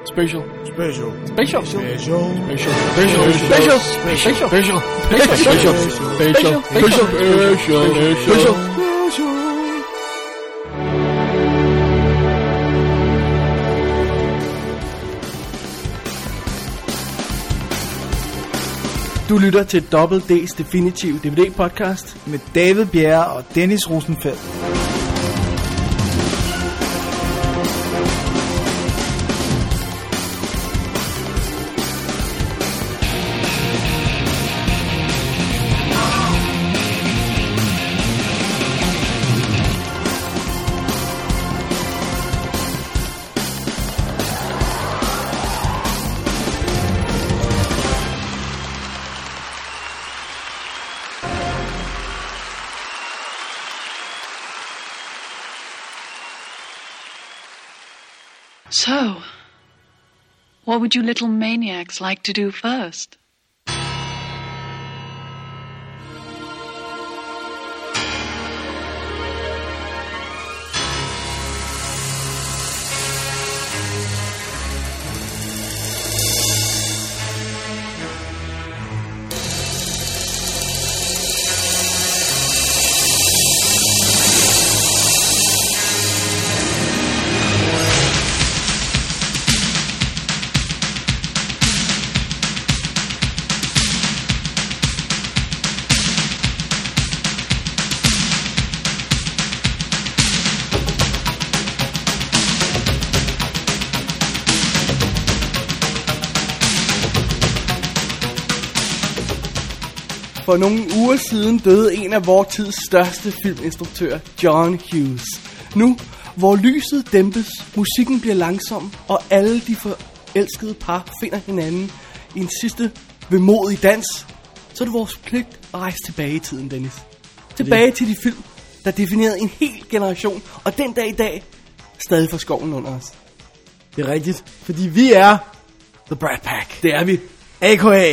Special. Special. Special. Special. Special. Special. Special. Special. Special. Special. Special. Special. Special. Du lytter til Double D's Definitive DVD podcast Med David Bjerre og Dennis Rosenfeldt. So, what would you little maniacs like to do first? For nogle uger siden døde en af vores tids største filminstruktører, John Hughes. Nu, hvor lyset dæmpes, musikken bliver langsom, og alle de forelskede par finder hinanden i en sidste vemodig dans, så er det vores pligt at rejse tilbage i tiden, Dennis. Tilbage til de film, der definerede en hel generation, og den dag i dag stadig får skoven under os. Det er rigtigt, fordi vi er The Brat Pack. Det er vi. A.k.a.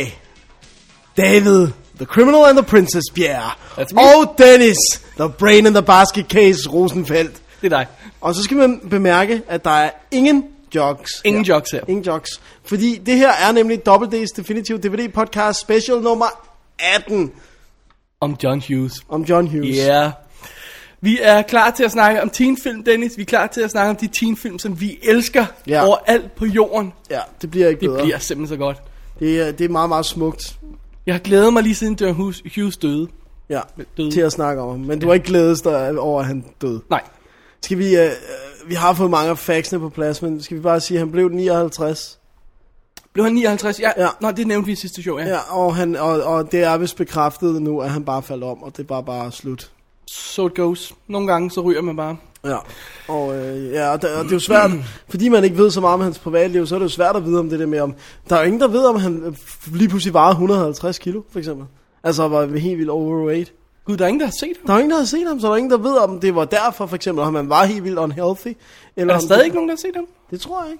David, The Criminal and the Princess Bjerre. That's me. Og Dennis, The Brain in the Basket Case Rosenfeldt. Det er dig. Og så skal man bemærke, at der er ingen jokes. Ingen jokes her. Ingen jokes. Fordi det her er nemlig Double D's Definitive DVD podcast special nummer 18. Om John Hughes. Om John Hughes. Ja. Yeah. Vi er klar til at snakke om teenfilm, Dennis. Vi er klar til at snakke om de teenfilm, som vi elsker overalt på jorden. Ja, det bliver ikke bedre. Det bliver simpelthen så godt. Det er meget, meget smukt. Jeg har glædet mig lige siden John Hughes døde. Ja, til at snakke om ham. Men du har ikke glædet dig over, at han døde. Nej. Skal vi... vi har fået mange af factsene på plads, men skal vi bare sige, at han blev 59? Blev han 59? Ja. Nå, det nævnte vi i sidste show, ja. Ja, og det er vist bekræftet nu, at han bare faldt om, og det er bare slut. So it goes. Nogle gange, så ryger man bare. Ja, og det er jo svært, fordi man ikke ved så meget om hans privatliv, så er det jo svært at vide om det der med, om der er jo ingen, der ved, om han lige pludselig vejede 150 kilo, for eksempel. Altså var helt vildt overweight. Gud, der er ingen, der har set ham. Der er ingen, der har set ham, så der er ingen, der ved, om det var derfor, for eksempel, om han var helt vildt unhealthy. Eller er der stadig ikke nogen, der har set ham? Det tror jeg ikke.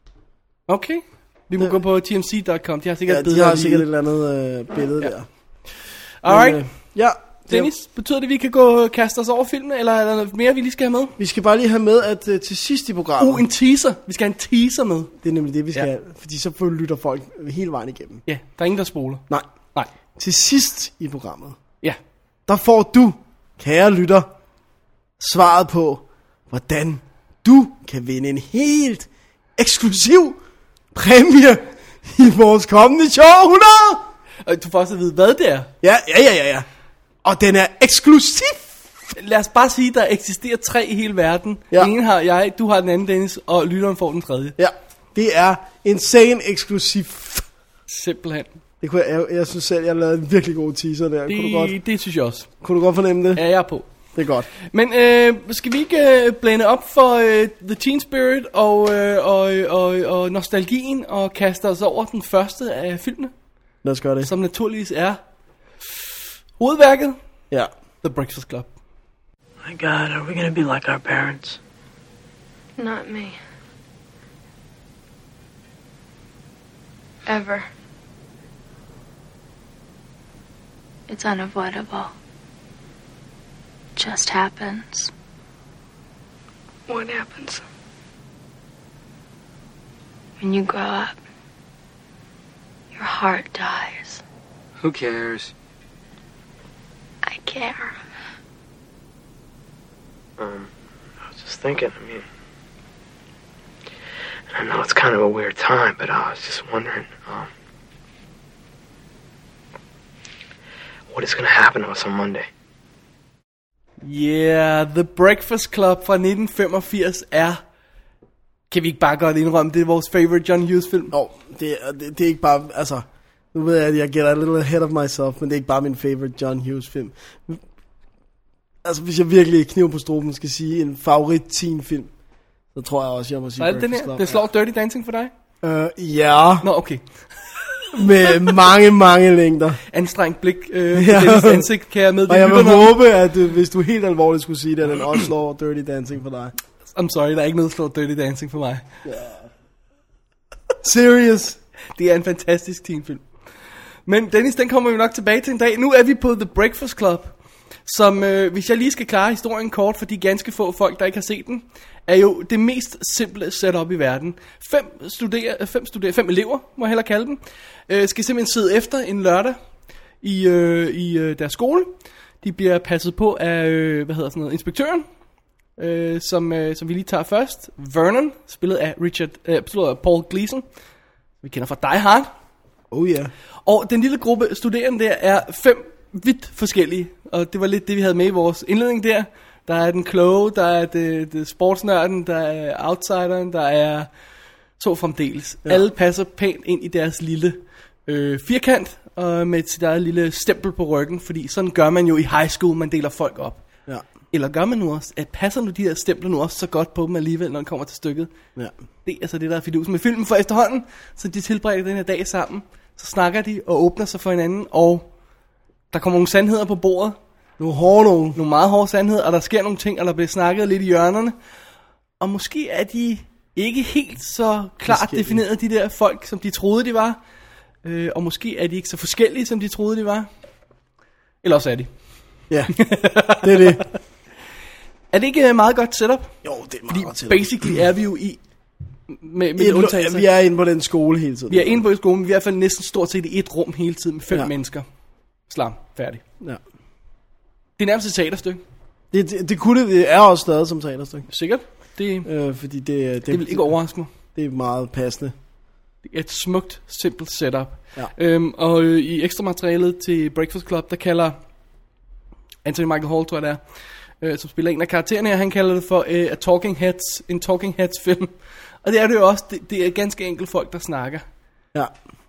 Okay. Vi må gå på tmc.com. De har sikkert de har sikkert et eller andet billede der. Alright. Ja. Dennis, betyder det, at vi kan kaste os over filmen, eller er der noget mere, vi lige skal have med? Vi skal bare lige have med, at til sidst i programmet... en teaser. Vi skal have en teaser med. Det er nemlig det, vi skal have, fordi så lytter folk hele vejen igennem. Ja, der er ingen, der spoler. Nej. Til sidst i programmet, der får du, kære lytter, svaret på, hvordan du kan vinde en helt eksklusiv præmie i vores kommende show 100! Og du får også at vide, hvad det er. Ja. Og den er eksklusiv. Lad os bare sige, at der eksisterer 3 i hele verden. Ja. Den ene har jeg, du har den anden, Dennis, og lytteren får den tredje. Ja, det er insane eksklusiv. Simpelthen. Det kunne jeg synes selv, jeg lavede en virkelig god teaser der. Det synes jeg også. Kunne du godt fornemme det? Ja, jeg er på. Det er godt. Men skal vi ikke blande op for The Teen Spirit og nostalgien og kaste os over den første af filmene? Lad os gøre det. Som naturligvis er hovedværket. Ja. The Breakfast Club. My God, are we gonna be like our parents? Not me. Ever. It's unavoidable. Just happens. What happens? When you grow up, your heart dies. Who cares? I care. I was just thinking, I know it's kind of a weird time, but I was just wondering, what is going to happen to us on Monday? Yeah, The Breakfast Club fra 1985 er, kan vi ikke bare godt indrømme, det er vores favorite John Hughes film? Det er ikke bare, altså, nu ved jeg, at jeg get a little ahead of myself, men det er ikke bare min favorite John Hughes film. Altså, hvis jeg virkelig kniv på struben skal sige en favorit teen film, så tror jeg også, jeg må sige Breakfast Club. Den her, det slår Dirty Dancing for dig? Ja. Nå, okay. Med mange længder. Anstrengt blik på Dennis ansigt, kan jeg meddele. Og jeg vil håbe, at hvis du helt alvorligt skulle sige det, at den også slår Dirty Dancing for dig. I'm sorry, der er ikke noget, der slår Dirty Dancing for mig. Yeah. Serious? Det er en fantastisk teenfilm. Men Dennis, den kommer vi nok tilbage til en dag. Nu er vi på The Breakfast Club, som, hvis jeg lige skal klare historien kort for de ganske få folk, der ikke har set den, er jo det mest simple setup i verden. 5 elever, må jeg hellere kalde dem, skal simpelthen sidde efter en lørdag i deres skole. De bliver passet på af, inspektøren, som vi lige tager først. Vernon, spillet af Paul Gleason, vi kender fra Die Hard. Oh yeah. Og den lille gruppe studerende der er 5 vidt forskellige, og det var lidt det, vi havde med i vores indledning der. Der er den kloge, der er det sportsnørden, der er outsideren, der er så fremdeles. Ja. Alle passer pænt ind i deres lille firkant, og med sit eget lille stempel på ryggen, fordi sådan gør man jo i high school, man deler folk op. Ja. Eller gør man nu også, at passer nu de her stempler nu også så godt på dem alligevel, når det kommer til stykket. Ja. Det er altså det, der er fidusen med filmen for efterhånden, så de tilbringer den her dag sammen, så snakker de og åbner sig for hinanden, og der kommer nogle sandheder på bordet. Nogle meget hårde sandheder, og der sker nogle ting, og der bliver snakket lidt i hjørnerne. Og måske er de ikke helt så klart defineret, de der folk, som de troede, de var. Og måske er de ikke så forskellige, som de troede, de var. Eller også er de. Ja, det er det. Er det ikke et meget godt setup? Jo, det er meget godt setup. Basically er vi jo med undtagelser. Vi er inde på den skole hele tiden. Vi er inde på skolen, vi er i hvert fald næsten stort set i et rum hele tiden med 5 mennesker. Slam, færdig. Ja. Det er nærmest et teaterstykke. Det er også stadig som teaterstykke. Sikkert. Fordi det vil ikke overraske mig. Det er meget passende. Det er et smukt, simpelt setup. Ja. Og i ekstra materialet til Breakfast Club, der kalder Anthony Michael Hall, tror jeg det er, som spiller en af karaktererne her, han kalder det for en Talking Heads film. Og det er det jo også. Det er ganske enkelt folk, der snakker. Ja.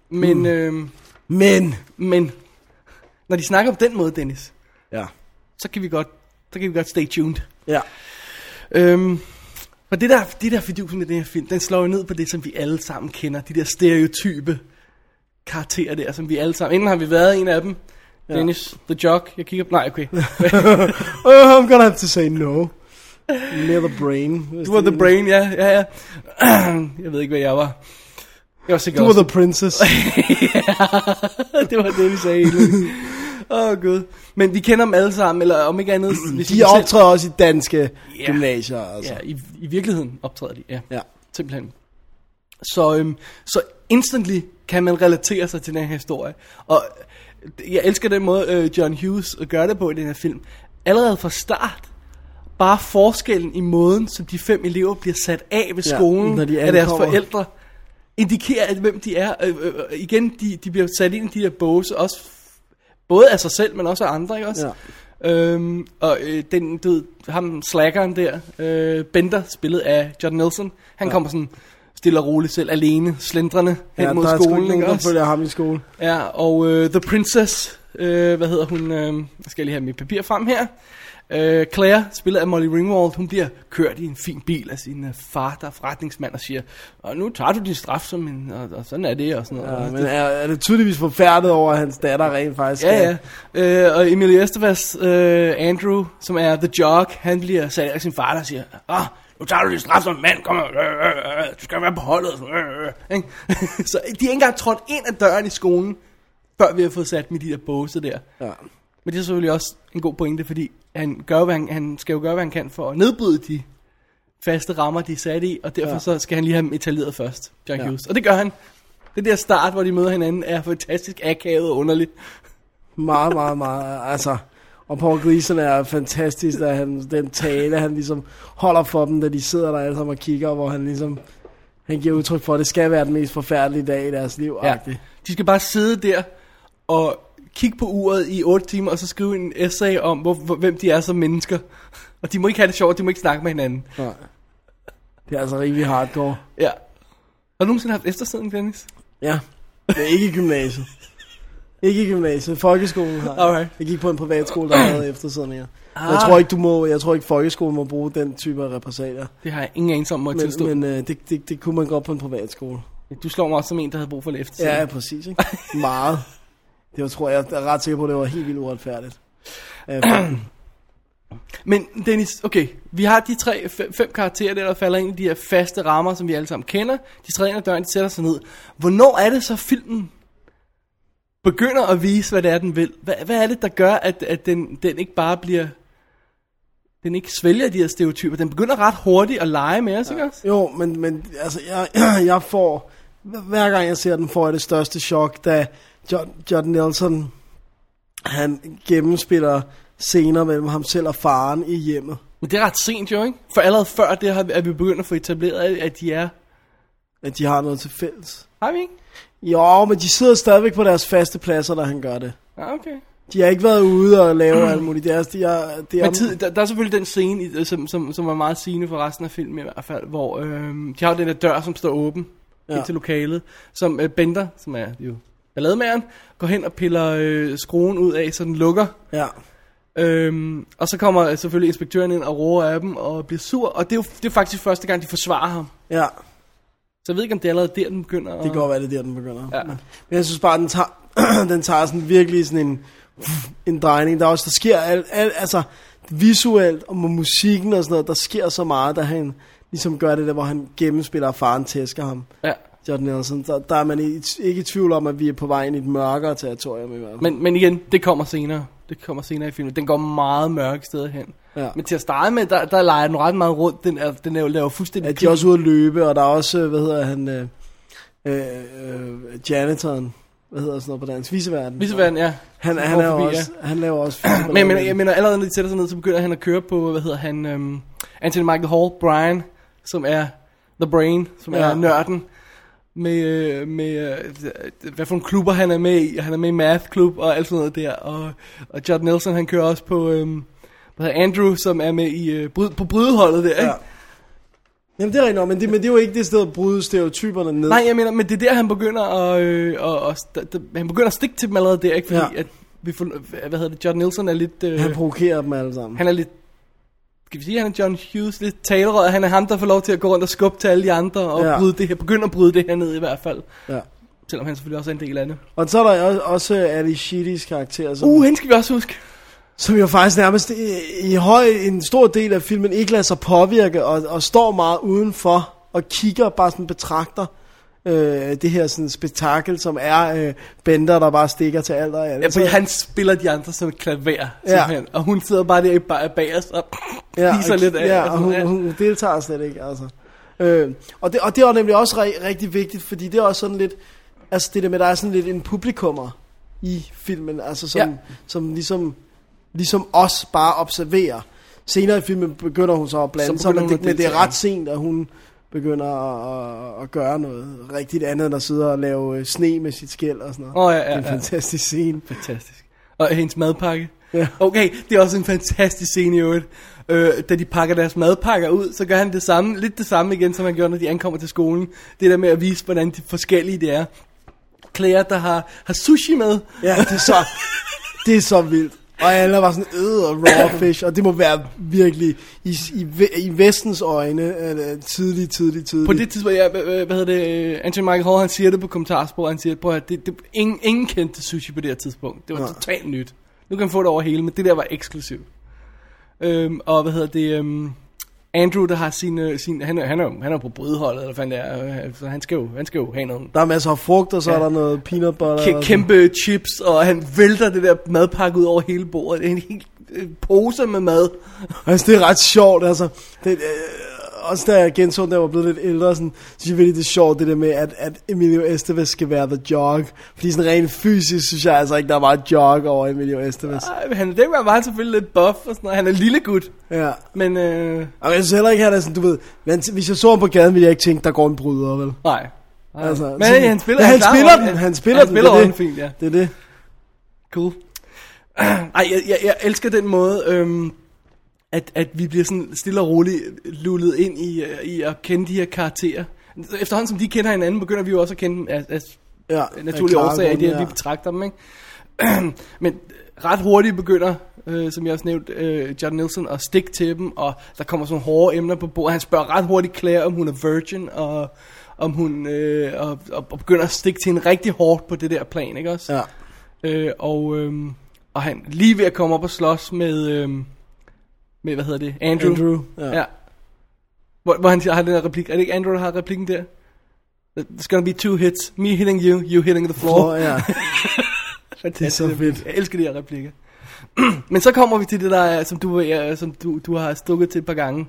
Men når de snakker på den måde, Dennis, ja, så kan vi godt stay tuned. Ja. Og det der fidusen med den her film, den slår jo ned på det, som vi alle sammen kender. De der stereotype karakterer der, som vi alle sammen... Inden har vi været en af dem. Ja. Dennis, The Jock, jeg kigger på... Nej, okay. I'm gonna have to say no. Near the brain. Du var the brain, ja. Jeg ved ikke, hvad jeg var. Jeg var sikkert du var the princess. Ja, det var det, vi sagde. Gud. Men vi kender dem alle sammen, eller om ikke andet... De optræder også i danske gymnasier. Altså. Ja, i virkeligheden optræder de, ja. Simpelthen. Så instantly kan man relatere sig til den her historie. Og jeg elsker den måde, John Hughes gør det på i den her film. Allerede fra start, bare forskellen i måden, som de 5 elever bliver sat af ved skolen, når de af deres forældre, indikerer, at hvem de er. Igen, de bliver sat ind i de der båse, også både af sig selv, men også af andre, ikke også? Ja. Ham slackeren der, Bender, spillet af John Nelson, han kommer sådan stille og roligt selv, alene, slendrende hen mod skolen, ikke også? Følger ham i skole. Ja, og The Princess, hvad hedder hun, jeg skal lige have mit papir frem her, Claire, spillet af Molly Ringwald, hun bliver kørt i en fin bil af sin far, der er forretningsmand, og siger, og nu tager du din straf som en, og sådan er det, og sådan noget. Ja, men er det tydeligvis forfærdet over, at hans datter rent faktisk Ja. Og Emilio Estevez, Andrew, som er The Jock, han bliver sat af sin far, der siger, nu tager du din straf som mand, kom, du skal være på holdet. Så de er ikke engang trådt ind ad døren i skolen, før vi har fået sat med de der båse der. Ja. Men det er selvfølgelig også en god pointe, fordi han skal jo gøre, hvad han kan for at nedbryde faste rammer, de er sat i, og derfor så skal han lige have dem etableret først, John Hughes. Og det gør han. Det der start, hvor de møder hinanden, er fantastisk akavet og underligt. Meget, meget, meget. Altså, og Paul Gleason er fantastisk, da den tale, han ligesom holder for dem, da de sidder der alle sammen og kigger, hvor han ligesom, han giver udtryk for, at det skal være den mest forfærdelige dag i deres liv. Ja. De skal bare sidde der og kigge på uret i 8 timer, og så skrive en essay om, hvem de er som mennesker. Og de må ikke have det sjovt, de må ikke snakke med hinanden. Nej. Det er altså rigtig hardcore. Ja. Har du nogensinde haft eftersidning, Dennis? Ja, det er ikke i gymnasiet. Ikke i gymnasiet, folkeskolen har. Okay. Jeg gik på en privatskole, der havde eftersidninger. Jeg tror ikke folkeskolen må bruge den type af repressalier. Det har jeg ingen anelse om, må jeg tilstå. Men det kunne man godt på en privatskole. Du slår mig også som en, der havde brug for eftersidning. Ja, præcis, ikke? Meget. Det var, tror jeg er ret sikker på, at det var helt vildt uretfærdigt. Men Dennis, okay, vi har de 5 karakterer der falder ind i de her faste rammer, som vi alle sammen kender. De træder ind ad døren, de sætter sig ned. Hvornår er det så filmen begynder at vise, hvad det er, den vil? Hvad er det, der gør, at den ikke bare bliver... Den ikke svælger de her stereotyper. Den begynder ret hurtigt at lege med os, ikke også? Jo, men altså, jeg får... Hver gang jeg ser den, får jeg det største chok, da Judd Nelson, han gennemspiller scener mellem ham selv og faren i hjemmet. Men det er ret sent jo, ikke? For allerede før det er vi begyndt at få etableret, at de er... At de har noget til fælles. Har vi ikke? Jo, men de sidder stadigvæk på deres faste pladser, da han gør det. Ja, okay. De har ikke været ude og lave alt muligt. Der er selvfølgelig den scene, som er meget sigende for resten af filmen i hvert fald, hvor de har den der dør, som står åben ind til lokalet, som Bender, som er jo ballademageren, går hen og piller skruen ud af, så den lukker. Ja. Og så kommer selvfølgelig inspektøren ind og roer af dem og bliver sur, og det er faktisk første gang, de forsvarer ham. Ja. Så jeg ved ikke, om det er allerede der, den begynder. Det kan godt være, det er der, den begynder. Ja. Men jeg synes bare, den tager sådan virkelig sådan en drejning. Der sker altså visuelt og med musikken og sådan noget, der sker så meget, da han ligesom gør det der, hvor han gennemspiller, og faren tæsker ham. Ja. Judd Nelson. Der er man ikke i tvivl om, at vi er på vej ind i et mørkere territorium i hvert fald. Men igen, det kommer senere. Det kommer senere i filmen. Den går meget mørke steder hen. Ja. Men til at starte med, der leger den ret meget rundt. Den laver fuldstændig... Ja, de er også ude at løbe, og der er også, hvad hedder han, janitoren, hvad hedder sådan noget på dansk? Viceverden, ja. Han laver også men jeg mener, allerede når de sætter sig ned, så begynder han at køre på, hvad hedder han, Anthony Michael Hall, Brian, som er The Brain, som er nørden. Med hvad for nogle klubber han er med i. Han er med i Math Club og alt sådan noget der. Og Judd Nelson, han kører også på Andrew, som er med i på brydeholdet der, ikke? Ja. Jamen det er rigtigt, men det er jo ikke det sted at bryde stereotyperne ned. Nej, jeg mener, men det er der han begynder han begynder at stikke til dem allerede der, ikke? Fordi at vi får, Judd Nelson er lidt han provokerer dem alle sammen. Han er lidt, skal vi sige, han er John Hughes, lidt talerød. Han er ham, der får lov til at gå rundt og skubbe til alle de andre og begynder at bryde det her ned i hvert fald. Ja. Selvom han selvfølgelig også er en del af det. Og så er der også Ali Sheedys karakter, som hende skal vi også huske. Som jo faktisk nærmest en stor del af filmen ikke lader sig påvirke og står meget udenfor og kigger, bare sådan betragter det her sådan spektakel, som er Bender, der bare stikker til alt og alt. Ja, fordi han spiller de andre som et klaver, simpelthen. Og hun sidder bare der bag os og fiser lidt af. Ja, og hun deltager slet ikke, altså. Og det er nemlig også rigtig vigtigt, fordi det er også sådan lidt, altså det der med, der er sådan lidt en publikummer i filmen, altså som ligesom os bare observerer. Senere i filmen begynder hun så at blande sig, men det er ret sent, at hun begynder at gøre noget rigtigt andet, end at sidde og lave sne med sit skæld og sådan noget. Det er en fantastisk scene. Fantastisk. Og hendes madpakke. Ja. Okay, det er også en fantastisk scene i øvrigt. Da de pakker deres madpakker ud, så gør han det samme, lidt det samme igen, som han gjorde, når de ankommer til skolen. Det der med at vise, hvordan de forskellige det er. Claire, der har sushi med. Ja, det er så vildt. Og alle var sådan raw fish, og det må være virkelig i vestens øjne tidligt. På det tidspunkt, Anthony Michael Hall, han siger det på kommentarsporet, han siger, prøv at ingen kendte sushi på det her tidspunkt. Det var totalt nyt. Nu kan man få det over hele, men det der var eksklusivt. Og Andrew, der har sin han er på brydeholdet, eller fanden det er, så han skal jo have noget. Der er masser af frugt, og så er der noget peanut butter. Kæmpe chips, og han vælter det der madpakke ud over hele bordet. Det er en hel pose med mad. Altså, det er ret sjovt, altså. også da jeg genså, da jeg var blevet lidt ældre, sådan, synes jeg virkelig, det er sjovt, det der med, at Emilio Estevez skal være the jog. Fordi sådan rent fysisk, synes jeg altså ikke, der er meget jog over Emilio Estevez. Nej, dengang var han selvfølgelig lidt buff og sådan noget. Han er lille gut. Ja. Men, jeg synes heller ikke, han er sådan, du ved, hvis jeg så ham på gaden, ville jeg ikke tænke, der går en bryder, vel? Nej. Altså, men sådan, han spiller, han spiller den fint, ja. Det er det. Cool. Ej, jeg elsker den måde, at vi bliver sådan stille og roligt lullet ind i at kende de her karakterer. Efterhånden som de kender hinanden, begynder vi jo også at kende dem af naturlige årsager, i det, at vi betragter dem, ikke? Men ret hurtigt begynder, som jeg også nævnte, John Nielsen at stikke til dem, og der kommer sådan hårde emner på bordet. Han spørger ret hurtigt Claire, om hun er virgin, og om hun og begynder at stikke til hende rigtig hårdt på det der plan, ikke også? Ja. Og han lige ved at komme op og slås med hvad hedder det? Andrew. Ja. Hvor han har den der replik. Er det ikke Andrew, der har replikken der? There's gonna be 2 hits. Me hitting you, you hitting the floor. Ja. Det er så fedt. Jeg elsker de her replikker. Men så kommer vi til det der, som du har stukket til et par gange.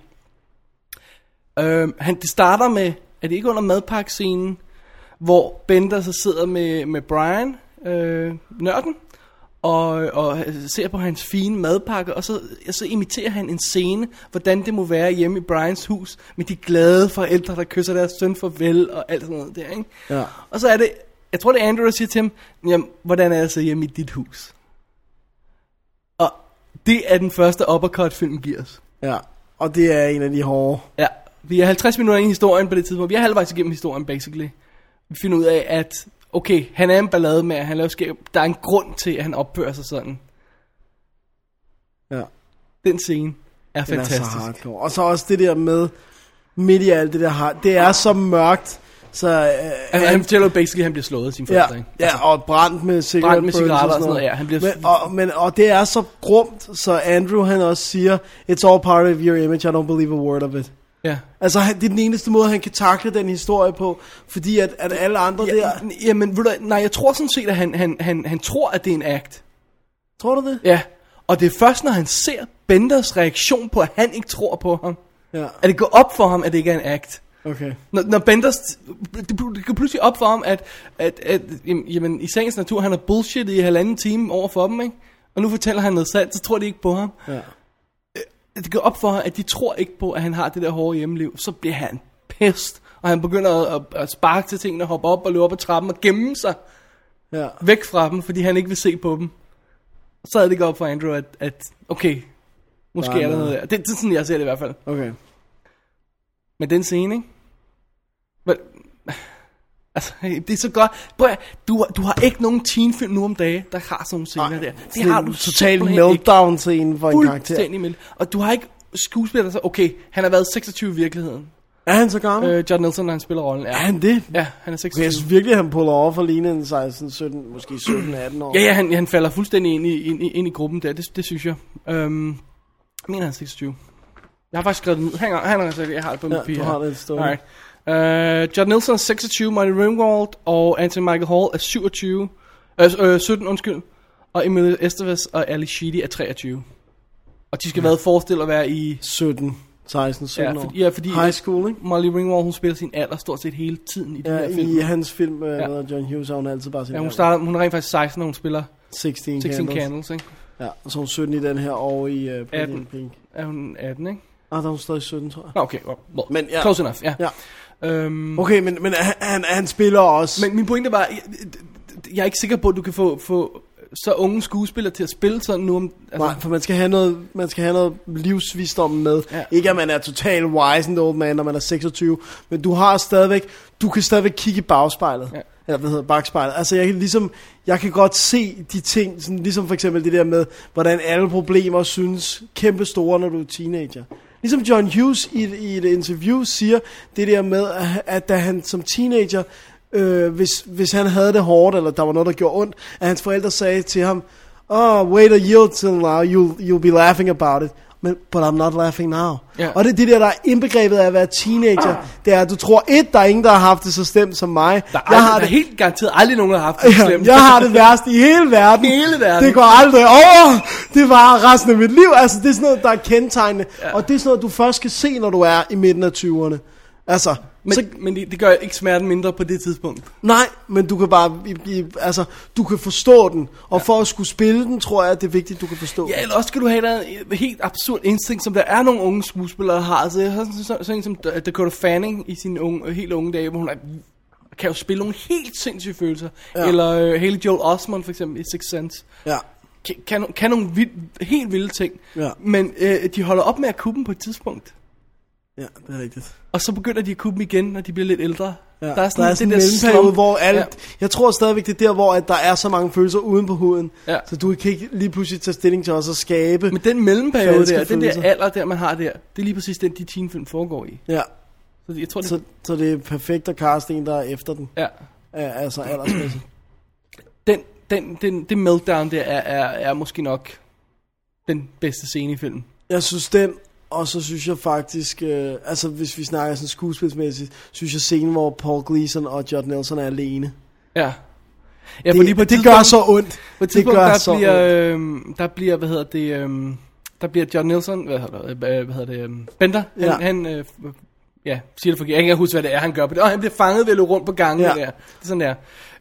Det starter med, er det ikke under madpakkescenen, hvor Bender så sidder med Brian, nørden, og ser på hans fine madpakke, og så imiterer han en scene, hvordan det må være hjemme i Brians hus, med de glade forældre, der kysser deres søn farvel, og alt sådan noget der, ikke? Ja. Og så er det, jeg tror det er Andrew, der siger til ham, jamen, hvordan er det så hjemme i dit hus? Og det er den første uppercut filmen giver os. Ja, og det er en af de hårde. Ja, vi er 50 minutter inde i historien på det tidspunkt, vi er halvvejs igennem historien, basically. Vi finder ud af, at okay, han er en ballade med, han laver skæb. Der er en grund til, at han opfører sig sådan. Ja. Den scene er fantastisk. Er så hardcore. Og så også det der med, midt i alt det der, det er så mørkt, så... han fortæller basically, at han bliver slået af sin forældre, ikke? Ja, og brændt med cigaretter og sådan noget, ja. Han bliver... og det er så grumt, så Andrew han også siger, it's all part of your image, I don't believe a word of it. Ja. Altså det er den eneste måde han kan takle den historie på, fordi at alle andre der. Jamen ved du, nej, jeg tror sådan set at han tror at det er en act. Tror du det? Ja. Og det er først når han ser Benders reaktion på at han ikke tror på ham, at det går op for ham at det ikke er en act. Okay. Når Benders det går pludselig op for ham at jamen i sagens natur han er bullshit i 1,5 time over for dem, ikke? Og nu fortæller han noget sandt, så tror de ikke på ham. Ja. Det går op for ham, at de tror ikke på, at han har det der hårde hjemmeliv. Så bliver han pissed, og han begynder at sparke til tingene, hoppe op og løbe op ad trappen og gemme sig væk fra dem, fordi han ikke vil se på dem. Så er det ikke op for Andrew, at okay, måske er der noget der. Det er sådan, jeg ser det i hvert fald. Okay. Men den scene, ikke? Altså, det er så godt. Prøv at, du har ikke nogen teenfilm nu om dage, der har sådan nogle scener der. Det har du totalt meltdown scene for en karakter. Og du har ikke skuespiller, der så, okay, han har været 26 i virkeligheden. Er han så gammel? John Nielsen, når han spiller rollen. Er han det? Ja, han er 26. Okay, jeg synes virkelig, han puller over for lignende en 16, 17, måske 17-18 år. Ja, han falder fuldstændig ind i gruppen der, det synes jeg. Jeg mener, han er 26. Jeg har faktisk skrevet den ud. Hang on, jeg har det på min papir. Du har det stående. Alright. John Nielsen er 26, Marty Ringwald og Anthony Michael Hall er 17, undskyld. Og Emilio Estevez og Ali Sheedy er 23. Og de skal være forestillet at være i 17 år. Ja, fordi high school, ikke? Molly Ringwald, hun spiller sin alder stort set hele tiden i de her film. I hans film, John Hughes, har hun altid bare sin alder. Hun er rent faktisk 16, når hun spiller 16 Candles, ikke? Ja, og så er hun 17 i den her, og i 18. Er hun 18, ikke? Der er hun stadig 17, tror jeg. Okay, well, men, close enough, ja. Okay, men han spiller også. Men min pointe var, jeg er ikke sikker på, at du kan få så unge skuespillere til at spille sådan nu. Nej, for man skal have noget livsvisdom med. Ja. Ikke at man er total wise and old man, når man er 26, men du kan stadigvæk kigge i bagspejlet. Ja. Eller hvad hedder bagspejlet. Altså jeg kan godt se de ting, sådan, ligesom for eksempel det der med, hvordan alle problemer synes kæmpe store, når du er teenager. Ligesom John Hughes i et interview siger det der med, at da han som teenager, hvis han havde det hårdt, eller der var noget, der gjorde ondt, at hans forældre sagde til ham, wait a year till now, you'll be laughing about it. men but I'm not laughing now. Ja. Og det er det der er indbegrebet af at være teenager. Det er, at du tror, der er ingen, der har haft det så slemt som mig. Der er helt garanteret aldrig nogen, der har haft det slemt. Jeg har det værste i hele verden. Det går aldrig over. Det var resten af mit liv. Altså, det er sådan noget, der er kendetegnende. Ja. Og det er sådan noget, du først skal se, når du er i midten af 20'erne. Altså, men det gør ikke smerten mindre på det tidspunkt. Nej, men du kan bare du kan forstå den. Og for at skulle spille den, tror jeg, at det er vigtigt, du kan forstå den. Ja, eller også skal du have et helt absurd instinkt, som der er nogle unge skuespillere, der har. Altså, jeg har sådan en som Dakota Fanning i sine helt unge dage, hvor hun kan jo spille nogle helt sindssyge følelser. Ja. Eller Haley Joel Osment for eksempel i Sixth Sense. Ja. Kan nogle helt vilde ting. Ja. Men de holder op med at kunne dem på et tidspunkt. Ja, det er rigtigt. Og så begynder de at kunne dem igen, når de bliver lidt ældre. Ja, der er sådan en mellemperiode, hvor alt... Ja. Jeg tror stadigvæk, det er der, hvor at der er så mange følelser uden på huden. Ja. Så du kan ikke lige pludselig tage stilling til også at skabe... Men den mellemperiode der, den der alder der, man har der, det er lige præcis den, de teenfilm foregår i. Ja. Så jeg tror, så det er perfekt at caste en, der er efter den. Ja. Altså aldersmæssigt. Det meltdown der er måske nok den bedste scene i filmen. Jeg synes den... Og så synes jeg faktisk, altså hvis vi snakker sådan skuespilsmæssigt, synes jeg scenen, hvor Paul Gleason og Judd Nelson er alene. Ja. Ja, det gør så ondt. På et tidspunkt, der bliver, der bliver Judd Nelson, Bender, han siger det forkert. Jeg kan ikke huske, hvad det er, han gør på det. Og han bliver fanget ved at løbe rundt på gangen der. Det er sådan der.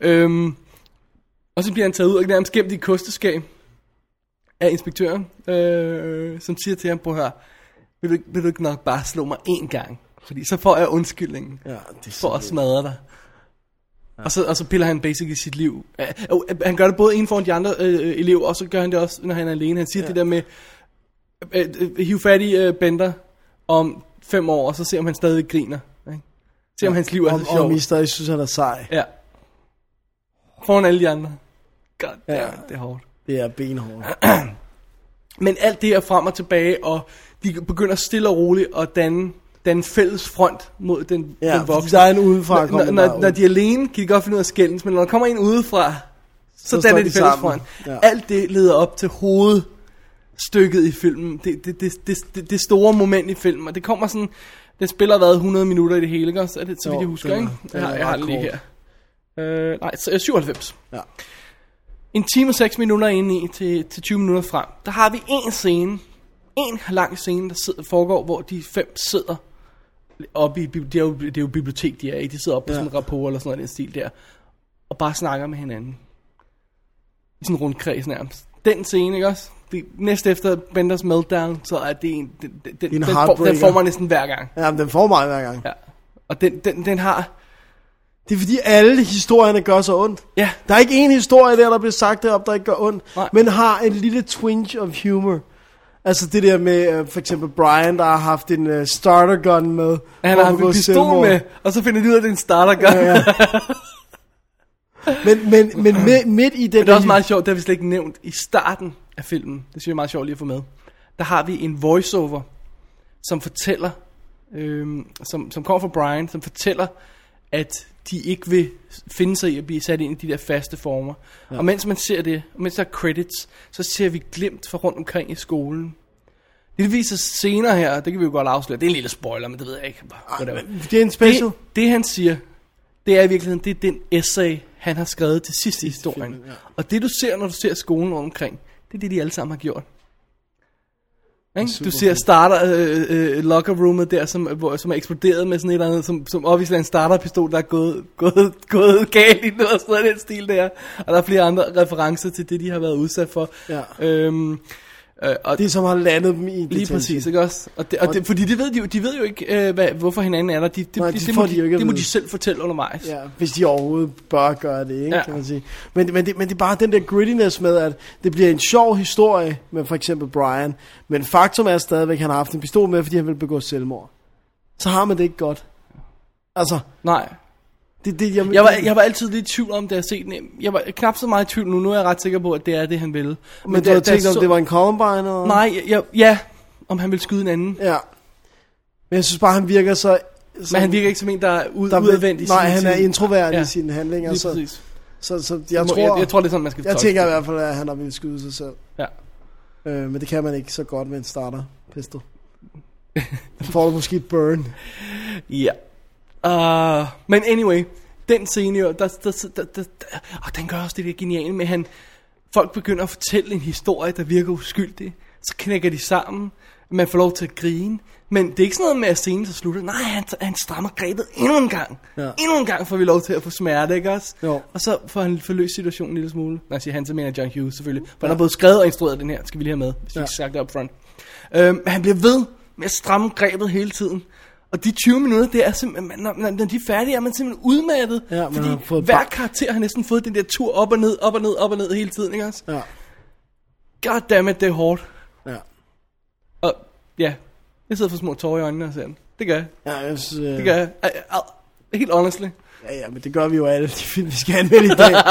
Og så bliver han taget ud og nærmest gemt i kosteskab af inspektøren, som siger til ham, prøv at høre, vil du ikke nok bare slå mig én gang? Fordi så får jeg undskyldningen for at smadre dig. Ja. Og så piller han basically sit liv. Han gør det både inden for de andre elever, og så gør han det også, når han er alene. Han siger det der med, hiv fat i Bender om 5 år, og så ser om han stadig griner. Ikke? Se om hans liv er så sjovt. Og mister, jeg synes, han er sej. Ja. Foran alle de andre. God damn, det er hårdt. Det er benhårdt. Men alt det er frem og tilbage, og de begynder stille og roligt at danne fælles front mod den voksne. Der er en udefra. Når de er alene, kan de godt finde ud af skændens, men når der kommer en udefra, så danner de fælles front. Ja. Alt det leder op til hovedstykket i filmen. Det store moment i filmen, og det kommer sådan, den spiller været 100 minutter i det hele, ikke? Så er det, så vidt jeg husker, ikke? Jeg har det lige her. 97. Ja. En time og 6 minutter inde i til 20 minutter frem. Der har vi en lang scene, der foregår, hvor de 5 sidder oppe i, det er jo bibliotek, de er i. De sidder oppe på sådan en rapport eller sådan noget, den stil der, og bare snakker med hinanden. I sådan en rundkreds nærmest. Den scene, ikke også? Næste efter Benders meltdown, så er det den får man næsten hver gang. Ja, men den får mig hver gang. Ja. Og den har... Det er fordi alle historierne gør så ondt. Ja. Der er ikke en historie der bliver sagt deroppe, der ikke gør ondt. Nej. Men har en lille twinge of humor. Altså det der med for eksempel Brian, der har haft en starter gun med. Han har haft en pistol med, og så finder de ud af, at det er en starter gun. Ja. men midt i det... Det er også meget sjovt, det har vi slet ikke nævnt i starten af filmen. Det synes jeg er meget sjovt lige at få med. Der har vi en voiceover, som fortæller, som kommer fra Brian, som fortæller, at de ikke vil finde sig i at blive sat ind i de der faste former. Ja. Og mens man ser det, og mens der er credits, så ser vi glimt fra rundt omkring i skolen. Det viser senere her, det kan vi jo godt afsløre. Det er en lille spoiler, men det ved jeg ikke. Det er en special. Det han siger, det er i virkeligheden, det er den essay, han har skrevet til sidst i historien. Film, ja. Og det du ser, når du ser skolen rundt omkring, det er det, de alle sammen har gjort. Du ser starter locker roomet der, som er eksploderet med sådan et eller andet, som obviously en starterpistol, der er gået galt i noget og sådan noget, den stil der. Og der er flere andre referencer til det, de har været udsat for. Ja. Og det som har landet dem i detention. Lige præcis, ikke også? Fordi de ved jo ikke, hvorfor hinanden er der. Det må de selv fortælle undervejs. Ja, hvis de overhovedet bør gøre det, ikke, kan man sige. Men det er bare den der grittiness med, at det bliver en sjov historie med for eksempel Brian. Men faktum er stadigvæk, at han har haft en pistol med, fordi han vil begå selvmord. Så har man det ikke godt. Altså. Nej. Jeg var altid lidt i tvivl om, da jeg set den. Jeg var knap så meget i tvivl nu. Nu er jeg ret sikker på, at det er det, han ville. Men du havde tænkt om, det var en Columbine? Eller? Nej, om han ville skyde en anden. Ja. Men jeg synes bare, han virker så... Men han virker ikke som en, der er udadvendt i sin... Nej, han er introvert i sine handlinger. Lige præcis. Så jeg tror, det er sådan, man skal jeg tænker i hvert fald, at han har ville skyde sig selv. Ja. Men det kan man ikke så godt med en starter pistol. Så får du måske et burn. Ja. Men anyway, den scene jo, den gør også det der geniale med, folk begynder at fortælle en historie, der virker uskyldig. Så knækker de sammen, man får lov til at grine. Men det er ikke sådan noget med, at scenen så slutter. Nej, han strammer grebet endnu en gang. Ja. Endnu en gang får vi lov til at få smerte, ikke også? Jo. Og så får han forløst situationen en lille smule. Nej, siger han, så mener John Hughes selvfølgelig. For han har både skrevet og instrueret den her, skal vi lige have med, hvis vi ikke sagt det up front. Han bliver ved med at stramme grebet hele tiden. Og de 20 minutter, det er simpelthen, når de er færdige, er man simpelthen udmattet. Ja, fordi hver karakter har næsten fået den der tur op og ned, op og ned, op og ned hele tiden, ikke også? Ja. Goddammit, det er hårdt. Ja. Og ja, jeg sidder for små tårer i øjnene og ser den. Det gør jeg. Ja, det gør jeg. Helt honestly. Ja, men det gør vi jo alle de film, vi skal anmelde i dag.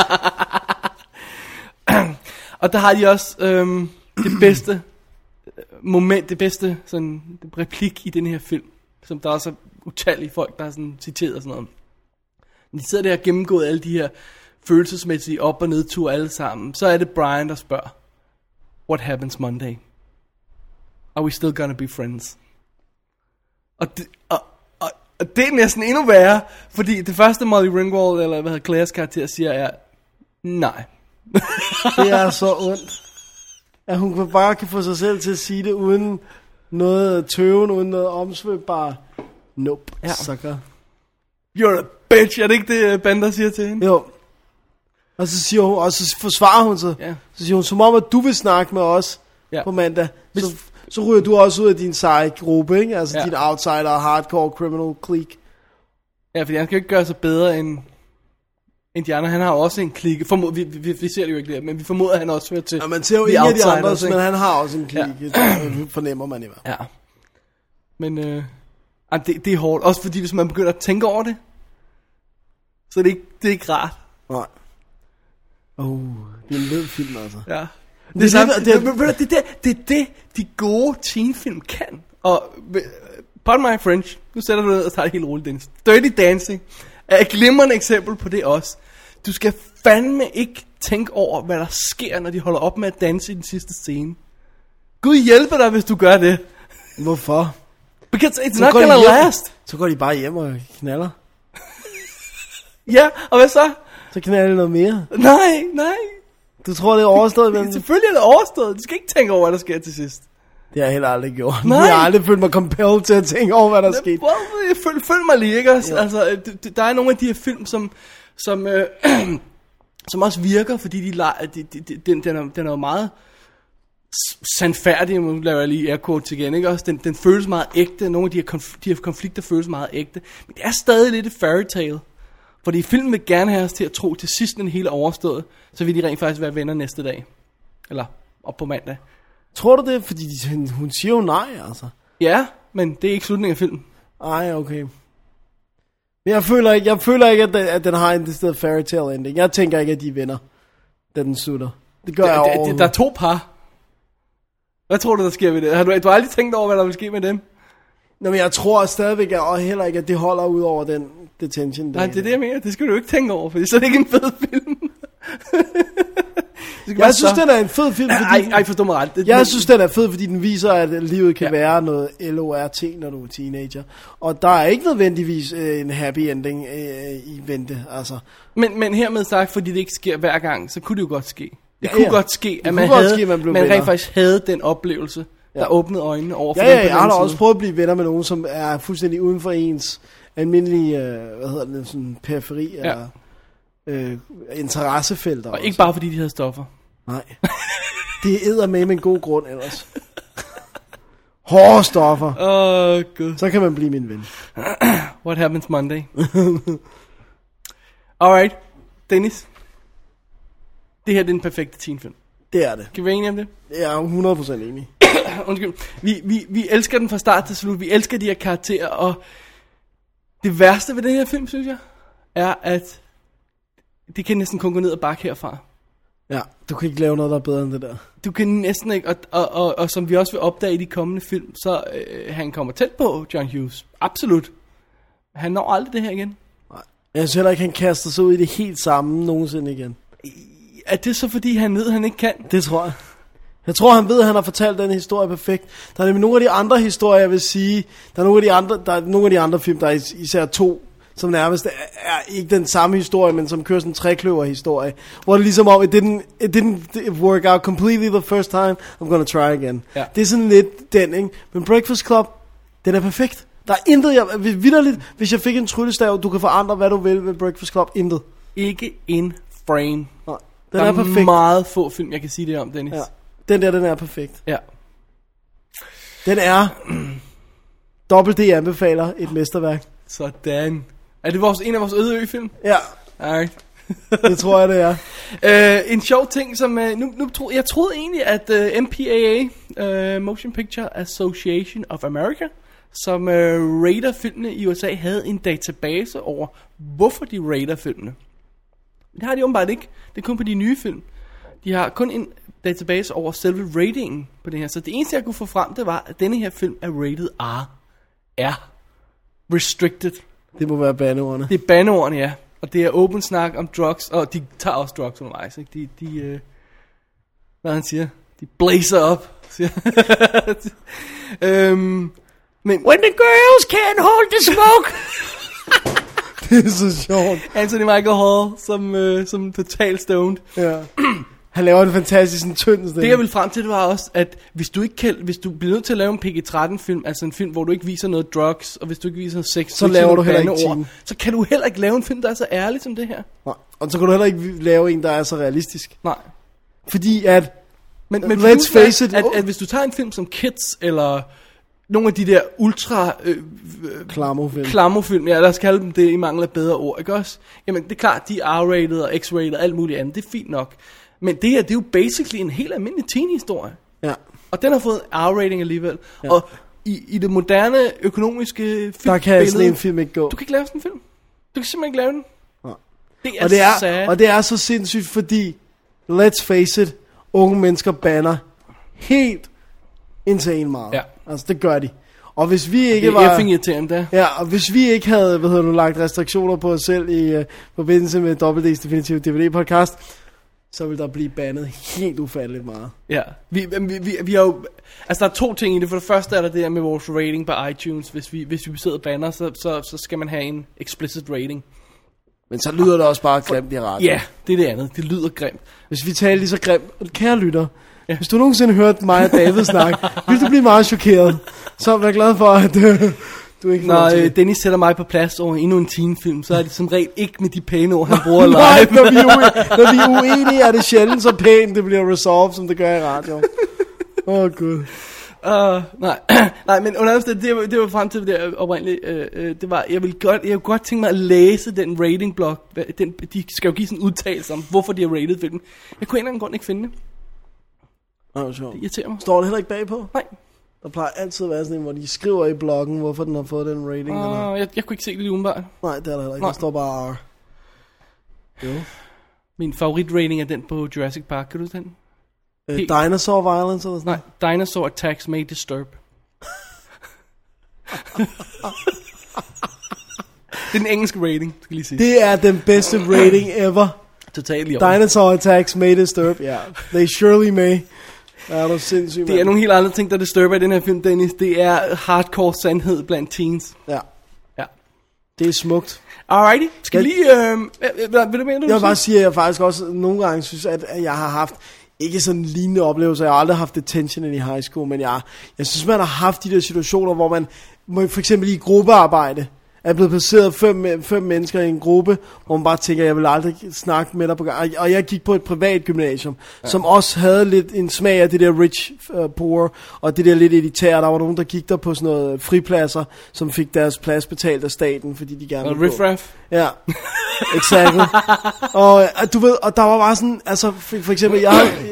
Og der har de også det bedste moment, det bedste sådan, replik i den her film, som der også er utallige folk, der har sådan citeret og sådan noget. De sidder der og gennemgået alle de her følelsesmæssige op- og nedture alle sammen. Så er det Brian, der spørger, what happens Monday? Are we still gonna be friends? Og det er næsten endnu værre, fordi det første Molly Ringwald, eller hvad hedder Claires karakter, siger er, nej. Det er så ondt, at hun bare kan få sig selv til at sige det, uden noget tøven, uden noget omsvøb, bare, nope, sucker. You're a bitch, er det ikke det, Bender siger til hende? Jo. Og så siger hun, og så forsvarer hun sig. Ja. Så siger hun, som om, at du vil snakke med os på mandag. Så ryger du også ud af din seje gruppe, ikke? Altså din outsider, hardcore criminal clique. Ja, fordi han skal jo ikke gøre sig bedre end de andre. Han har også en clique. Vi ser det jo ikke der, men vi formoder, at han også hører til. Ja, man ser jo ingen af de andre, men han har også en clique. Ja. Det fornemmer man i hvert fald. Ja. Men det er hårdt. Også fordi, hvis man begynder at tænke over det, så det er ikke rart. Nej. Det er en led film, altså. Ja. Det er det, de gode teenfilm kan. Og pardon my French, nu sætter du ned og tager det helt roligt, Dennis. Dirty Dancing er et glimrende eksempel på det også. Du skal fandme ikke tænke over, hvad der sker, når de holder op med at danse i den sidste scene. Gud hjælpe dig, hvis du gør det. Hvorfor? Because it's not gonna last. Så går de bare hjem og knaller. Ja, og hvad så? Så knaller de noget mere. Nej. Du tror, det er overstået? Men selvfølgelig er det overstået. Du skal ikke tænke over, hvad der sker til sidst. Det har jeg heller aldrig gjort. Nej. Jeg har aldrig følt mig compelled til at tænke over, hvad der skete. Følg mig lige, ikke også? Ja. Altså, der er nogle af de her film, som også virker, fordi den er jo meget sandfærdig. Nu laver jeg lige airquotes igen, ikke også? Den føles meget ægte. Nogle af de her konflikter føles meget ægte. Men det er stadig lidt et fairytale. Fordi filmen vil gerne have os til at tro, til sidst den hele overstået, så vil de rent faktisk være venner næste dag. Eller op på mandag. Tror du det? Fordi hun siger jo nej, altså. Ja, men det er ikke slutningen af filmen. Ej, okay. Men jeg føler ikke at den har en decideret fairytale ending. Jeg tænker ikke, at de er venner, da den slutter. Det gør jeg overhovedet. Der er 2 par. Hvad tror du, der sker ved det? Har du aldrig tænkt over, hvad der vil ske med dem? Nå, men jeg tror stadigvæk, og heller ikke, at det holder ud over den detention. Nej, det er det, jeg mener. Det skal du ikke tænke over, for så er det ikke en fed film. Jeg synes, den er en fed film, fordi... Ej, forstår mig ret. Jeg synes, den er fed, fordi den viser, at livet kan være noget LORT, når du er teenager. Og der er ikke nødvendigvis en happy ending i vente, altså. Men hermed sagt, fordi det ikke sker hver gang, så kunne det jo godt ske. Det kunne godt ske, at man rent faktisk havde den oplevelse, der åbnede øjnene over for jeg har da også prøvet at blive venner med nogen, som er fuldstændig uden for ens almindelige, sådan periferi eller interessefelter. Og ikke bare fordi de havde stoffer. Nej. Det æder med en god grund ellers. Hårde stoffer. Gud. Så kan man blive min ven. What happens Monday? Alright, Dennis. Det her er den perfekte teenfilm. Det er det. Kan vi være enige om det? Jeg er 100% enig. Undskyld. Vi elsker den fra start til slut. Vi elsker de her karakterer. Og det værste ved den her film, synes jeg, er, at det kan næsten kun gå ned og bakke herfra. Ja, du kan ikke lave noget, der er bedre end det der. Du kan næsten ikke, og som vi også vil opdage i de kommende film, så han kommer tæt på John Hughes. Absolut. Han når aldrig det her igen. Nej. Jeg synes heller ikke, han kaster sig ud i det helt samme nogensinde igen. Er det så fordi han ved, han ikke kan? Det tror jeg. Jeg tror, han ved, at han har fortalt den historie perfekt. Der er nemlig nogle af de andre historier, jeg vil sige. Der er nogle af de andre film, der er især 2, som nærmest er ikke den samme historie, men som kører sådan en trekløver-historie. Hvor det ligesom om, it didn't work out completely the first time, I'm gonna try again. Ja. Det er sådan lidt den, ikke? Men Breakfast Club, den er perfekt. Der er intet, vitterligt, hvis jeg fik en tryllestav, du kan forandre, hvad du vil ved Breakfast Club, intet. Ikke en frame. Nej, den der er perfekt. Meget få film, jeg kan sige det om, Dennis. Ja. Den er perfekt. Ja. Den er Double D anbefaler et mesterværk. Sådan. Er det en af vores øde-ø-film? Ja. Alright. Det tror jeg, det er. En sjov ting, som jeg troede egentlig, at MPAA, Motion Picture Association of America, som rater filmene i USA, havde en database over, hvorfor de rater filmene. Det har de åbenbart ikke. Det er kun på de nye film. De har kun en database over selve ratingen på det her. Så det eneste, jeg kunne få frem, det var, at denne her film er rated R. R. Restricted. Det må være bandeordene. Det er bandeordene, ja. Og det er open snak om drugs. Og de tager også drugs undervejs, ikke? De hvad han siger? De blazer op. Men when the girls can't hold the smoke. Det er så sjovt. Anthony Michael Hall som total stoned. Ja. Han laver en fantastisk tynd stemme. Det jeg vil frem til, det var også, at hvis du bliver nødt til at lave en PG-13 film, altså en film, hvor du ikke viser noget drugs, og hvis du ikke viser noget sex, så laver du heller ikke ord, så kan du heller ikke lave en film, der er så ærlig som det her. Nej. Og så kan du heller ikke lave en, der er så realistisk. Nej. Fordi at men let's face it, at hvis du tager en film som Kids, eller nogle af de der ultra klamofilm, ja, lad os kalde dem det i mangel af bedre ord, ikke også? Jamen det er klart, de er R-rated og X-rated og alt muligt andet, det er fint nok. Men det her, det er jo basically en helt almindelig teen-historie. Ja. Og den har fået en R-rating alligevel. Ja. Og i det moderne økonomiske filmbillede, der kan sådan en film ikke gå. Du kan ikke lave sådan en film. Du kan simpelthen ikke lave den. Ja. Det er og det er så sindssygt, fordi let's face it, unge mennesker banner helt insane meget. Ja. Altså det gør de. Og hvis vi ikke og hvis vi ikke havde lagt restriktioner på os selv i forbindelse med WD's Definitive DVD podcast, så vil der blive bandet helt ufatteligt meget. Ja, vi har jo, altså der er 2 ting i det. For det første er der det her med vores rating på iTunes. Hvis vi sidder og banner, så skal man have en explicit rating. Men så lyder det også bare grimt i radioen. Ja, det er det andet. Det lyder grimt. Hvis vi taler lige så grimt, kære lytter, hvis du nogensinde hørt mig og David snakke, vil du blive meget chokeret. Så er jeg glad for, at du ikke... Når Dennis sætter mig på plads over endnu en teenfilm, så er det som regel ikke med de pæne ord, han bruger live. Nej, når vi er uenige, er det sjældent så pænt, det bliver resolved, som det gør i radio. Gud. Nej, men under det var frem til det der oprindeligt. Det var, jeg kunne godt tænke mig at læse den rating-blog. De skal jo give sådan en udtalelse om, hvorfor de har rated filmen. Jeg kunne ikke engang ikke finde det. Det irriterer mig. Står det heller ikke bagpå? Nej. Der plejer altid at være sådan en, hvor de skriver i bloggen, hvorfor den har fået den rating. Jeg kunne ikke se det lige umiddelbart. Nej, det er der heller ikke. Der står bare R. Jo. Min favoritrating er den på Jurassic Park. Kan du den? Dinosaur Violence eller sådan? Nej, Dinosaur Attacks May Disturb. Det er den engelske rating, skal lige sige. Det er den bedste rating ever. Totalt i Dinosaur Attacks May Disturb, ja. Yeah. They surely may. Ja, det er sindssygt. Det er nogle helt andre ting, der disturber i den her film, Dennis. Det er hardcore sandhed blandt teens. Ja. Det er smukt. Alrighty. Skal lige... vil du mene, jeg vil bare sige, at jeg faktisk også nogle gange synes, at jeg har haft... Ikke sådan lignende oplevelser. Jeg har aldrig haft detention i high school, men jeg synes, man har haft de der situationer, hvor man for eksempel i gruppearbejde er blevet placeret 5 mennesker i en gruppe, hvor man bare tænker, jeg vil aldrig snakke med dig på gang. Og jeg gik på et privat gymnasium, som også havde lidt en smag af det der rich poor, og det der lidt elitære. Der var nogen, der gik der på sådan noget fripladser, som fik deres plads betalt af staten, fordi de gerne ville gå. Riff-raff. Ja, exactly. Og du ved, og der var bare sådan, altså for eksempel,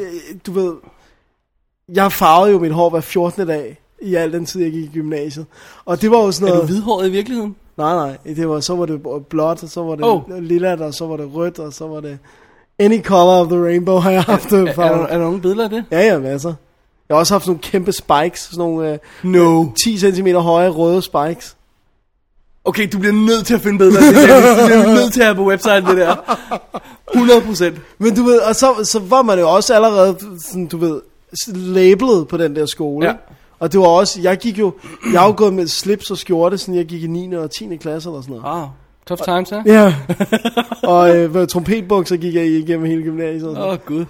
jeg farvede jo mit hår hver 14. dag i al den tid, jeg gik i gymnasiet. Og det var jo sådan noget... Er du hvidhåret i virkeligheden? Nej, så var det blåt, og så var det lilla, og så var det rødt, og så var det... Any color of the rainbow har jeg haft. Er der nogle billeder af det? Ja, masser. Jeg har også haft sådan nogle kæmpe spikes, sådan nogle 10 cm høje røde spikes. Okay, du bliver nødt til at finde billeder af det. Du bliver nødt til at have på website det der. 100%. Men du ved, og så var man jo også allerede sådan, du ved, labelet på den der skole. Ja. Og det var også, jeg har jo gået med slips og skjorte, sådan jeg gik i 9. og 10. klasse eller sådan noget. Tough times, ja? Ja. Og trompetbukser gik jeg igennem hele gymnasiet. Gud.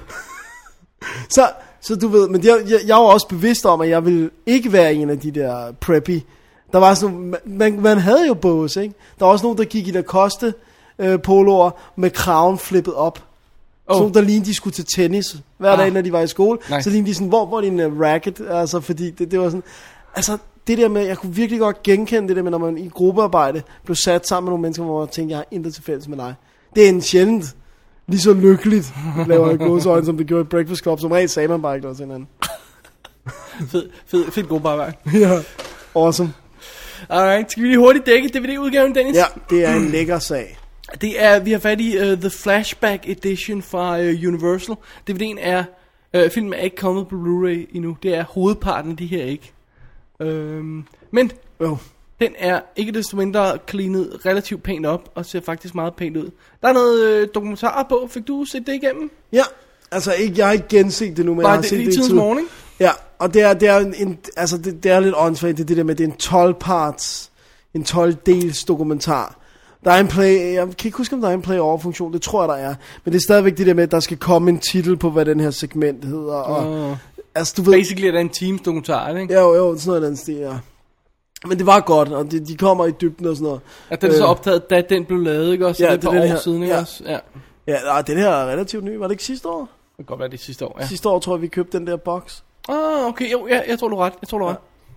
Så du ved, men jeg var også bevidst om, at jeg ville ikke være en af de der preppy. Der var sådan man havde jo bås, ikke? Der var også nogen, der gik i Lacoste poloer med kraven flippet op. Sådan nogen, der lignede, de skulle til tennis hver dag, når de var i skole. Nice. Så lignede de sådan, hvor er din racket? Altså, fordi det var sådan... Altså, det der med, jeg kunne virkelig godt genkende det der med, når man i gruppearbejde blev sat sammen med nogle mennesker, hvor man tænkte, jeg har intet til fælles med dig. Det er en sjældent lige så lykkeligt, laver jeg gåsøjne, som det gjorde i Breakfast Club. Som regel sagde man bare ikke noget til hinanden. Fed gruppearbejde. Ja, awesome. Alright, skal vi lige hurtigt dække DVD-udgaven, Dennis? Ja, det er en lækker sag. Vi har fat i The Flashback Edition fra Universal. DVD'en er, filmen er ikke kommet på Blu-ray endnu. Det er hovedparten af de her ikke. Men den er ikke desto mindre cleanet relativt pænt op, og ser faktisk meget pænt ud. Der er noget dokumentar på. Fik du set det igennem? Ja, altså jeg har ikke genset det nu, men jeg har set det i tidens morgen, ikke? Ja, og det er lidt åndssvagt, det der med, det er en 12-dels dokumentar. Der er en play, jeg kan ikke huske, om der er en play-over-funktion, det tror jeg, der er. Men det er stadigvæk det der med, at der skal komme en titel på, hvad den her segment hedder. Og, altså, du ved, basically er det en Teams dokumentar, ikke? Jo, sådan noget af den stil, ja. Men det var godt, og de kommer i dybden og sådan noget. Ja, den er så optaget, da den blev lavet, ikke også? Ja, det er et par år siden, ikke også? Ja, den her er relativt ny. Var det ikke sidste år? Det kan godt være, det sidste år, ja. Sidste år tror jeg, vi købte den der box. Okay, jo, ja, jeg tror du er ret.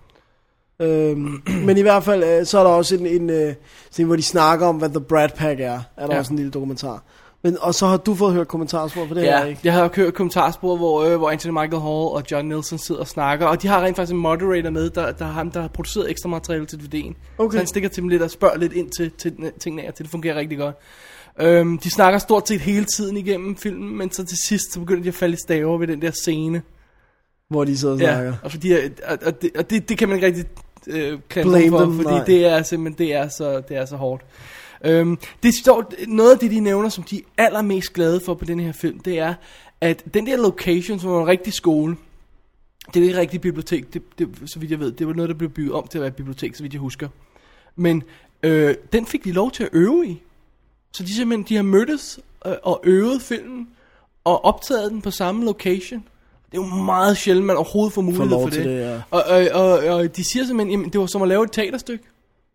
Men i hvert fald så er der også en hvor de snakker om hvad The Brat Pack er der også en lille dokumentar. Men og så har du fået hørt kommentarspor for det her, ikke? Jeg har hørt kommentarspor hvor Anthony Michael Hall og John Nielsen sidder og snakker, og de har rent faktisk en moderator med, der er ham der har produceret ekstra materiale til DVD'en. Okay. Så han stikker til dem lidt og spørger lidt ind til tingene, og det fungerer rigtig godt. De snakker stort set hele tiden igennem filmen, men så til sidst så begynder de at falde i staver ved den der scene, hvor de sidder og snakker. Og det kan man ikke rigtig blame for, fordi nej. Det er simpelthen det er så hårdt. Det står noget af det de nævner, som de er allermest glade for på den her film, det er at den der location, som var en rigtig skole, det er ikke rigtig bibliotek, det, så vidt jeg ved, det var noget der blev bygget om til at være et bibliotek, så vidt jeg husker. Men den fik de lov til at øve i. Så de simpelthen de har mødtes og øvet filmen og optaget den på samme location. Det er jo meget sjældent, man overhovedet får mulighed for det. Og de siger simpelthen, jamen, det var som at lave et teaterstykke.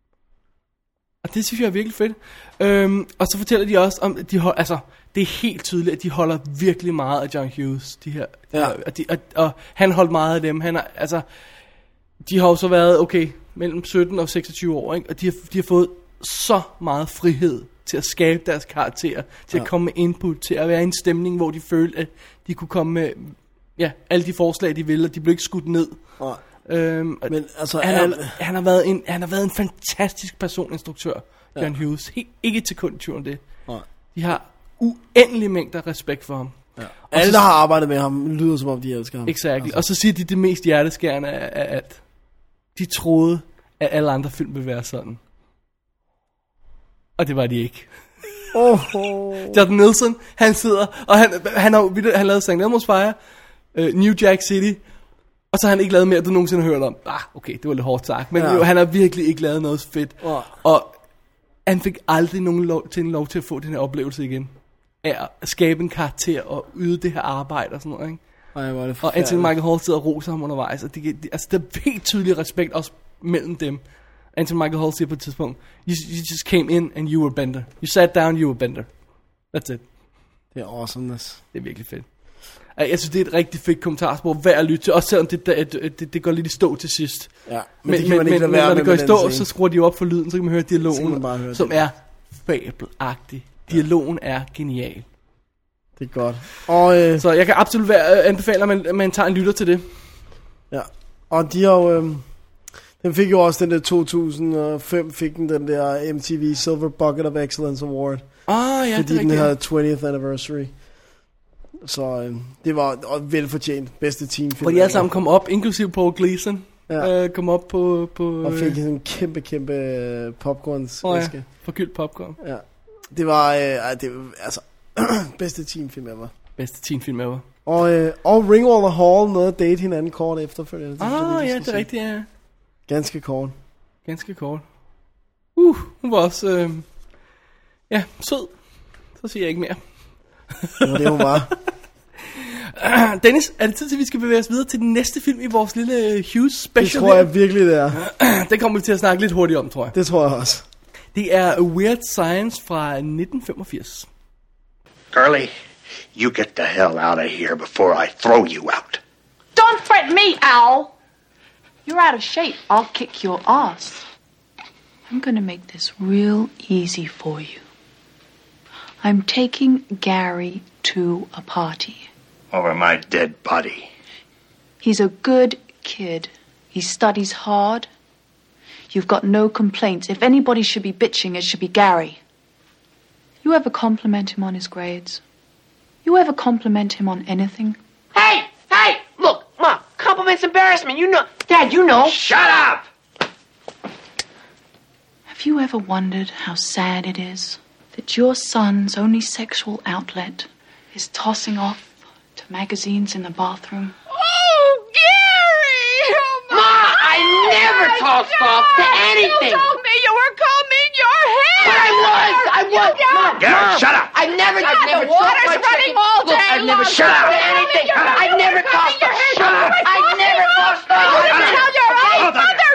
Og det synes jeg er virkelig fedt. Og så fortæller de også om, det er helt tydeligt, at de holder virkelig meget af John Hughes. De her, og han holdt meget af dem. De har jo så været, mellem 17 og 26 år, ikke? Og de har fået så meget frihed til at skabe deres karakterer, til at komme med input, til at være i en stemning, hvor de følte, at de kunne komme med alle de forslag, de ville, og de blev ikke skudt ned. Men altså, han har været en fantastisk personinstruktør, John Hughes. Ikke til kun tvivl om det. De har uendelig mængder respekt for ham. Alle, der har arbejdet med ham, lyder som om de elsker ham. Exakt. Altså. Og så siger de det mest hjerteskærende af at de troede, at alle andre film ville være sådan. Og det var de ikke. John Nielsen, han sidder, og han lavede St. Elmo's Fire, New Jack City, og så har han ikke lavet mere, du nogensinde har hørt om. Okay, det var lidt hårdt sagt, men han har virkelig ikke lavet noget fedt. Og han fik aldrig nogen lov til at få den her oplevelse igen, af at skabe en karakter og yde det her arbejde og sådan noget, ikke? Og Anthony Michael Hall sidder og roser ham undervejs, og der er helt tydelig respekt også mellem dem. Anthony Michael Hall siger på et tidspunkt, you just came in and you were Bender. You sat down, you were Bender. That's it. Det er awesomeness. Det er virkelig fedt. Jeg synes, det er et rigtig fedt kommentarspor, værd at lytte til, også selvom det går lidt i stå til sidst. Ja, men når det går i stå, så skruer de jo op for lyden, så kan man høre dialogen, som er fabelagtig. Dialogen er genial. Det er godt. Så jeg kan absolut anbefale, at man tager en lytter til det. Ja, og de har jo... Den fik jo også den der 2005, fik den der MTV Silver Bucket of Excellence Award. Ja, fordi den havde 20th anniversary. Så det var velfortjent bedste teamfilm. Hvor de alle sammen kom op, inklusive Paul Gleason. Kom op på... Og fik sådan en kæmpe popcornsæske. Forgyldt popcorn. Ja. Det var altså bedste teamfilm ever. Bedste teamfilm ever. Og Ringwalder Hall nåede at date hinanden kort efterfølgende. Ja, det er rigtigt, ja. Ganske kort. Ganske kort. Hun var også, sød. Så siger jeg ikke mere. Det var det, hun var. Dennis, er det tid til, at vi skal bevæge os videre til den næste film i vores lille Hughes special? Det tror jeg virkelig, det er. Den kommer vi til at snakke lidt hurtigt om, tror jeg. Det tror jeg også. Det er A Weird Science fra 1985. Curly, you get the hell out of here before I throw you out. Don't threaten me, Owl. You're out of shape. I'll kick your ass. I'm gonna make this real easy for you. I'm taking Gary to a party. Over my dead body. He's a good kid. He studies hard. You've got no complaints. If anybody should be bitching, it should be Gary. You ever compliment him on his grades? You ever compliment him on anything? Hey! Look, Mom, compliments embarrassment. You know. Dad, you know. Shut up! Have you ever wondered how sad it is that your son's only sexual outlet is tossing off to magazines in the bathroom? Oh, Gary! Ma, I never tossed off to anything. You told me you were combing your hair. But I was. Mom, Gary, shut up. I've never the water's running all day I've never long. Shut up. to anything. I've never tossed off. Shut up. I've never tossed off. Tell your own mother.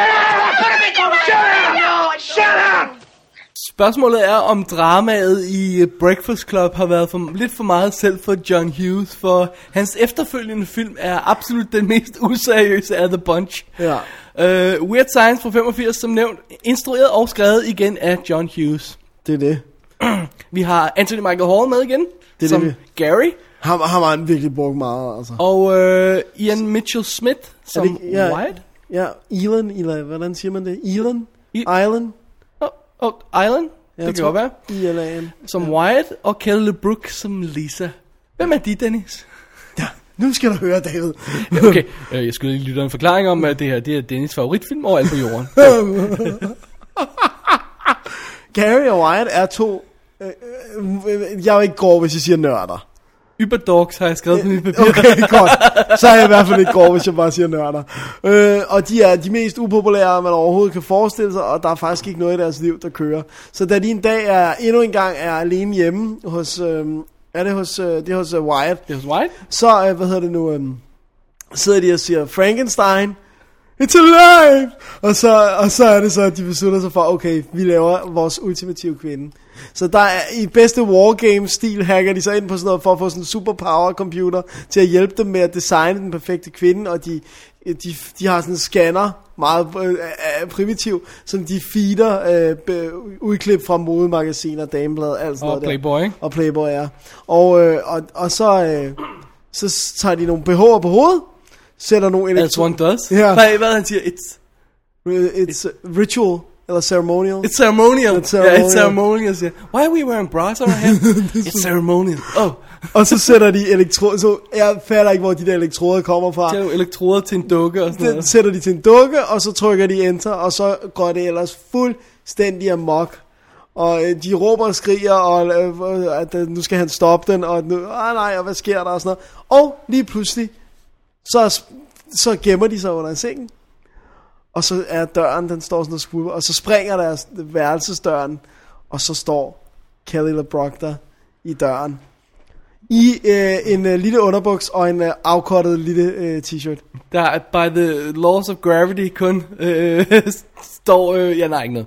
Shut up! Spørgsmålet er, om dramaet i Breakfast Club har været lidt for meget selv for John Hughes, for hans efterfølgende film er absolut den mest useriøse af The Bunch. Ja. Weird Science fra 85, som nævnt, instrueret og skrevet igen af John Hughes. Det er det. Vi har Anthony Michael Hall med igen, Det er som det. Gary. Ham har han virkelig brugt meget, altså. Og Ian Mitchell Smith som Wyatt. Ja, Elan, eller hvordan siger man det? Elan? Island? Og Island, det kan godt være. ILAN. Som Wyatt, og Kelly LeBrook som Lisa. Hvem er de, Dennis? Ja, nu skal du høre, David. Okay, jeg skulle lige lytte en forklaring om, at det her det er Dennis' favoritfilm overalt på jorden. Gary og Wyatt er to... jeg er jo ikke grov, hvis jeg siger nørder. Yberdogs har jeg skrevet på mit papir. Okay, godt. Så er jeg i hvert fald ikke grov, hvis jeg bare siger nørder. Og de er de mest upopulære, man overhovedet kan forestille sig, og der er faktisk ikke noget i deres liv, der kører. Så da de en dag endnu en gang er alene hjemme hos... det er hos Wyatt. Det er hos Wyatt? Så, sidder de og siger, Frankenstein, it's alive! Og så er det så, at de beslutter sig for, okay, vi laver vores ultimative kvinde. Så der er i bedste wargame-stil, hacker de så ind på sådan noget, for at få sådan en superpower-computer til at hjælpe dem med at designe den perfekte kvinde, og de har sådan en scanner, meget primitiv, som de feeder udklip fra modemagasiner, dameblad, alt sådan og noget Playboy, der. ikke? Og Playboy, ja. Og så tager de nogle BH'er på hovedet, sætter nogle As one does? Ja. Nej, hvad han siger? It's ritual, eller ceremonial. It's ceremonial. It's ceremonial. Yeah, it's ceremonial. Yeah. Why are we wearing bras on our head? It's ceremonial. Oh. Og så sætter de elektroder, så jeg fatter ikke, hvor de der elektroder kommer fra. Det er jo elektroder til en dukke og sådan noget. Sætter de til en dukke, og så trykker de enter, og så går det ellers fuldstændig amok. Og de råber og skriger, og at nu skal han stoppe den, og nu, nej, og hvad sker der, og sådan noget. Og lige pludselig, så gemmer de sig under en sengen. Og så er døren, den står sådan og skubber, og så springer deres værelsesdøren, og så står Kelly LeBrock der i døren. I en lille underbuks og en afkortet lille t-shirt. Der by the laws of gravity kun står... ja, nej, ikke noget.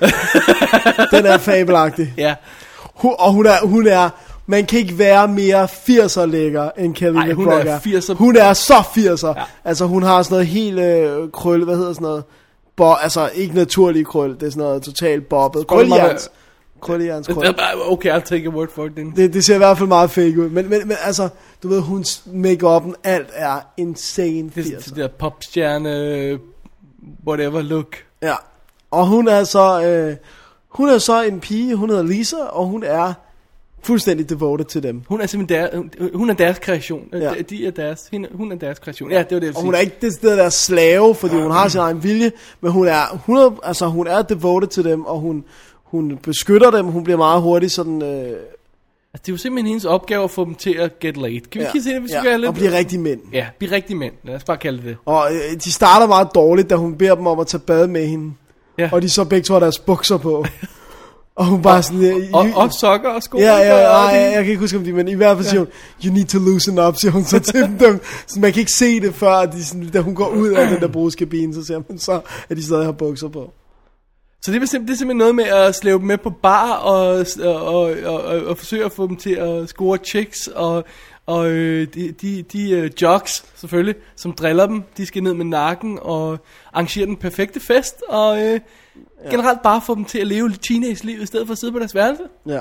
Den er fabelagtig. Ja. Og hun er... Man kan ikke være mere 80'er lækker end Kelly LeBrock hun er 80'er. Hun er så 80'er. Ja. Altså hun har sådan noget helt krøl, hvad hedder sådan noget? Altså ikke naturlig krøl, det er sådan noget totalt bobbet. Krøllejerns krøl. Okay, I'll take a word for it then. Det ser i hvert fald meget fake ud. Men altså, du ved, hun make-up'en, alt er insane 80'er. Det der popstjerne, whatever look. Ja. Og hun er så en pige, hun hedder Lisa, og hun er fuldstændig devoted til dem. Hun er simpelthen hun er deres kreation. Ja. Hun er deres kreation. Ja, det var det, jeg ville Og hun er ikke det sted der slave, fordi hun har sin egen vilje, men hun er devoted til dem, og hun beskytter dem. Hun bliver meget hurtigt sådan det er jo simpelthen hendes opgave at få dem til at get laid. Kan vi ikke se det, hvis vi skal lidt? Og blive rigtige mænd. Ja, blive rigtige mænd. Lad os bare kalde det. Og de starter meget dårligt, da hun beder dem om at tage bad med hende. Ja. Og de så begge to har deres bukser på. Og hun bare sådan... og sokker og sko. Jeg kan ikke huske om men i hvert fald siger hun, you need to loosen up, siger hun så til dem. Så man kan ikke se det før, da hun går ud af den der brugskabine, så ser man så, at de stadig har bukser på. Så det er simpelthen noget med at slæve dem med på bar og forsøge at få dem til at score chicks og de jocks selvfølgelig, som driller dem, de skal ned med nakken og arrangere den perfekte fest og generelt bare få dem til at leve teenage-liv i stedet for at sidde på deres værelse. Ja.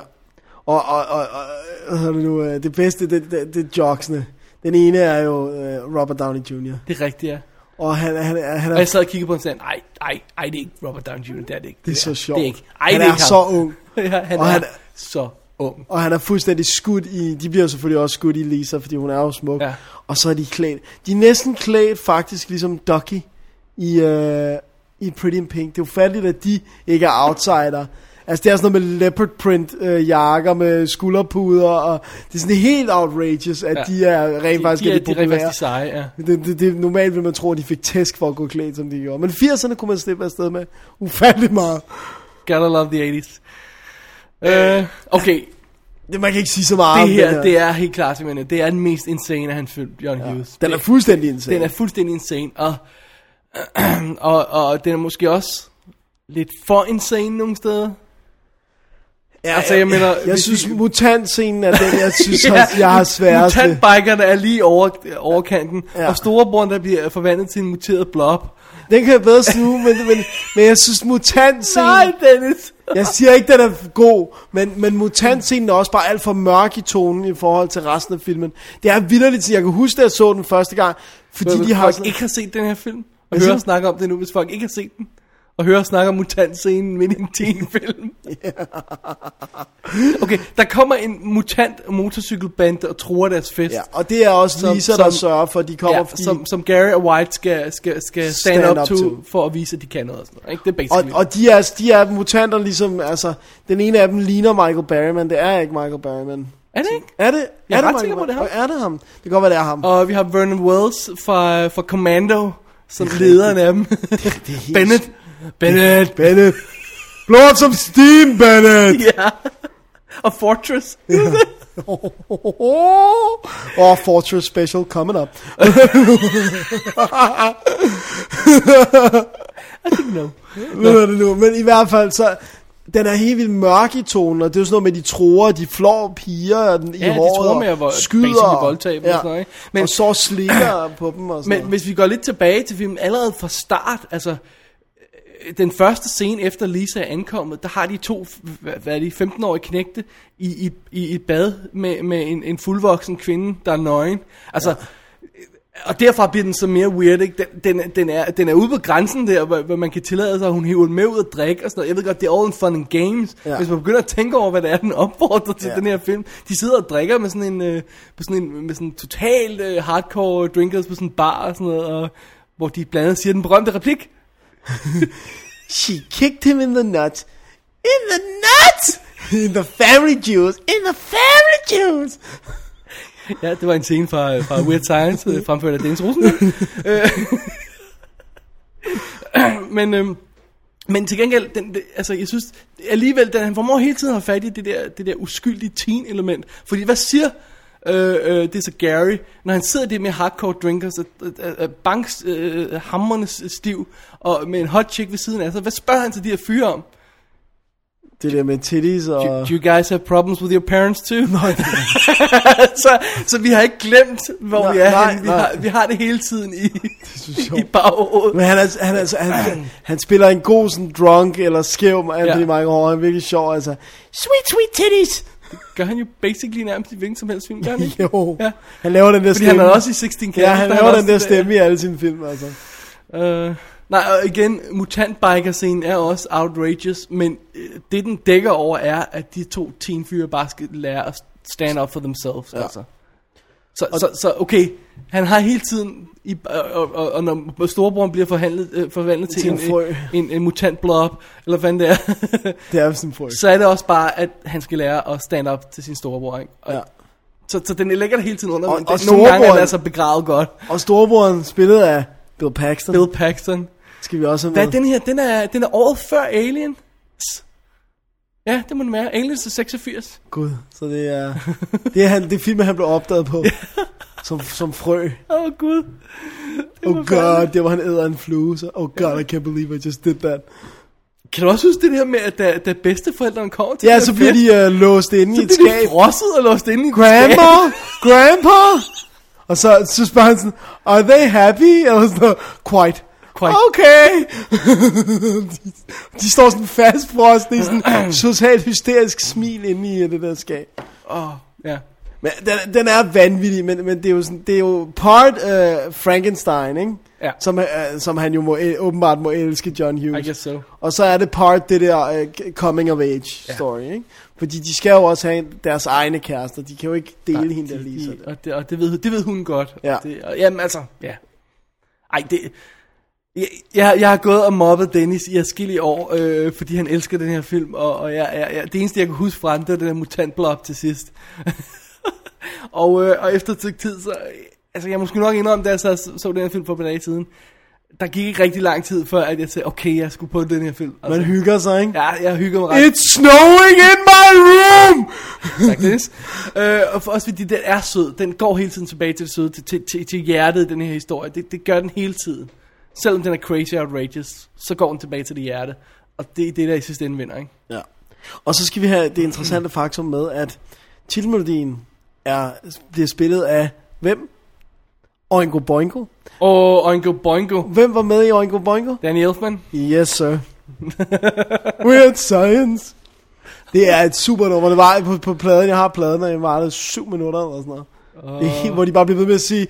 Og det bedste, det er jocksene. Den ene er jo Robert Downey Jr. Det er rigtigt, ja. Og han og jeg sad og kiggede på den og sagde, nej, det er ikke Robert Downey Jr., det er det ikke. Det er så sjovt. Det er ikke. Han er så ung. Han er så ung. Og han er fuldstændig skudt i, de bliver selvfølgelig også skudt i Lisa, fordi hun er jo smuk. Ja. Og så er de klædt. De er næsten klædt faktisk ligesom Ducky i Pretty in Pink. Det er jo fattigt, at de ikke er outsider. Altså det er sådan noget med leopard print jakker med skulderpuder, og det er sådan helt outrageous, at de er rent faktisk de populære. De seje, ja. Det normalt vil man tro, at de fik tæsk for at gå klædt, som de gjorde. Men 80'erne kunne man slippe afsted med ufatteligt meget. Gotta love the 80's. Okay. Det man kan ikke sige så meget det her. Det er helt klart simpelthen. Det er den mest insane af hans film, John Hughes. Den er fuldstændig insane. Den er fuldstændig insane, og den er måske også lidt for insane nogle steder. Ja, altså, jeg synes mutantscenen er den, jeg synes jeg har sværest. Mutantbikerne er lige over kanten, og storebroren, der bliver forvandlet til en muteret blob. Den kan jeg bedre sluge, men jeg synes mutantscenen... Nej, Dennis! Jeg siger ikke, den er god, men mutantscenen er også bare alt for mørk i tonen i forhold til resten af filmen. Det er vitterligt, jeg kan huske, at jeg så den første gang, fordi de har... Folk ikke har set den her film, og hører snakke om det nu, hvis folk ikke har set den. Og høre snakke om mutantscenen midt i en teenfilm. Okay, der kommer en mutant motorcykelband og truer deres fest. Ja, og det er også Lisa, der sørger for, at de kommer, fordi... Som Gary og White skal stand up to, for at vise, at de kan noget og sådan noget. Ikke? Det er basically. Og de er mutanter ligesom, altså, den ene af dem ligner Michael Berryman, det er ikke Michael Berryman. Er det ikke? Er det? Jeg er ret sikker på, det ham. Er det ham? Det kan godt være, det er ham. Og vi har Vernon Wells fra Commando, som lederen af dem. Bennett. Blow up some steam, Bennett. Ja. Og Fortress. Fortress special coming up. I think no. Men i hvert fald så den er helt vildt mørk i tonen, og det er jo sådan noget med, de tror, de flår piger i håret, og skyder, voldtag og sådan noget, men, og så slikker på dem og sådan Men hvis vi går lidt tilbage til filmen, allerede fra start, altså den første scene efter Lisa er ankommet, der har de to 15-årige knægte i et bad med en fuldvoksen kvinde, der er nøgen. Altså, og derfra bliver den så mere weird, ikke? Den er ude på grænsen der, hvor man kan tillade sig, at hun hiver den med ud og drikke og sådan noget. Jeg ved godt, det er all in fun and games. Ja. Hvis man begynder at tænke over, hvad det er, den opfordrer til den her film. De sidder og drikker med sådan en total hardcore drinkers på sådan en bar og sådan noget, og, hvor de blandt andet siger den berømte replik. She kicked him in the nuts. In the nuts! In the family juice. In the family juice. Ja, det var en scene fra Weird Science, fremført af Dennis Rosenberg. Men til gengæld, altså jeg synes alligevel, han formår hele tiden at have fat i det der uskyldige teen-element. Fordi hvad siger det er så Gary, når han sidder der med hardcore drinkers, banks hammerne stiv, og med en hot chick ved siden af sig, hvad spørger han til de her fyre om? Det der med titties og... Do you guys have problems with your parents too? Nej. så vi har ikke glemt, hvor vi er. Vi har det hele tiden i baghovedet. Men han spiller en god sådan drunk eller skæv Anthony Michael Hall. Han er virkelig sjov, altså. Sweet titties! Gør han jo basically nærmest i hvilken som helst film, gør han ikke? Jo. Ja. Han laver den der stemme. Fordi han er også i 16 Candles. Ja, han laver den der stemme i alle sine film, altså. Nej, og igen, mutantbiker-scenen er også outrageous, men det den dækker over er, at de to teenfyre bare skal lære at stand up for themselves, altså. Så okay, han har hele tiden, og når storebroren bliver forvandlet til en mutant blob, eller hvad det er, det er sådan en frø. Så er det også bare, at han skal lære at stand up til sin storebror, ikke? Så den ligger der hele tiden under, men nogle gange er den altså begravet godt. Og storebroren spillet af Bill Paxton. Skal vi også have med. Hvad er den her? Den er året før Alien. Ja, det må den være. Aliens er 86. Gud, så det er filmen, han blev opdaget på. som frø. Gud. God, det var han æder en flue. Så, God, I can't believe I just did that. Kan du også huske det her med, at da bedsteforældrene kommer til så bliver de låst inde i et skab. Så bliver de frosset og låst inde i et skab. Grandpa! Og så spørger han sådan, are they happy? Eller sådan, quite. Okay. de står sådan fastfrosne i sådan totalt hysterisk smil inde i det der skab. Ja. Men den er vanvittig, men det er jo sådan, det er jo part Frankenstein, ikke? Ja. Som han jo åbenbart må elske, John Hughes. I guess so. Og så er det part det der coming of age story, ikke? Fordi de skal jo også have deres egne kærester. De kan jo ikke dele hende der lige sådan. Og det ved hun godt. Ja. Jamen altså, ja. Ej, det... Jeg har gået og mobbet Dennis i adskillige år, fordi han elsker den her film, og det eneste jeg kan huske fra det er den der mutantblob til sidst. og efter et stykke tid, så altså jeg måske nok indrømme, da jeg så den her film for et par dage siden, der gik ikke rigtig lang tid før, at jeg sagde, okay, jeg skulle på den her film. Altså, man hygger sig, ikke? Ja, jeg hygger mig ret. It's snowing in my room! Tak, Dennis. Og for os, fordi den er sød, den går hele tiden tilbage til det søde, til hjertet, den her historie. Det gør den hele tiden. Selvom den er crazy outrageous, så går den tilbage til det hjerte. Og det er det, der i sidste ende vinder, ikke? Ja. Og så skal vi have det interessante faktum med, at titelmelodien bliver spillet af hvem? Oingo Boingo. Oingo Boingo. Hvem var med i Oingo Boingo? Danny Elfman. Yes, sir. Weird Science. Det er et super nummer. Det var på pladen. Jeg har pladen, og jeg var 7 minutter eller sådan noget. Det er helt, hvor de bare bliver ved med at sige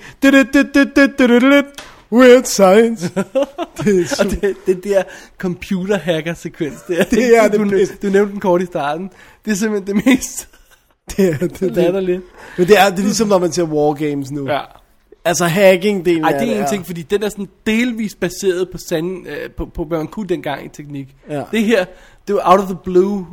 Weird Science. Det der computer hacker sekvens der. Det er du nævnte den kort i starten. Det er simpelthen det mest. Det er lidt. Men det er ligesom når man ser War Games nu. Ja. Altså hacking-delen. Ej, det er en ting, fordi den er sådan delvis baseret på på hvad man kunne dengang i teknik. Ja. Det her, det var out of the blue.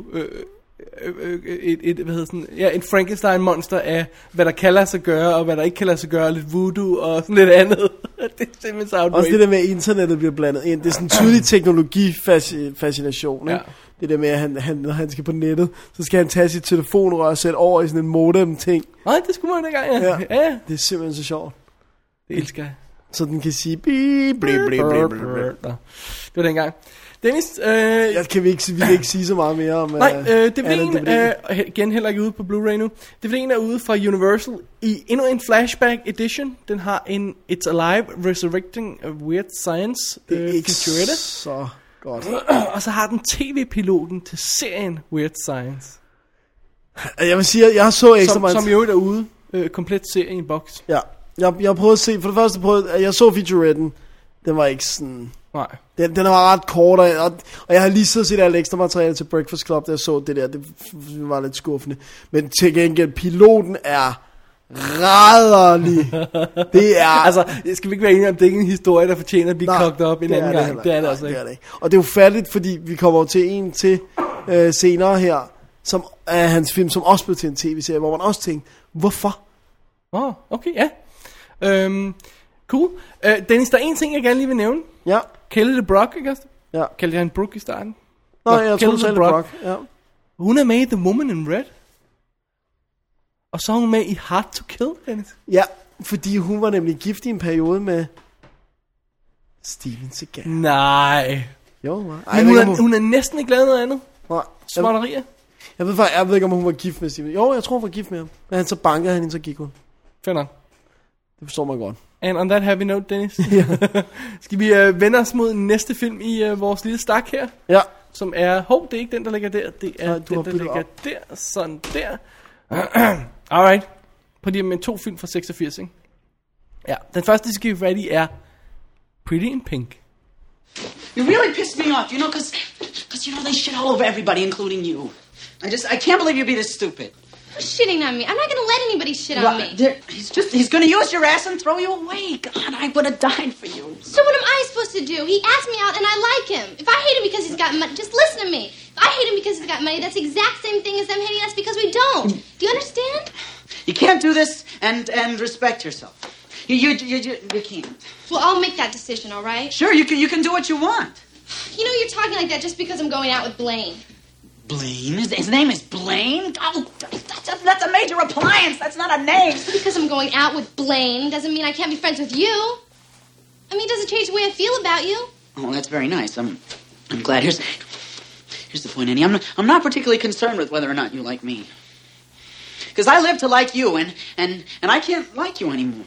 En Frankenstein monster af hvad der kan lade sig gøre og hvad der ikke kan lade sig gøre, lidt voodoo og sådan lidt andet. Det er simpelthen så outrageous. Også det der med at internettet bliver blandet ind. Det er sådan en tydelig teknologifascination, ikke? Ja. Det der med at når han skal på nettet, så skal han tage sit telefonrør og sætte over i sådan en modem ting. Nej, det skulle man dengang, ja. Det er simpelthen så sjovt. Det elsker jeg. Så den kan sige bip, blip, blip, blip, blip. Det var dengang. Dennis, vi kan ikke sige så meget mere om. Nej, DVD'en er igen heller ikke ude på Blu-ray nu. DVD'en er ude fra Universal i endnu en flashback edition. Den har en It's Alive Resurrecting a Weird Science featurette. Så godt. Og så har den tv-piloten til serien Weird Science. Jeg vil sige, jeg så ekstra meget. Som jo er ude, komplet serie i en boks. Ja, jeg prøvede at se. For det første jeg så featuretten. Den var ikke sådan. Nej. Den var ret kort, og jeg har lige så set alt ekstra materiale til Breakfast Club, da jeg så det der. Det var lidt skuffende. Men til gengæld, piloten er rædderlig. Det er... Altså, skal vi ikke være enige om, det er ikke en historie, der fortjener at blive kogt op en anden gang? Det er det altså ikke. Det er det ikke. Og det er jo fattigt, fordi vi kommer til en til senere her, som er hans film, som også blev til en tv-serie, hvor man også tænkte, hvorfor? Okay, ja. Cool. Dennis, der er en ting, jeg gerne lige vil nævne. Ja. Kelly LeBrock, ikke også? Ja. Kaldte han Brooke i starten? Nej, jeg tror, du sagde LeBrock. Ja. Hun er med i The Woman in Red. Og så er hun med i Hard to Kill, Dennis. Ja, fordi hun var nemlig gift i en periode med Steven Seagal. Nej. Jo, men hun er næsten ikke lavet noget andet. Nej. Småtterier. Jeg ved ikke, om hun var gift med Steven. Jo, jeg tror, hun var gift med ham. Men så bankede han hende, så gik hun. Fair nok. Det forstår man godt. And on that happy note, Dennis. Ja. Skal vi vende os mod næste film i vores lille stak her? Ja. Som er, det er ikke den, der ligger der. Det er den, der ligger der. Sådan der. Alright. På de med 2 film fra 86, ikke? Ja, den første, vi skal fat i, er Pretty in Pink. You really pissed me off, you know, because they shit all over everybody, including you. I can't believe you'd be this stupid. Who's shitting on me? I'm not going to let anybody shit on me. He's going to use your ass and throw you away. God, I would have died for you. So what am I supposed to do? He asked me out and I like him. If I hate him because he's got money, just listen to me. If I hate him because he's got money, that's the exact same thing as them hating us because we don't. Do you understand? You can't do this and respect yourself. You can't. Well, I'll make that decision, all right? Sure, you can do what you want. You know you're talking like that just because I'm going out with Blaine. Blaine? His name is Blaine? Oh, that's a major appliance. That's not a name. Just because I'm going out with Blaine doesn't mean I can't be friends with you. I mean, it doesn't change the way I feel about you. Oh, that's very nice. I'm glad. Here's the point, Annie. I'm not particularly concerned with whether or not you like me. Because I live to like you, and I can't like you anymore.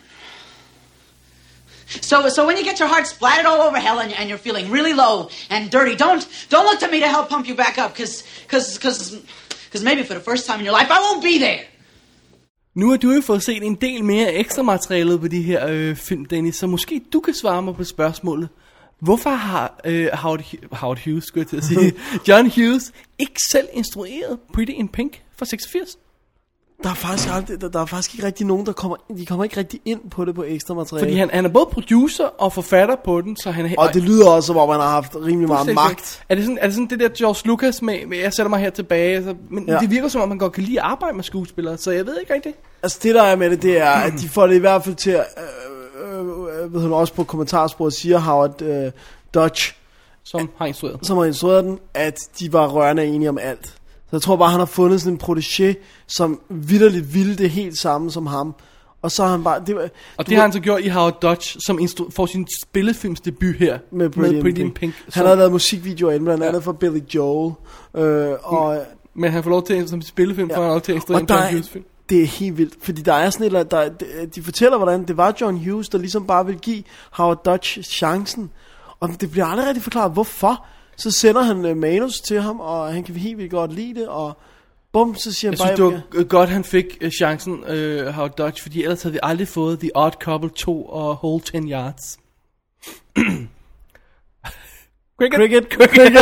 So when you get your heart splattered all over hell and you're feeling really low and dirty, don't look to me to help pump you back up, because maybe for the first time in your life I won't be there. Nu har du jo fået set en del mere ekstra materialet på de her film, Dennis, så måske du kan svare mig på spørgsmålet. Hvorfor har Howard Hughes, skulle jeg til at sige, John Hughes ikke selv instrueret Pretty in Pink fra 86? Der er faktisk ikke rigtig nogen, de kommer ikke rigtig ind på det på ekstra materiale. Fordi han er både producer og forfatter på den, så han... Og det lyder også, som om han har haft rimelig meget magt. Er det sådan det der George Lucas med jeg sætter mig her tilbage, altså, men det virker som om, man godt kan lide at arbejde med skuespillere, så jeg ved ikke rigtigt. Altså det der er med det er, at de får det i hvert fald til at, ved hun også på kommentarsporet siger Howard Dutch, som har instrueret den, at de var rørende enige om alt. Så jeg tror bare, han har fundet sådan en protégé, som vitterligt ville det helt samme som ham. Og så har han bare... Det har han så gjort i Howard Dutch, som får sin spillefilmsdebut her. Med Pretty in Pink. Han har lavet musikvideoer inden, blandt andet for Billy Joel. Men han får lov til, som spillefilm, får han lov til at instruere en John Hughes film. Det er helt vildt, fordi der er sådan et, de fortæller, hvordan det var John Hughes, der ligesom bare ville give Howard Dutch chancen. Og det bliver aldrig rigtig forklaret, hvorfor. Så sender han manus til ham, og han kan helt vildt godt lide det, og bum, så siger han bare... Jeg synes, det var godt, han fik chancen, Howard Dutch, fordi ellers havde vi aldrig fået The Odd Couple 2 og Whole 10 Yards. Cricket.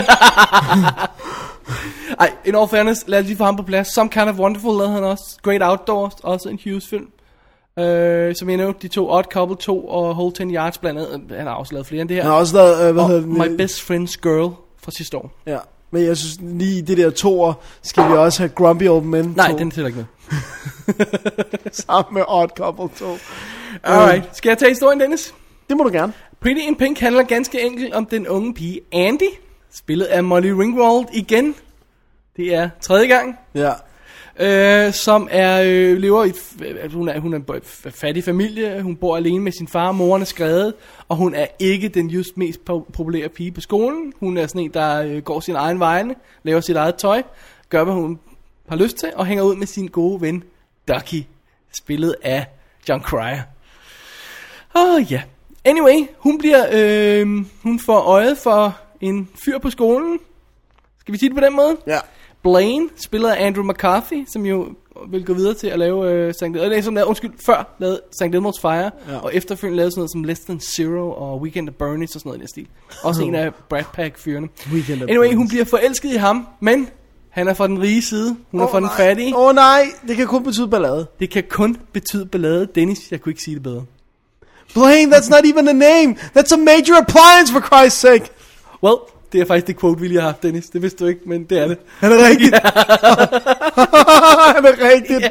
Ej, in all fairness, lad os lige få ham på plads. Some Kind of Wonderful lavede han også. Great Outdoors, også en Hughes film. Som jeg nævnte, de to Odd Couple 2 og Whole 10 Yards blandt andet. Han har også lavet flere end det her. Han har også lavet, My Best Friend's Girl fra sidste år. Ja, men jeg synes lige det der toer, skal vi også have Grumpy Old Men 2. Nej, den tæller ikke med. Sammen med Odd Couple 2. Alright, skal jeg tage historien, Dennis? Det må du gerne. Pretty in Pink handler ganske enkelt om den unge pige Andy, spillet af Molly Ringwald igen. Det er 3. gang. Ja. Som lever i hun er en fattig familie. Hun bor alene med sin far. Moren er skredet, og hun er ikke den just mest populære pige på skolen. Hun er sådan en, der går sin egen vegne, laver sit eget tøj, gør hvad hun har lyst til, og hænger ud med sin gode ven Ducky, spillet af John Cryer. Ja. Anyway, hun får øjet for en fyr på skolen. Skal vi sige det på den måde? Ja. Blaine, spillet af Andrew McCarthy, som jo vil gå videre til at lave før lavede St. Elmo's Fire, og efterfølgende lavede sådan noget som Less Than Zero og Weekend at Bernie's og sådan noget i den stil. Også en af Brat Pack-fyrene. Anyway, hun bliver forelsket i ham, men han er fra den rige side, hun er fra den fattige. Nej, det kan kun betyde ballade. Det kan kun betyde ballade. Dennis, jeg kunne ikke sige det bedre. Blaine, that's not even a name. That's a major appliance, for Christ's sake. Well, det er faktisk det quote, vi lige har haft, Dennis. Det vidste du ikke, men det er det. Er det rigtigt? Er det rigtigt?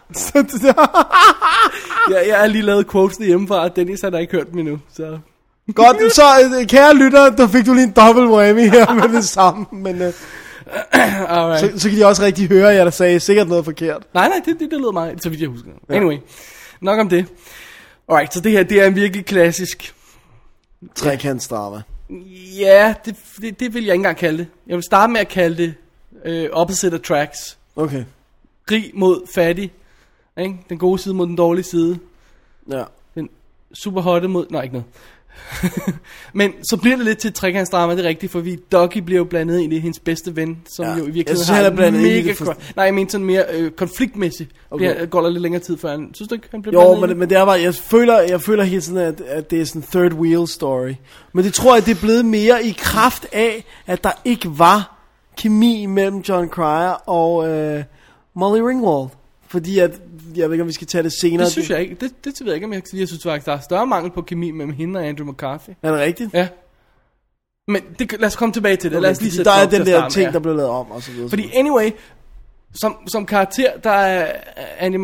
Ja. Jeg har lige lavet quotes hjemmefra, og Dennis har da ikke hørt dem endnu. Så. Godt, så kære lytter, der fik du lige en dobbelt whammy her med det samme. Men så kan de også rigtig høre jer, der sagde sikkert noget forkert. Nej, det lyder meget, så vidt jeg husker. Anyway, nok om det. Alright, så det her, det er en virkelig klassisk trekantsdrama. Ja, det vil jeg ikke engang kalde det. Jeg vil starte med at kalde det opposite attracts. Okay. Rig mod fattig, ikke? Den gode side mod den dårlige side. Ja. Den super hotte mod... Nej, ikke noget. Men så bliver det lidt til et trekantsdrama, det er rigtigt, for Ducky bliver jo blandet ind i hendes bedste ven, som jo i virkeligheden har blandet mega... Nej, jeg mener sådan mere konfliktmæssigt. Okay. Går der lidt længere tid før han... Synes du ikke, han bliver blandet ind? Men det er bare... Jeg føler helt sådan, at det er sådan en third wheel story. Men det tror jeg, det er blevet mere i kraft af, at der ikke var kemi mellem John Cryer og Molly Ringwald. Fordi at, jeg ved ikke, om vi skal tage det senere. Det synes jeg ikke. Det ved jeg ikke, om jeg synes faktisk, der er større mangel på kemi mellem hende og Andrew McCarthy. Er det rigtigt? Ja. Men lad os komme tilbage til det. Okay, lad os lige sætte der er den der ting, der blev lavet om og så videre. Fordi anyway, som karakter, der er Andy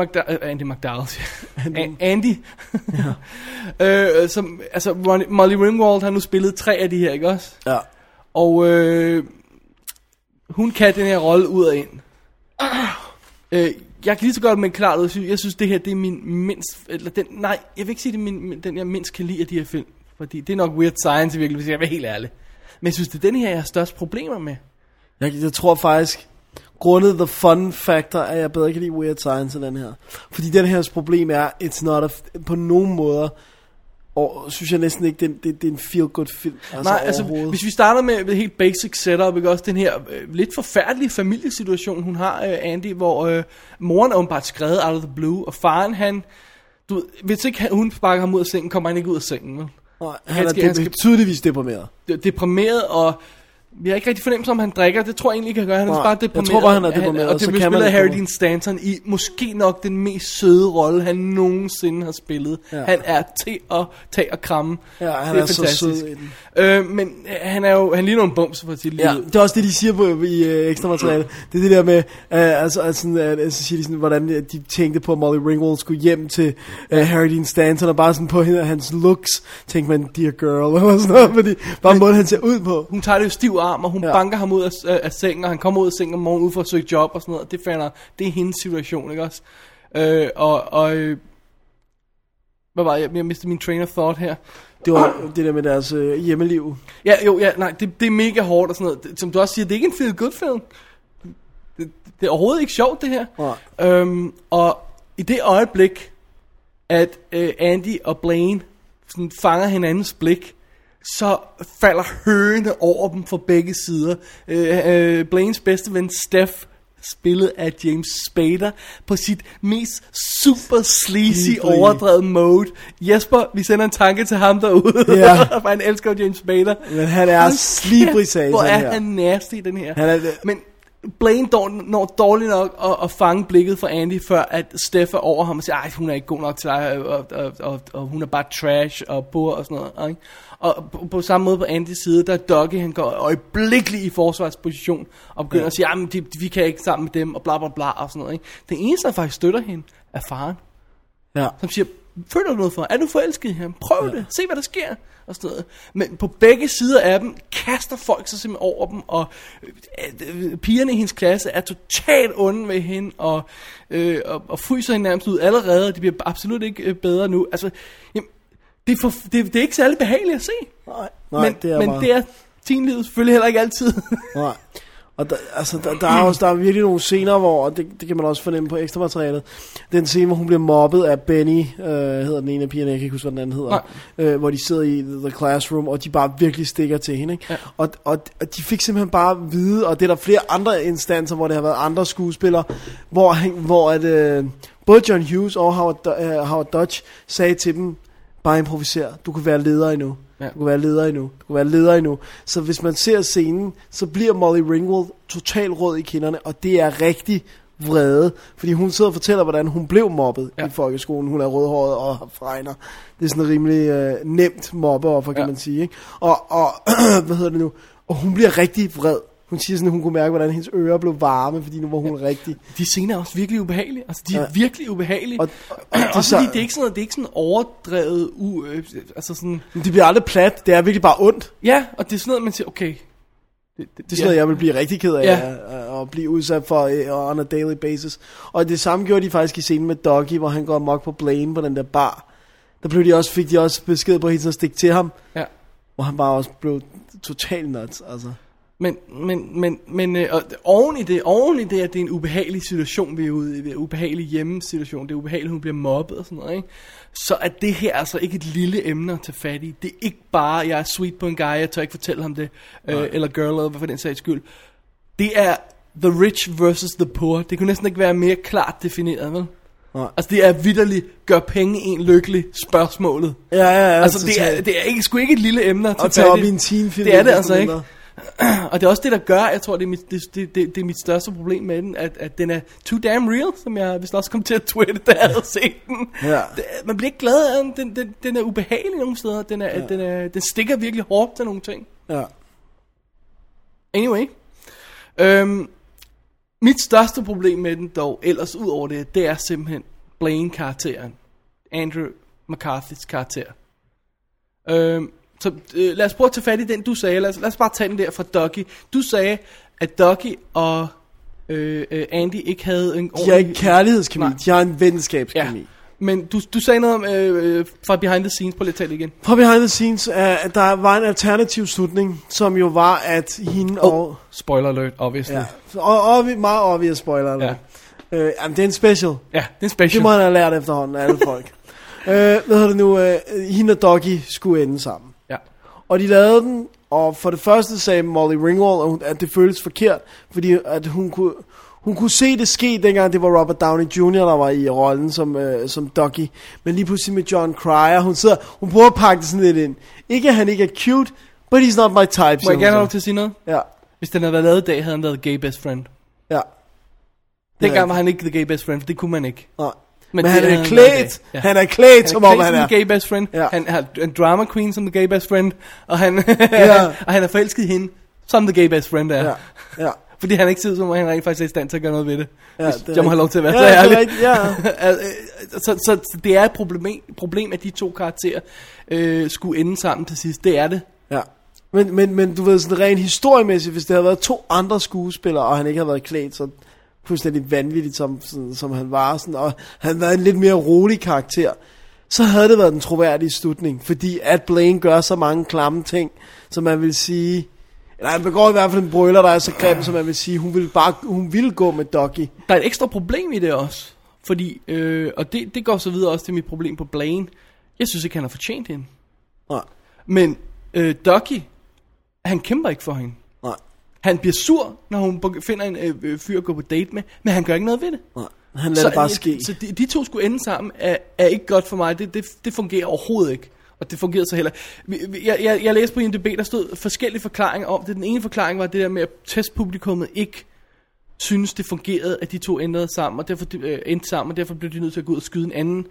som, altså Molly Ringwald har nu spillet 3 af de her, ikke også? Ja. Og hun kan den her rolle ud og ind. Jeg kan lige så godt med klart ud. Jeg synes det her, det er min mindst, eller den, nej, jeg vil ikke sige det er den jeg mindst kan lide af de her film, fordi det er nok weird science i virkeligheden, hvis jeg er helt ærlig. Men jeg synes det er den her, jeg har størst problemer med. Jeg tror faktisk, grundet the fun factor, at jeg bedre kan lide weird science end den her. Fordi den her problem er, it's not på nogen måder, og synes jeg næsten ikke, det er en feel-good film. Altså nej, altså hvis vi starter med helt basic setup, ikke også den her lidt forfærdelige familiesituation, hun har, Andy, hvor moren er åbenbart skrevet out of the blue, og faren han, du ved, hvis ikke hun sparker ham ud af sengen, kommer han ikke ud af sengen, vel? Nej, han er tydeligvis deprimeret. Deprimeret, og vi har ikke rigtig fornemmelse om, han drikker. Det tror jeg egentlig ikke, han gør. Han er bare deprimeret. Jeg tror bare, han er deprimeret. Og det bliver spillet af Harry Dean Stanton i måske nok den mest søde rolle, han nogensinde har spillet. Ja. Han er til at tage og kramme. Ja, han er så sød i den. Men han ligner en bums for sit liv. Ja, det er også det, de siger i ekstra materiale. Det er det der med, så siger de sådan, hvordan de tænkte på, at Molly Ringwald skulle hjem til Harry Dean Stanton, og bare sådan på hans looks, tænkte man, dear girl, eller sådan noget, fordi bare måden han ser ud på. Hun tager det jo stiv arm, og hun banker ham ud af sengen, og han kommer ud af sengen om morgenen ud for at søge job og sådan noget. Det er hendes situation, ikke også? Hvad var jeg mistede min train of thought her. Det var det der med deres hjemmeliv. Ja, det er mega hårdt og sådan noget. Som du også siger, det er ikke en feel good film. Det er overhovedet ikke sjovt, det her. Og i det øjeblik, at Andy og Blaine sådan fanger hinandens blik, så falder høgene over dem fra begge sider. Blaines bedste ven Steph, spillet af James Spader, på sit mest super sleazy overdrevet mode. Jesper, vi sender en tanke til ham derude, for han elsker James Spader. Men han er slibrig sag. Hvor er han nasty, den her. Men Blaine når dårligt nok at fange blikket fra Andy, før at Steph er over ham og siger, ej, hun er ikke god nok til dig, og hun er bare trash og bor og sådan noget, ikke? Og på samme måde på Andys side, der er Dougie, han går øjeblikkeligt i forsvarsposition og begynder at sige, jamen vi kan ikke sammen med dem og bla bla bla og sådan noget, ikke? Det eneste, der faktisk støtter hende, er faren. Ja. Som siger, føler du noget for? Er du forelsket i ham? Prøv det. Se hvad der sker. Og sådan noget. Men på begge sider af dem kaster folk sig simpelthen over dem, og pigerne i hendes klasse er totalt onde ved hende, og fryser hende nærmest ud allerede, og de bliver absolut ikke bedre nu. Altså, jamen, det er ikke særlig behageligt at se. Nej, men det er teenlivet selvfølgelig heller ikke altid. Nej. Og der er virkelig nogle scener, hvor, og det kan man også fornemme på ekstra materialet, den scene, hvor hun bliver mobbet af Benny, hedder den ene af pigerne, jeg kan ikke huske, hvad den anden hedder, hvor de sidder i The Classroom, og de bare virkelig stikker til hende, ikke? Ja. Og de fik simpelthen bare at vide, og det er der flere andre instanser, hvor det har været andre skuespillere, hvor at, både John Hughes og Howard Dodge sagde til dem, bare improviser, du kan være leder endnu. Ja. Du kan være leder endnu. Så hvis man ser scenen, så bliver Molly Ringwald totalt rød i kinderne, og det er rigtig vrede, fordi hun sidder og fortæller, hvordan hun blev mobbet i folkeskolen. Hun er rødhåret og fregner. Det er sådan en rimelig nemt mobbeoffer, kan man sige, ikke? Og hvad hedder det nu? Og hun bliver rigtig vred. Hun siger sådan, at hun kunne mærke, hvordan hendes ører blev varme, fordi nu var hun rigtig. De scener er også virkelig ubehagelige. Altså, de er virkelig ubehagelige. Og også fordi det er ikke sådan overdrevet, altså sådan. Det bliver aldrig plat. Det er virkelig bare ondt. Ja, og det er sådan noget, man siger, okay. Det er sådan noget, jeg vil blive rigtig ked af at blive udsat for on a daily basis. Og det samme gjorde de faktisk i scenen med Dougie, hvor han går amok på Blaine på den der bar. Der fik de også besked på helt at stikke til ham. Ja. Hvor han bare også blev totalt nuts, altså. Men oven i det, at det er en ubehagelig situation, vi er ude i, det er en ubehagelig hjemmesituation, det er ubehageligt, hun bliver mobbet og sådan noget, ikke? Så er det her altså ikke et lille emne at tage fat i. Det er ikke bare, jeg er sweet på en guy, jeg tør ikke fortælle ham det, eller girl, eller for den sags skyld. Det er the rich versus the poor. Det kunne næsten ikke være mere klart defineret, vel? Nej. Altså det er vitterligt, gør penge en lykkelig spørgsmålet. Ja. Altså det er sgu ikke et lille emne at tage op i en teenfilm. Det er det altså ikke. Og det er også det, der gør, jeg tror, det er mit største problem med den, at den er too damn real, som jeg vist også kom til at tweete, da jeg havde set den. Ja. Man bliver ikke glad af den. Den er ubehagelig nogle steder. Den stikker virkelig hårdt til nogle ting. Ja. Anyway. Mit største problem med den dog, ellers ud over det er simpelthen Blaine-karakteren. Andrew McCarthy's karakter. Så lad os prøve at tage fat i den, du sagde. Lad os bare tage den der fra Dougie. Du sagde, at Dougie og Andy ikke havde en ordentlig... De har ikke kærlighedskemi, de har en venskabskemi. Ja. Men du sagde noget om fra behind the scenes, på lidt talt igen. Fra behind the scenes, at der var en alternativ slutning, som jo var, at hende og... Spoiler alert, obviously. Ja, og meget obvious spoiler alert. Ja. Jamen, det er en special. Ja, det er en special. Det må han have lært efterhånden, alle folk. Hvad hedder det nu? Hende og Dougie skulle ende sammen. Ja. Og de lavede den, og for det første sagde Molly Ringwald, at det føltes forkert, fordi at hun kunne se det ske, dengang det var Robert Downey Jr., der var i rollen som Dougie. Men lige pludselig med John Cryer, hun prøver at pakke det sådan lidt ind. Ikke at han ikke er cute, but he's not my type. Må jeg gerne have lov til at sige noget? Ja. Hvis den havde været lavet i dag, havde han været gay best friend. Ja. Dengang var han ikke the gay best friend, for det kunne man ikke. Nej. Men han er klædt. Ja. Han er klædt, som om han er gay best friend. Ja. Han er en drama queen som the gay best friend. Og han, og han er forelsket i hende, som the gay best friend er. Ja. Ja. Fordi han ikke ser ud som om, han rent faktisk er i stand til at gøre noget ved det. Ja, hvis jeg må have lov til at være så ærlig. Så det er et problem, at de to karakterer skulle ende sammen til sidst. Det er det. Ja. Men du ved, sådan rent historiemæssigt, hvis det havde været to andre skuespillere, og han ikke havde været klædt, så fuldstændig vanvittigt, som han var, sådan, og han var en lidt mere rolig karakter, så havde det været den troværdige slutning, fordi at Blaine gør så mange klamme ting, som man vil sige, eller han begår i hvert fald en brøler, der er så grim, som man vil sige, hun ville gå med Dougie. Der er et ekstra problem i det også, fordi, og det går så videre også til mit problem på Blaine. Jeg synes ikke, han har fortjent hende. Nej. Men Dougie, han kæmper ikke for hende. Nej. Han bliver sur, når hun finder en fyr at gå på date med, men han gør ikke noget ved det. Nej. Han lader det bare ske. Så de to skulle ende sammen, er ikke godt for mig. Det fungerer overhovedet ikke. Og det fungerede så heller. Jeg læste på IMDb, der stod forskellige forklaringer om det. Den ene forklaring var det der med, at testpublikummet ikke synes det fungerede, at de to endte sammen, og derfor blev de nødt til at gå ud og skyde en anden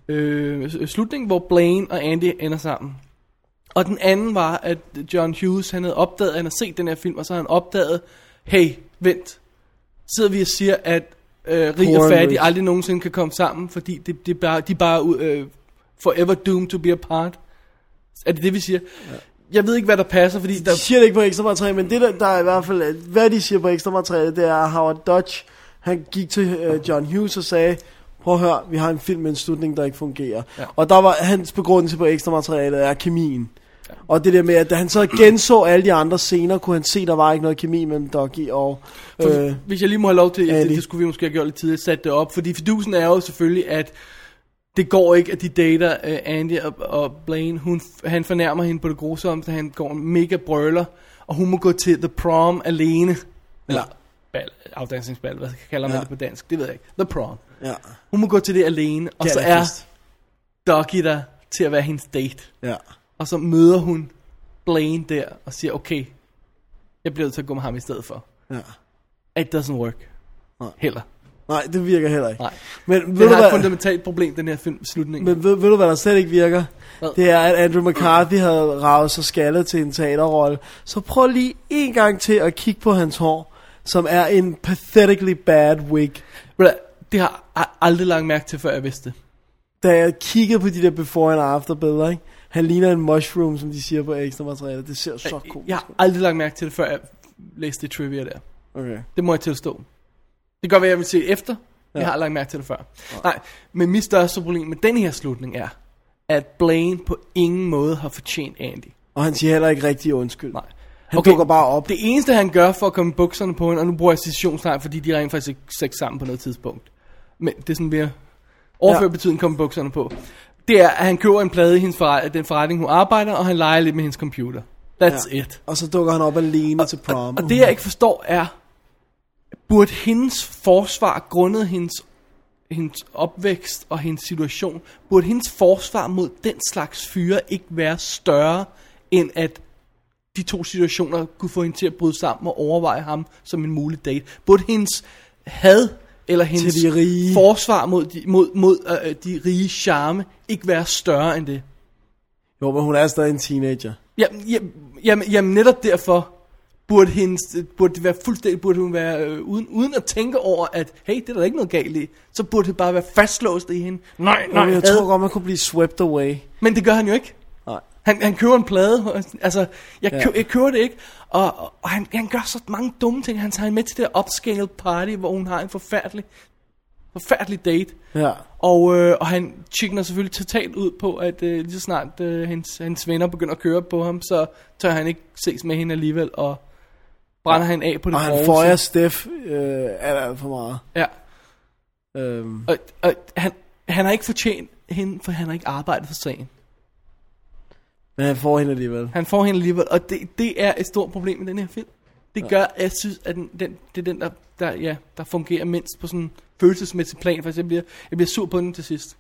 slutning, hvor Blaine og Andy ender sammen. Og den anden var, at John Hughes, han havde set den her film, og så havde han opdaget, hey, vent, sidder vi og siger, at rig og fattig aldrig nogensinde kan komme sammen, fordi de bare forever doomed to be apart. Er det vi siger? Ja. Jeg ved ikke, hvad der passer, fordi... De siger det ikke på ekstra materiale, men det der er i hvert fald... Hvad de siger på ekstra materiale, det er, at Howard Dodge, han gik til John Hughes og sagde, prøv at høre, vi har en film med en slutning, der ikke fungerer. Ja. Og der var hans begrundelse på ekstra materialet er kemien. Ja. Og det der med, at da han så genså alle de andre scener, kunne han se, der var ikke noget kemi mellem Dougie og... hvis jeg lige må have lov til, det skulle vi måske have gjort lidt tidligere, sat det op, fordi fidusen er jo selvfølgelig, at det går ikke, at de dater Andy og Blaine. Han fornærmer hende på det grusomste, han går en mega brøler, og hun må gå til the prom alene. Eller afdansningsbal, hvad kalder man det på dansk? Det ved jeg ikke. The prom. Ja. Hun må gå til det alene, og så er Dougie der til at være hendes date. Ja. Og så møder hun Blaine der og siger, okay, jeg bliver nødt til at gå med ham i stedet for. Ja. It doesn't work. Heller. Nej, det virker heller ikke. Nej. Men det er et fundamentalt problem, den her film slutning. Men ved du, hvad der slet ikke virker? Hvad? Det er, at Andrew McCarthy havde ravet sig skaldet til en teaterrolle. Så prøv lige en gang til at kigge på hans hår, som er en pathetically bad wig. Det har jeg aldrig lagt mærke til, før jeg vidste det. Da jeg kiggede på de der before and after billeder, ikke? Han ligner en mushroom, som de siger på ekstra materiale. Det ser så komisk. Jeg har aldrig lagt mærke til det, før jeg læste det trivia der. Okay. Det må jeg tilstå. Det kan godt være, jeg vil se efter. Jeg har lagt mærke til det før. Nej, men mit største problem med den her slutning er, at Blaine på ingen måde har fortjent Andy. Og han siger heller ikke rigtig undskyld. Nej. Han dukker bare op. Det eneste han gør for at komme bukserne på hende, og nu bruger jeg citationstegn, fordi de rent faktisk ikke sex sammen på noget tidspunkt. Men det er sådan ved at overføre betydning komme bukserne på. Det er, at han køber en plade i den forretning, hun arbejder, og han leger lidt med hendes computer. That's it. Og så dukker han op alene til prom. Og det jeg ikke forstår er, burde hendes forsvar, grundet hendes opvækst og hendes situation, burde hendes forsvar mod den slags fyre ikke være større, end at de to situationer kunne få hende til at bryde sammen og overveje ham som en mulig date. Burde hendes had eller hendes forsvar mod de rige charme ikke være større end det? Jo, men hun er stadig en teenager. Jamen netop derfor burde det være fuldstændig, burde hun være uden at tænke over, at hey, det er der ikke noget galt i, så burde det bare være fastlåst i hende. Nej, jeg tror godt, man kunne blive swept away. Men det gør han jo ikke. Nej. Han køber en plade, altså, jeg køber det ikke, og han gør så mange dumme ting. Han tager hende med til det upscale party, hvor hun har en forfærdelig date. Ja. Og han chickener selvfølgelig totalt ud på, at lige så snart hans venner begynder at køre på ham, så tør han ikke ses med hende alligevel, og brænder han af på det. Og han føjer Steph alt for meget. Ja. Og han har ikke fortjent hende, for han har ikke arbejdet for sagen. Men han får hende alligevel. Og det er et stort problem i den her film. Det gør, at jeg synes, at det er den, der fungerer mindst på sådan en følelsesmæssig plan. For jeg bliver sur på den til sidst.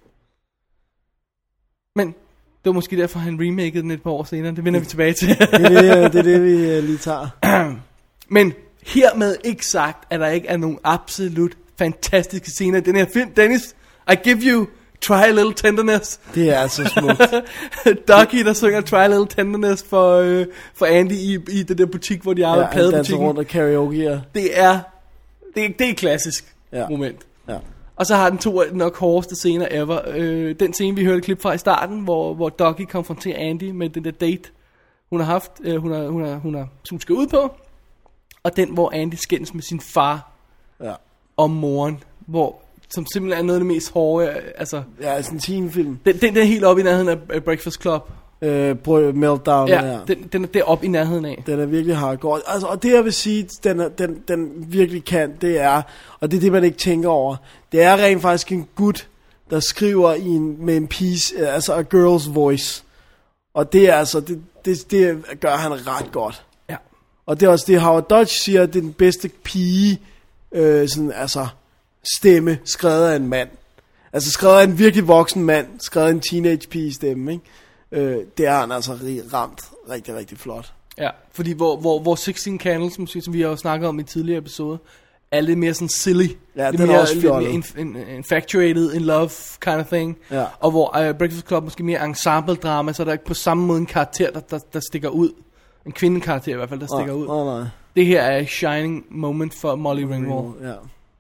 Men det var måske derfor, han remakede den et par år senere. Det vender vi tilbage til. det er det, vi lige tager. Men hermed ikke sagt, at der ikke er nogen absolut fantastiske scener i den her film. Dennis, I give you Try a Little Tenderness. Det er altså smukt. Ducky, der synger Try a Little Tenderness for Andy i det der butik, hvor de arbejder pladebutikken. Ja, rundt og karaoke. Det er et klassisk moment. Ja. Og så har den to nok hårdeste scener ever. Den scene, vi hørte klip fra i starten, hvor Ducky konfronterer Andy med den der date, hun har haft, hun skal ud på. Og den, hvor Andy skændes med sin far om moren, som simpelthen er noget af det mest hårde, altså. Ja, sådan en teenfilm. Den er helt oppe i nærheden af Breakfast Club. Meltdown. Ja, den er deroppe i nærheden af. Den er virkelig hardcore. Altså, og det jeg vil sige, den virkelig kan, det er, og det er det man ikke tænker over, det er rent faktisk en gut, der skriver med en piece, altså a girl's voice. Og det er altså, det gør han ret godt. Ja. Og det er også det Howard Dodge siger, det er den bedste pige, sådan altså stemme skrevet af en mand. Altså skrevet af en virkelig voksen mand, skrevet af en teenage pige stemme, ikke? Det er han altså ramt rigtig, rigtig flot. Ja, fordi hvor 16 Candles, måske, som vi har jo snakket om i tidligere episoder, er lidt mere sådan silly. Ja, det er også fjollet. Infatuated, in love kind of thing. Ja. Og hvor Breakfast Club måske mere ensemble-drama, så er der ikke på samme måde en karakter, der stikker ud. En kvindekarakter i hvert fald, der stikker ud. Nej. Det her er et shining moment for Molly Ringwald. Ja.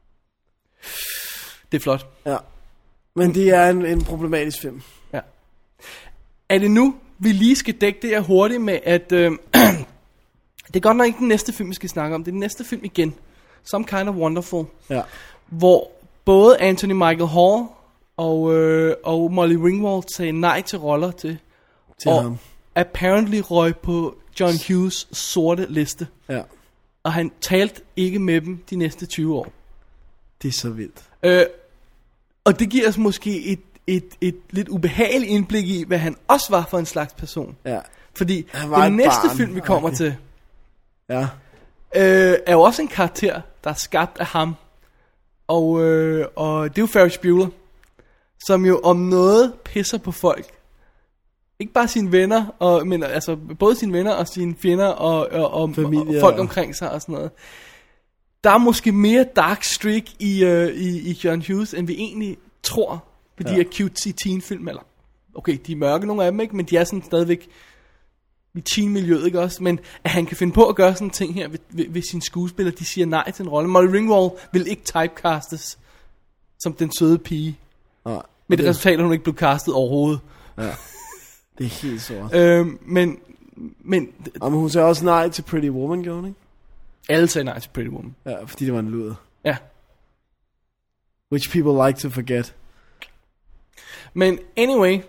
Det er flot. Ja. Men det er en problematisk film. Ja. Er det nu, vi lige skal dække det her hurtigt med, at det er godt nok ikke den næste film, vi skal snakke om. Det er den næste film igen. Some Kind of Wonderful. Ja. Hvor både Anthony Michael Hall og Molly Ringwald sagde nej til roller til og ham. Apparently røg på John Hughes sorte liste. Ja. Og han talte ikke med dem de næste 20 år. Det er så vildt. Og det giver os måske et lidt ubehageligt indblik i, hvad han også var for en slags person. Ja. Fordi den næste film, vi kommer til, er jo også en karakter, der er skabt af ham. Og det er jo Ferris Bueller, som jo om noget pisser på folk. Ikke bare sine venner, men altså både sine venner og sine fjender og folk omkring sig og sådan noget. Der er måske mere dark streak i John Hughes, end vi egentlig tror på de her cutesy teen-film. Eller, okay, de er mørke, nogle af dem, ikke? Men de er sådan stadigvæk i teen-miljøet, ikke også? Men at han kan finde på at gøre sådan ting her ved sine skuespillere, de siger nej til en rolle. Molly Ringwald vil ikke typecastes som den søde pige. Med det resultat, at hun ikke blev castet overhovedet. Ja. Det er helt sort. Men hun sagde også nej til Pretty Woman, gjorde hun ikke? Alle sagde nej til Pretty Woman. Ja, fordi det var en luder. Ja. Which people like to forget. Men anyway,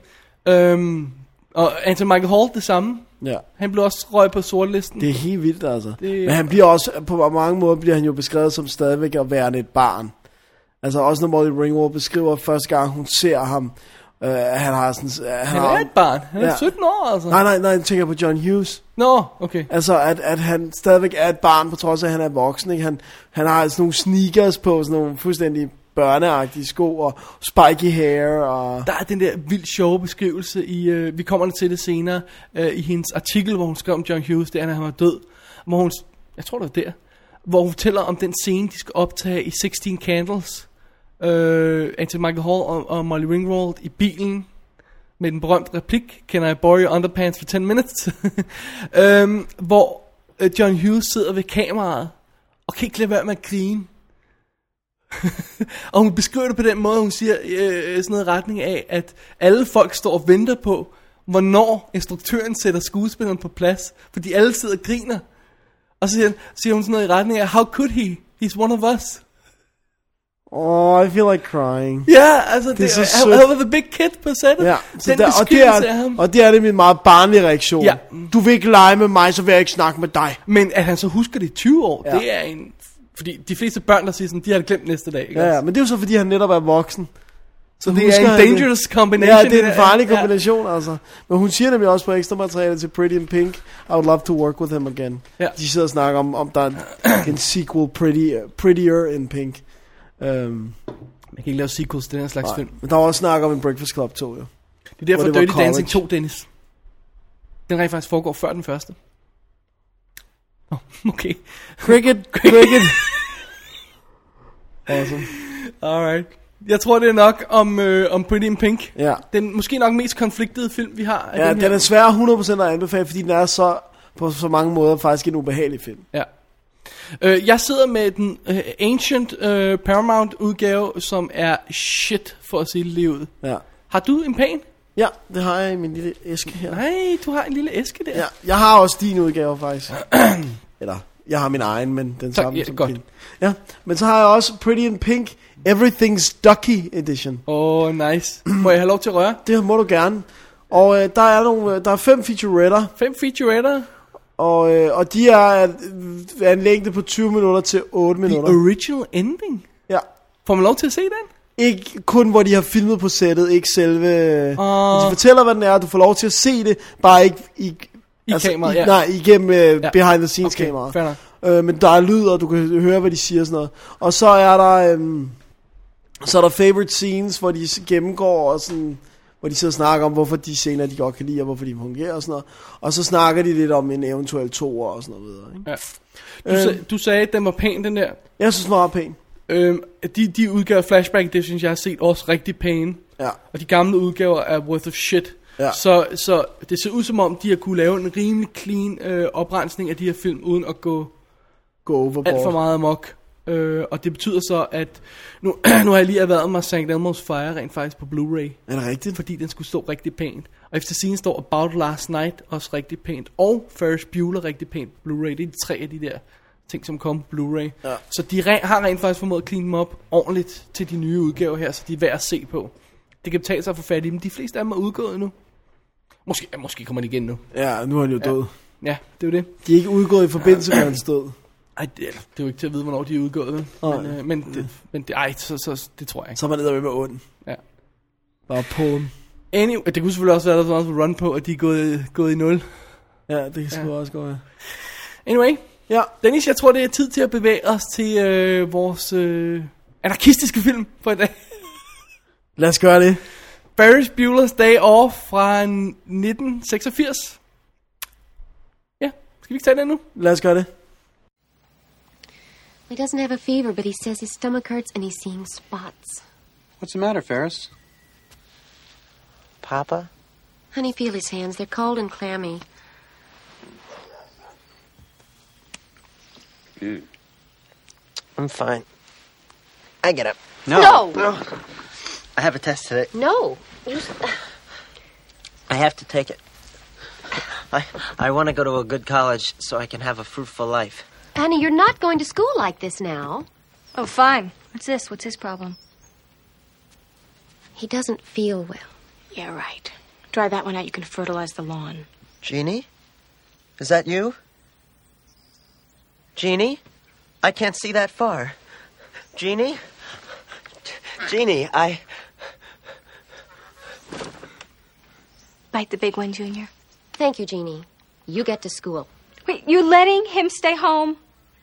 og Anthony Michael Hall det samme. Ja. Han blev også røg på sortlisten. Det er helt vildt altså. Men han bliver også, på mange måder bliver han jo beskrevet som stadigvæk at være et barn. Altså også når Molly Ringwald beskriver første gang hun ser ham, han har sådan... Han er et barn. Han er 17 år, altså. Nej, jeg tænker på John Hughes. Nå, okay. Altså, at han stadigvæk er et barn, på trods af, at han er voksen, ikke? Han har sådan nogle sneakers på, sådan nogle fuldstændig børneagtige sko og spiky hair. Og der er den der vildt sjove beskrivelse i, vi kommer til det senere, i hendes artikel, hvor hun skrev om John Hughes, det er, når han var død, hvor hun, jeg tror det var der, hvor hun fortæller om den scene, de skal optage i 16 Candles, Anthony Michael Hall og Molly Ringwald i bilen, med den berømte replik, Can I borrow your underpants for 10 minutes? Hvor John Hughes sidder ved kameraet, og kan ikke lade være med at grine. Og hun beskriver det på den måde, hun siger sådan noget i retning af, at alle folk står og venter på, hvornår instruktøren sætter skuespilleren på plads, fordi alle sidder og griner. Og så siger hun sådan noget i retning af, how could he? He's one of us. Oh, I feel like crying. Ja, altså det var the big kid på sættet. Ja, den beskrivelse af ham. Og det er det min meget barnlige reaktion. Ja. Du vil ikke lege med mig, så vil jeg ikke snakke med dig. Men at han så husker det i 20 år, det er en... Fordi de fleste børn, der siger sådan, de har det glemt næste dag. Ikke? Ja, men det er jo så, fordi han netop er voksen. Så det er en dangerous combination. Ja, det er en farlig kombination, altså. Men hun siger nemlig også på ekstra materiale til Pretty in Pink, I would love to work with him again. Ja. De sidder og snakker om der er en sequel, Prettier in Pink. Man kan ikke lave sequels til den her slags film. Men der var også snak om en Breakfast Club 2, jo. Det er derfor Dirty Dancing 2, Dennis. Den rent faktisk foregår før den første. Okay. Cricket. Awesome. Alright. Jeg tror det er nok om Pretty in Pink. Ja. Den måske nok mest konfliktede film vi har. Ja, den er svær 100% at anbefale, fordi den er så på så mange måder faktisk en ubehagelig film. Ja. Jeg sidder med den Ancient Paramount udgave, som er shit for at sige det lige ud. Ja. Har du en pæn? Ja, det har jeg i min lille æske her. Nej, du har en lille æske der. Ja, jeg har også din udgave faktisk. Eller, jeg har min egen, men den samme som godt. Din. Ja, men så har jeg også Pretty in Pink, Everything's Ducky Edition. Nice. Må jeg have lov til at røre? Det må du gerne. Og der er 5 featuretter. 5 featuretter? Og de er en længde på 20 minutter til 8 minutter. The original ending? Ja. Får man lov til at se den? Ikke kun hvor de har filmet på sættet, ikke selve... De fortæller hvad den er, du får lov til at se det, bare ikke i kameraet, ja. Nej, igennem behind the scenes kameraet. Men der er lyd, og du kan høre hvad de siger og sådan noget. Og så er der favorite scenes, hvor de gennemgår og sådan, hvor de sidder og snakker om hvorfor de scener de godt kan lide og hvorfor de fungerer og sådan noget. Og så snakker de lidt om en eventuel 2 år og sådan noget videre, ikke? Ja. Du sagde at den var pæn, den der. Jeg synes den var pæn. De udgaver Flashback, det synes jeg har set også rigtig pæne. Ja. Og de gamle udgaver er worth of shit. Ja. Så det ser ud som om de har kunne lave en rimelig clean oprensning af de her film uden at gå overboard. Alt for meget amok. Og det betyder så at nu har jeg lige erhvervet mig St. Elmo's Fire rent faktisk på Blu-ray. Er det rigtigt? Fordi den skulle stå rigtig pænt. Og efter scenen står About Last Night også rigtig pænt. Og Ferris Bueller rigtig pænt på Blu-ray. Det er de 3 af de der ting som kommer på Blu-ray. Ja. Så de har rent faktisk formået at clean dem op ordentligt til de nye udgaver her, så de er værd at se på. Det kan betale sig at få fat i dem. De fleste af dem er udgået nu. Måske kommer de igen nu. Ja, nu er han jo død. Ja, det er jo det. De er ikke udgået i forbindelse med hans død. Ej, det er jo ikke til at vide, hvornår de er udgået. Men det tror jeg ikke. Så er man nede med ond. Ja. Bare på dem. Anyway, det kunne selvfølgelig også være, der var run på, at de er gået i 0. Ja, det kan sgu også gå, ja. Anyway. Ja. Dennis, jeg tror, det er tid til at bevæge os til vores anarkistiske film for i dag. Lad os gøre det. Ferris Bueller's Day Off fra 1986. Ja, skal vi ikke tage det nu? Lad os gøre det. He doesn't have a fever, but he says his stomach hurts and he's seeing spots. What's the matter, Ferris? Papa? Honey, feel his hands. They're cold and clammy. I'm fine. I get up. No! I have a test today. No. I have to take it. I want to go to a good college so I can have a fruitful life. Annie, you're not going to school like this now. Oh, fine. What's this? What's his problem? He doesn't feel well. Yeah, right. Dry that one out. You can fertilize the lawn. Jeannie? Is that you? Jeannie? I can't see that far. Jeannie? Jeannie, Bite the big one, Junior. Thank you, Jeannie. You get to school. Wait, you're letting him stay home?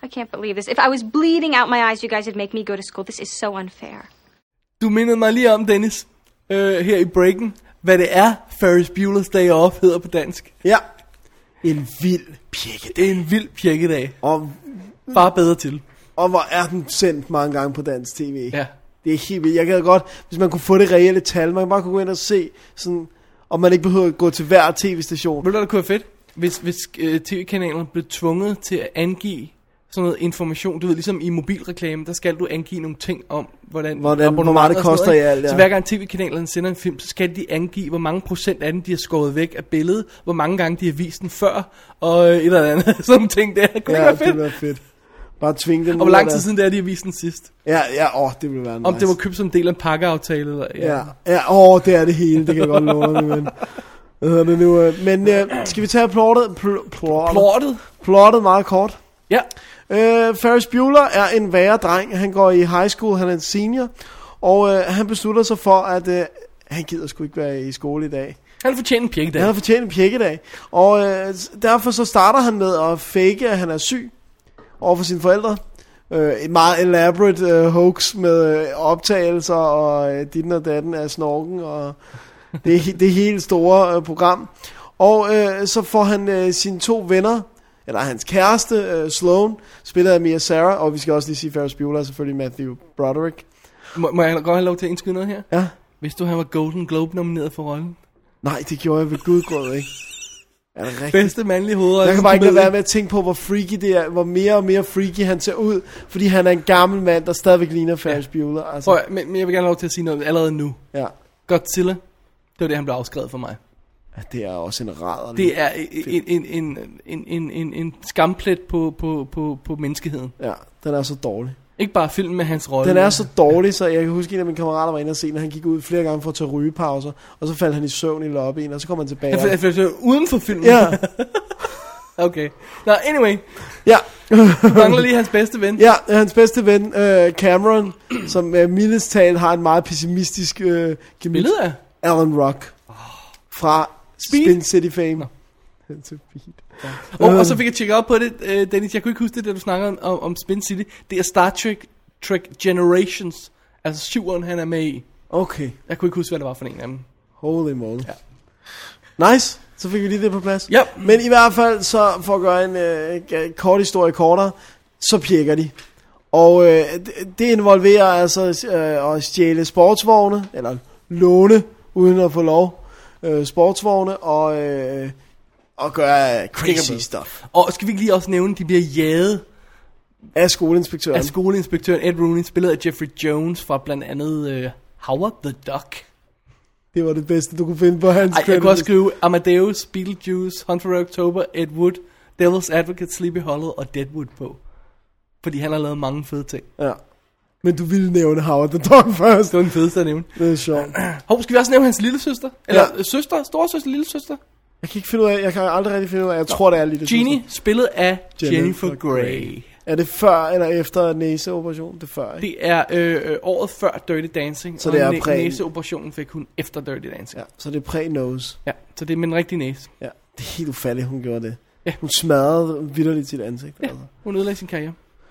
I can't believe this. If I was bleeding out my eyes, you guys would make me go to school. This is so unfair. Du mindede mig lige om, Dennis, her i breaken, hvad det er, Ferris Bueller's Day Off hedder på dansk. Ja. En vild pjekkedag. En vild pjekkedag. Og bare bedre til. Og hvor er den sendt mange gange på dansk tv. Ja. Det er helt vildt. Jeg gad godt, hvis man kunne få det reelle tal. Man kan bare kunne gå ind og se, sådan, og man ikke behøver at gå til hver tv-station. Ved du, det kunne være fedt? Hvis tv-kanalerne blev tvunget til at angive sådan noget information, du ved, ligesom i mobilreklame, der skal du angive nogle ting om, hvor meget det koster i alt. Ja. Så hver gang tv-kanalerne sender en film, så skal de angive, hvor mange procent af den, de har skåret væk af billedet, hvor mange gange de har vist den før, og et eller andet. Sådan nogle ting der. Kunne det være fedt? Det være fedt. Bare tvinge dem. Og hvor lang tid siden det er, de har vist den sidst? Ja, det ville være nice. Om det var købt som del af en pakkeaftale. Eller, ja, det er det hele, det kan jeg godt love dig, men... Men skal vi tage plottet meget kort? Ja. Ferris Bueller er en værre dreng. Han går i high school, han er en senior. Og han beslutter sig for, at han gider sgu ikke være i skole i dag. Han har fortjent en pjekkedag. Og derfor så starter han med at fake, at han er syg overfor sine forældre. Et meget elaborate hoax med optagelser og ditten og datten af snorken og det helt store program. Og så får han sine to venner, eller hans kæreste Sloane, spillet af Mia Sara, og vi skal også lige sige Ferris Bueller, selvfølgelig Matthew Broderick. Må jeg godt have lov til at indskyde noget her? Ja. Hvis du han var Golden Globe nomineret for rollen? Nej, det gjorde jeg ved gudgrød, ikke? Er det rigtigt? Bedste mandlige hovedrolle. Jeg kan bare ikke lade være med at tænke på, hvor freaky det er, hvor mere og mere freaky han ser ud, fordi han er en gammel mand, der stadigvæk ligner Ferris Bueller. Altså. Men jeg vil gerne have lov til at sige noget allerede nu. Ja. Godzilla, det var det, han blev afskrevet for mig. Ja, det er også en ræd. Det er en skamplet på menneskeheden. Ja, den er så dårlig. Ikke bare filmen med hans rolle. Den er så dårlig, så jeg kan huske, en af mine kammerater var inde og se, når han gik ud flere gange for at tage rygepauser, og så faldt han i søvn i lobbyen, og så kom han tilbage. Han faldt uden for filmen? Ja. Okay. Nå, anyway. Ja. Du mangler lige hans bedste ven. Ja, hans bedste ven, Cameron, som mildest talt har en meget pessimistisk billede af Alan Rock fra Spin City fame. Og så fik jeg tjekket op på det, Dennis. Jeg kunne ikke huske det, da du snakker om Spin City. Det er Star Trek Generations. Altså 7'eren, han er med i. Okay. Jeg kunne ikke huske, hvad det var for en af dem. Holy moly. Ja. Nice. Så fik vi lige det på plads. Ja. Men i hvert fald, så for at gøre en kort historie kortere, så pjekker de. Og det involverer altså at stjæle sportsvogne, eller låne, uden at få lov, sportsvogne, og gøre crazy stuff. Og skal vi ikke lige også nævne, at de bliver jaget af skoleinspektøren. Ed Rooney, spillet af Jeffrey Jones fra blandt andet Howard the Duck. Det var det bedste, du kunne finde på hans credits. Jeg kunne også skrive Amadeus, Beetlejuice, Hunt for Red October, Ed Wood, Devil's Advocate, Sleepy Hollow og Deadwood på. Fordi han har lavet mange fede ting. Ja. Men du ville nævne Howard the Duck først. Det var den fedeste at nævne. Det er sjovt. Skal vi også nævne hans lille søster? Eller søster, storesøster, lille søster? Jeg kan ikke finde ud af, jeg kan aldrig rigtig finde ud af, jeg tror det er lille søster. Genie, spillet af Jennifer Grey. Er det før eller efter næseoperation? Det er før, ikke? Det er året før Dirty Dancing. Så det er næseoperationen fik hun efter Dirty Dancing. Ja, så det er præ-nose. Ja, så det er med en rigtig næse. Ja, det er helt ufatteligt, hun gjorde det. Ja. Hun smadrede vitterligt sit ansigt. Ja, altså. Hun ødelagde sin karriere.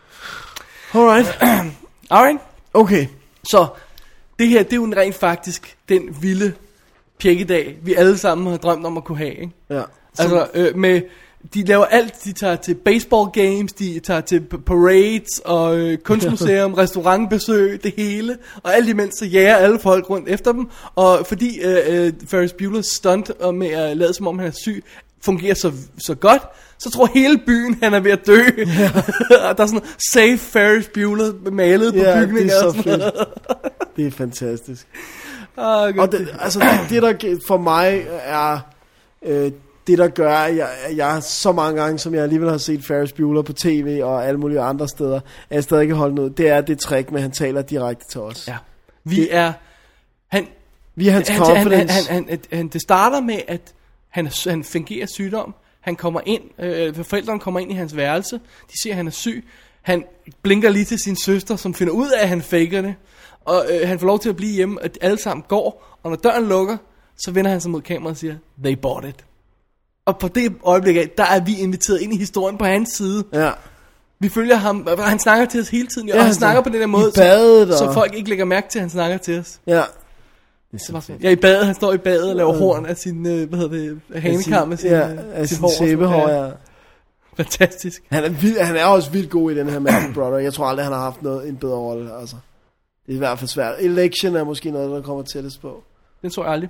Alright. Okay. Så det her, det er jo rent faktisk den vilde pjekkedag, vi alle sammen har drømt om at kunne have, ikke? Ja. Altså, de laver alt, de tager til baseball games, de tager til parades og kunstmuseum, restaurantbesøg, det hele. Og alt imens så jager alle folk rundt efter dem. Og fordi Ferris Bueller's stunt med at lade som om han er syg, fungerer så godt, så tror hele byen, han er ved at dø. Yeah. Og der er sådan noget Save Ferris Bueller malet på bygninger. Det er så fedt. Det er fantastisk. Og det, altså det der for mig er det der gør at jeg så mange gange, som jeg alligevel har set Ferris Bueller på tv og alle mulige andre steder, at jeg stadig kan holde noget. Det er det trick med at han taler direkte til os. Ja. Vi er hans confidence. Det starter med at han fungerer sygdom. Han kommer ind, forældrene kommer ind i hans værelse. De siger, at han er syg. Han blinker lige til sin søster, som finder ud af, at han faker det. Og han får lov til at blive hjemme, og alle sammen går. Og når døren lukker, så vender han sig mod kameraet og siger, they bought it. Og på det øjeblik af, der er vi inviteret ind i historien på hans side. Ja. Vi følger ham, og han snakker til os hele tiden, og han snakker på den der måde, så folk ikke lægger mærke til, at han snakker til os. Ja. Ja, i badet, han står i badet og laver horn af sin, hanekam med sin sæbehår, ja. Fantastisk. Han er også vildt god i den her Matthew Broderick. Jeg tror aldrig, han har haft en bedre rolle, altså. Det er i hvert fald svært. Election er måske noget, der kommer tættest på. Den tror jeg aldrig.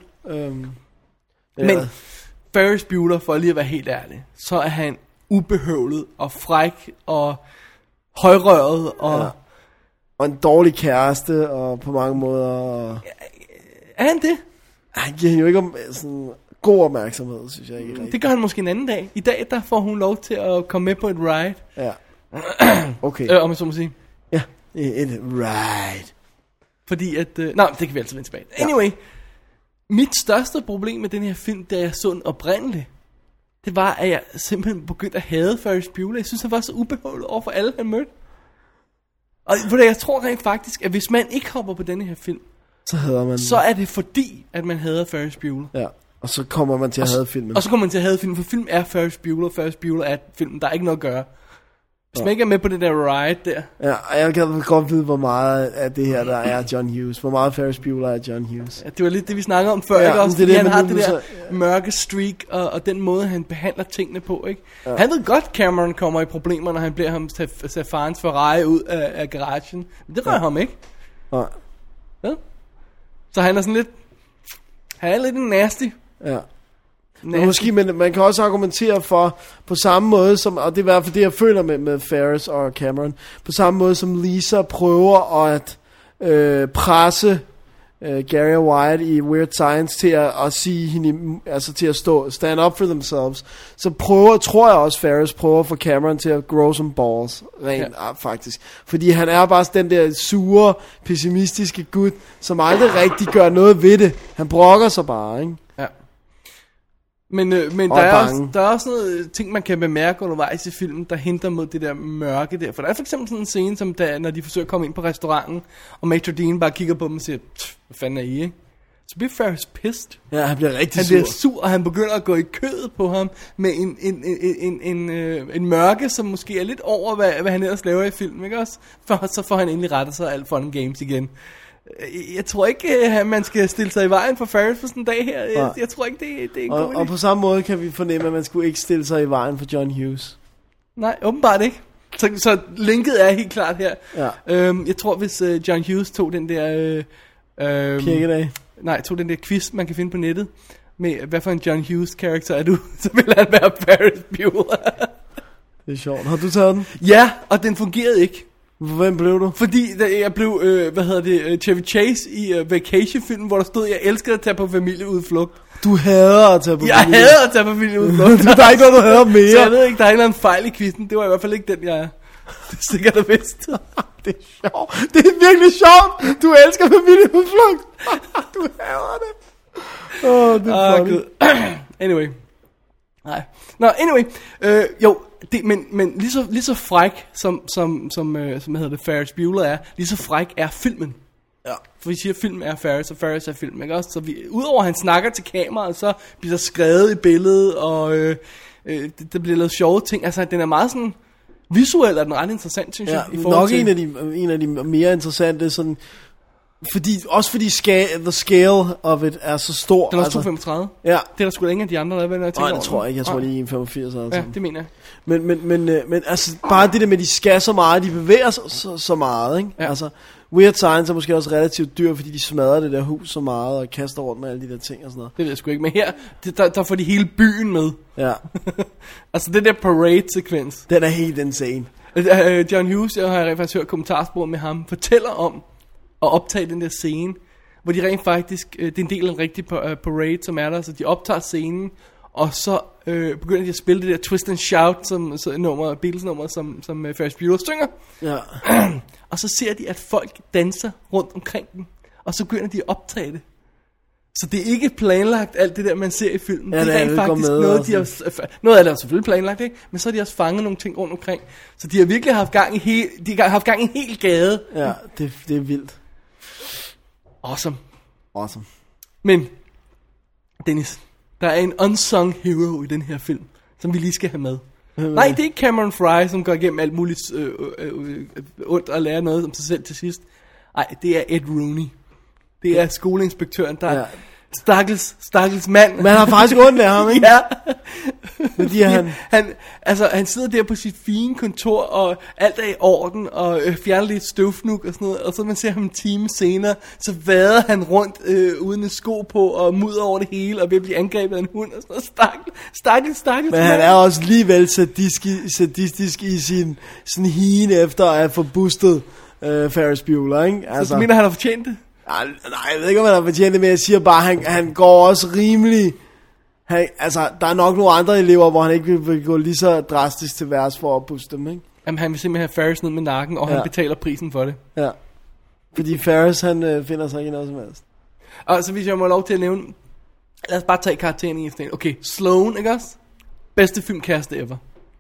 Men Ferris Bueller, for lige at være helt ærlig, så er han ubehøvlet og fræk og højrøret og... Og en dårlig kæreste, og på mange måder... Er han det? Han giver hende jo ikke sådan god opmærksomhed, synes jeg ikke rigtigt. Det gør han måske en anden dag. I dag, der får hun lov til at komme med på et ride. Ja. Okay. Om jeg så må sige. Ja, et ride. Fordi at... det kan vi altid vende tilbage. Anyway, mit største problem med den her film, da jeg så den oprindeligt, det var, at jeg simpelthen begyndte at hade Ferris Bueller. Jeg synes, han var så ubehøvlet over for alle, han mødte. Og jeg tror rent faktisk, at hvis man ikke hopper på denne her film, så hader man så er det fordi, at man hader Ferris Bueller. Ja, og så kommer man til at hade filmen. Og så kommer man til at hade filmen, for film er Ferris Bueller. Ferris Bueller er filmen, der er ikke noget at gøre. Hvis man ikke er med på det der ride der. Ja, og jeg kan godt vide, hvor meget af det her, der er John Hughes. Hvor meget Ferris Bueller er John Hughes. Ja, det var lidt det, vi snakkede om før, ikke også? Fordi han har det der mørke streak, og den måde, han behandler tingene på, ikke? Ja. Han ved godt, Cameron kommer i problemer, når han bliver ham til farens Ferrari ud af garagen. Men det rører ham ikke. Nej. Ja. Så han er sådan lidt... Han er lidt en nasty. Ja. Måske, men man kan også argumentere for, på samme måde som, og det er i hvert fald det, jeg føler med Ferris og Cameron, på samme måde som Lisa prøver at presse Gary og Wyatt i Weird Science til at sige hende, altså til at stand up for themselves, så tror jeg også Ferris prøver for Cameron til at grow some balls, faktisk. Fordi han er bare den der sure, pessimistiske gut, som aldrig rigtig gør noget ved det. Han brokker sig bare, ikke? Ja. Men der er også noget ting, man kan bemærke undervejs i filmen, der henter mod det der mørke der. For der er for eksempel sådan en scene, som når de forsøger at komme ind på restauranten, og Maitre D' bare kigger på dem og siger, hvad fanden er I, ikke? Så bliver Ferris pissed. Ja, han bliver rigtig sur. Han bliver sur, og han begynder at gå i kødet på ham med en mørke, som måske er lidt over, hvad han ellers laver i filmen, ikke også? Så får han endelig rettet sig alt fun games igen. Jeg tror ikke, at man skal stille sig i vejen for Ferris på sådan en dag her. Jeg tror ikke, det er en god idé. Og på samme måde kan vi fornemme, at man skulle ikke stille sig i vejen for John Hughes. Nej, åbenbart ikke. Så linket er helt klart her. Ja. Jeg tror, hvis John Hughes tog den der... Kirkedag. Nej, tog den der quiz, man kan finde på nettet, med hvad for en John Hughes karakter er du, så vil han være Ferris Bueller. Det er sjovt. Har du taget den? Ja, og den fungerede ikke. Hvem blev du? Fordi jeg blev, Chevy Chase i Vacation-filmen, hvor der stod, jeg elsker at tage på familieudflugt. Du hader at tage på familieudflugt. Jeg hader at tage på familieudflugt. Der er ikke noget, du hader mere. Så jeg ved ikke, der er en eller anden fejl i quizzen. Det var i hvert fald ikke den, jeg er. Det er sikkert og vist. Det er sjovt. Det er virkelig sjovt. Du elsker familieudflugt. Du hader det. Det er funny. Anyway. Nej. Nå, anyway. Jo, men lige så fræk som hedder det, Ferris Bueller er, lige så fræk er filmen. Ja. For vi siger, at film er Ferris, og Ferris er film, ikke også? Så udover at han snakker til kameraet, så bliver der skrevet i billedet, og der bliver lavet sjove ting. Altså, den er meget sådan... Visuelt er den ret interessant, synes jeg. I nok til... en af de mere interessante, sådan... Fordi the scale of it er så stor. Den er også 2,35. Ja. Det er der sgu da ingen af de andre, der er. Nej, det tror jeg ikke. Jeg tror, de er 1,85 eller sådan. Ja, det mener jeg. Men altså, bare det der med, de skal så meget, de bevæger sig så meget, ikke? Ja. Altså, Weird Science er måske også relativt dyr, fordi de smadrer det der hus så meget, og kaster rundt med alle de der ting og sådan noget. Det ved jeg sgu ikke, men her, der får de hele byen med. Ja. Altså, den der parade-sekvens. Den er helt insane. John Hughes, jeg har faktisk hørt kommentarspor med ham, fortæller om at optage den der scene, hvor de rent faktisk, det er en del af en rigtig parade, som er der, så de optager scenen, og så begynder de at spille det der Twist and Shout, Beatles-nummer, som Ferris Bueller synger. Ja. Og så ser de, at folk danser rundt omkring dem, og så begynder de at optage det. Så det er ikke planlagt, alt det der, man ser i filmen. Ja, det er rent faktisk noget, de har... Noget af det er selvfølgelig planlagt, ikke? Men så har de også fanget nogle ting rundt omkring. Så de har virkelig haft gang i en hel gade. Ja, det er vildt. Awesome. Men, Dennis, der er en unsung hero i den her film, som vi lige skal have med. Nej, det er ikke Cameron Fry, som går igennem alt muligt ondt og lærer noget om sig selv til sidst. Nej, det er Ed Rooney. Det er skoleinspektøren, der... Ja. Stakkels mand. Man har faktisk ondt af ham, ikke? Ja. Fordi han sidder der på sit fine kontor, og alt er i orden, og fjerner lidt støvfnug og sådan noget, og så man ser ham en time senere, så vader han rundt uden en sko på, og mudder over det hele, og vil blive angrebet af en hund, og sådan noget. Stakkels. Men han er også alligevel sadistisk i sin sådan hien efter at få boostet Ferris Bueller, ikke? Altså, så du mener, han har fortjent det? Nej, jeg ved ikke, om han har fortjent det, men jeg siger bare, han går også rimelig... altså, der er nok nogle andre elever, hvor han ikke vil gå lige så drastisk til værs for at booste dem, ikke? Jamen, han vil simpelthen have Ferris ned med nakken, og han betaler prisen for det. Ja, fordi Ferris, han finder sig ikke noget som helst. Og så hvis jeg må have lov til at nævne... Lad os bare tage karakteren i efter. Okay, Sloane, ikke også? Bedste filmkæreste ever.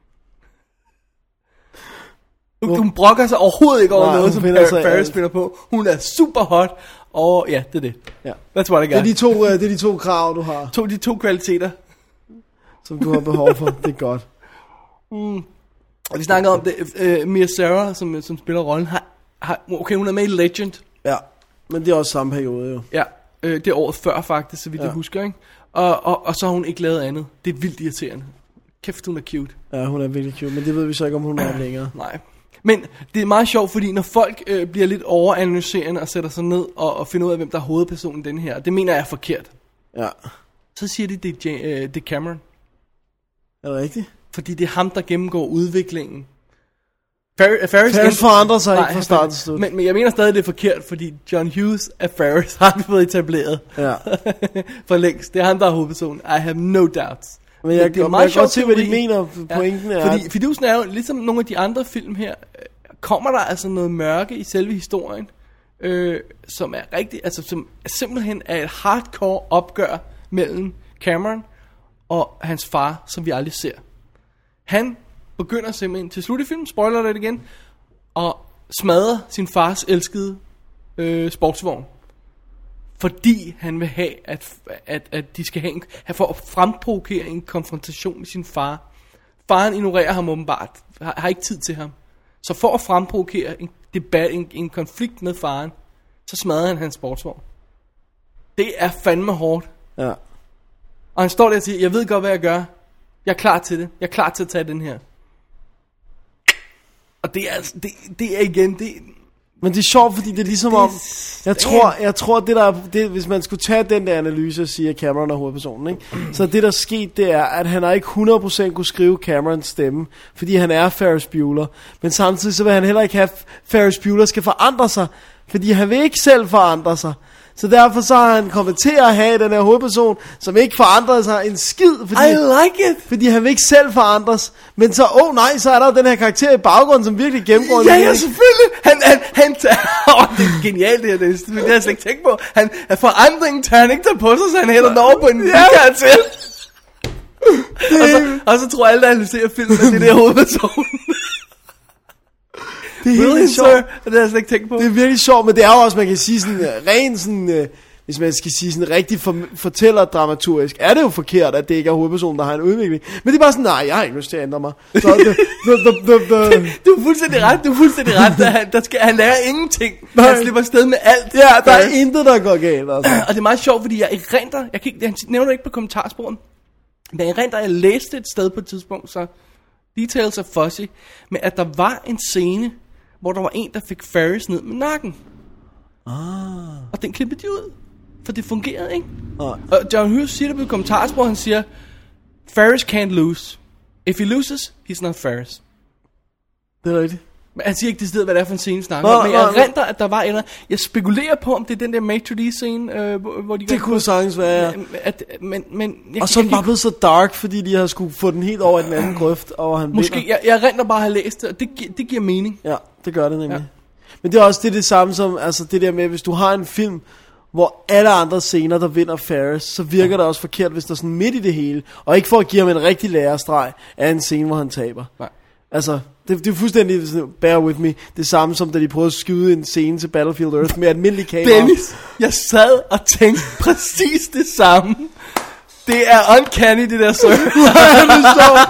Hun brokker sig overhovedet ikke over noget, som Ferris spiller på. Hun er super hot, og ja, det er det. Ja. That's what I got. Det er de to krav, du har. De to kvaliteter. Som du har behov for, det er godt. Og vi snakkede om det, Mia Sara, som spiller rollen, okay, hun er med i Legend. Ja, men det er også samme periode jo. Ja, det er året før faktisk, så vidt jeg husker, ikke? Og så har hun ikke lavet andet. Det er vildt irriterende. Kæft, hun er cute. Ja, hun er virkelig cute, men det ved vi så ikke, om hun er længere. Nej. Men det er meget sjovt, fordi når folk bliver lidt overanalyserende og sætter sig ned og finder ud af, hvem der er hovedpersonen i den her, det mener jeg er forkert. Ja. Så siger de, det er Cameron. Er det rigtigt? Fordi det er ham, der gennemgår udviklingen. Ferris forandrer sig ikke fra start til slut. Men jeg mener stadig, det er forkert, fordi John Hughes af Ferris har vi fået etableret. Ja. For længst. Det er ham, der er hovedpersonen. I have no doubts. Men jeg kan godt se, hvad de mener. Pointen er... Fordi fidusen er jo, ligesom nogle af de andre film her, kommer der altså noget mørke i selve historien, som er rigtig, altså som simpelthen er et hardcore opgør mellem Cameron og hans far, som vi aldrig ser. Han begynder simpelthen til slut i filmen, spoiler det igen, og smadrer sin fars elskede sportsvogn. Fordi han vil have, at de skal have for at fremprovokere en konfrontation med sin far. Faren ignorerer ham åbenbart, har ikke tid til ham. Så for at fremprovokere en debat, en konflikt med faren, så smadrer han hans sportsvogn. Det er fandme hårdt. Ja. Og han står der og siger, jeg ved godt, hvad jeg gør. Jeg er klar til det. Jeg er klar til at tage den her. Og det er altså, det er igen, det... Men det er sjovt, fordi det er ligesom om... Jeg tror det hvis man skulle tage den der analyse og sige, at Cameron er hovedpersonen, ikke? Så det der sket, det er, at han har ikke 100% kunne skrive Camerons stemme, fordi han er Ferris Bueller. Men samtidig så vil han heller ikke have, at Ferris Bueller skal forandre sig, fordi han vil ikke selv forandre sig. Så derfor så har han kommet til at have den her hovedperson, som ikke forandrer sig en skid. Fordi, I like it! Fordi han vil ikke selv forandres. Men så, så er der den her karakter i baggrunden, som virkelig gennemgår en Ja, selvfølgelig! Han det er genialt det her, det har jeg slet ikke tænkt på. Forandringen tager han ikke der på sig, så han hælder den over på en ny karakter. Og så tror alle, der analyserer filmen, at det er der hovedpersonen. Det er really sjovt. Det har jeg slet ikke tænkt på. Det er virkelig sjovt, men det er jo også, man kan sige sådan, ren sådan, hvis man skal sige sådan rigtig fortæller-dramaturgisk, er det jo forkert, at det ikke er hovedpersonen, der har en udvikling. Men det er bare sådan, nej, jeg har ikke lyst til at ændre mig. Så Du er fuldstændig ret, han lærer ingenting. Han slipper afsted med alt. Ja, der er intet, der går galt. Altså. Og det er meget sjovt, fordi jeg nævner det ikke på kommentarsporen, men jeg læste et sted på et tidspunkt, så details er fuzzy, men at der var en scene, hvor der var en, der fik Ferris ned med nakken. Og den klippede de ud, for det fungerede ikke. Og John Hughes siger det på kommentarspor, han siger, Ferris can't lose. If he loses, he's not Ferris. Det er rigtigt. Men han siger ikke det sted, hvad det er for en scene snakker. Men jeg renter, at der var en. Jeg spekulerer på, om det er den der maitre d'-scene, hvor de... Det kunne sagtens være, men og så er den bare blevet så dark, fordi de har skulle få den helt over i den anden grøft, og han måske, jeg renter bare at have læst det, og det giver mening. Ja, det gør det nemlig. Ja. Men det er også det samme som, altså det der med, hvis du har en film, hvor alle andre scener, der vinder Ferris, så virker det også forkert, hvis der er sådan midt i det hele, og ikke for at give ham en rigtig lærestreg af en scene, hvor han taber. Nej. Altså, det er fuldstændig, bear with me, det samme som da de prøvede at skyde en scene til Battlefield Earth med almindelig kamera. Dennis, jeg sad og tænkte præcis det samme. Det er uncanny, det der så.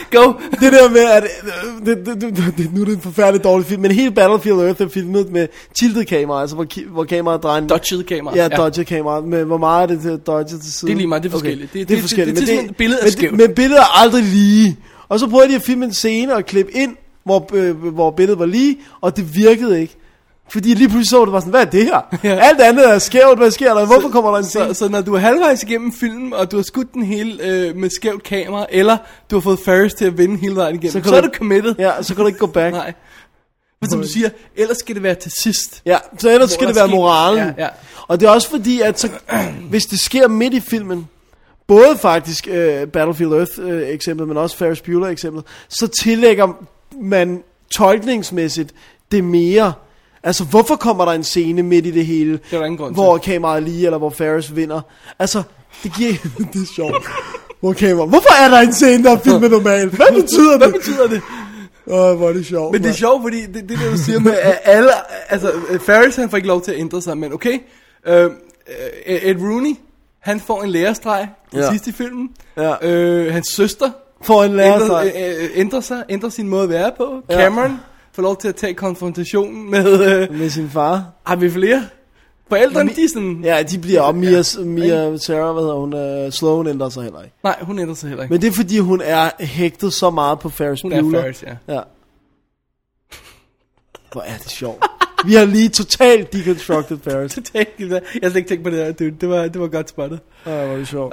Go. Det der med, at nu er det en forfærdelig dårlig film, men hele Battlefield Earth er filmet med tilted kamera, altså hvor kameraet drejer... Dodged kamera. Ja, dodged kamera. Med hvor meget er det dodged til siden? Det er lige meget, det er forskelligt. Okay. Det er forskelligt. Det billedet er skævt. Men billedet er aldrig lige. Og så prøvede de at filme en scene og klippe ind, hvor billedet var lige, og det virkede ikke. Fordi lige pludselig så det var sådan, hvad er det her? Ja. Alt andet er skævt, hvad sker der? Hvorfor kommer der en scene? Så når du er halvvejs igennem filmen, og du har skudt den hele med skævt kamera, eller du har fået Ferris til at vinde hele vejen igennem, så er du committed. Ja, så kan du ikke gå back. Nej. Men som du siger, ellers skal det være til sidst. Ja, så ellers skal det være moralen. Ja. Og det er også fordi, at så, hvis det sker midt i filmen, både faktisk Battlefield Earth eksemplet, men også Ferris Bueller eksemplet, så tillægger man tolkningsmæssigt det mere. Altså, hvorfor kommer der en scene midt i det hele, hvor kameraet er lige, eller hvor Ferris vinder? Altså, det giver... det er sjovt. Hvorfor er der en scene, der er filmet normalt? Hvad betyder det? Hvad betyder det? Hvor er det sjovt. Men det er sjovt, fordi det du siger med, at alle... Altså, Ferris, han får ikke lov til at ændre sig, men okay. Ed Rooney, han får en lærestreg til sidst i filmen. Ja. Hans søster får en lærestreg. Ændrer sin måde at være på. Cameron får lov til at tage konfrontationen med sin far. Har vi flere? Forældrene, de sådan... Ja, de bliver op. Mia Sarah, hvad hedder hun? Sloan ændrer sig heller ikke. Nej, hun ændrer sig heller ikke. Men det er fordi, hun er hægtet så meget på Ferris Bueller. Hun er Ferris, ja. Hvor er det sjovt. Vi har lige totalt deconstructed Ferris. Totalt. Jeg har slet ikke tænkt på det der, dude. Det var godt spottet. Hvor er det sjovt.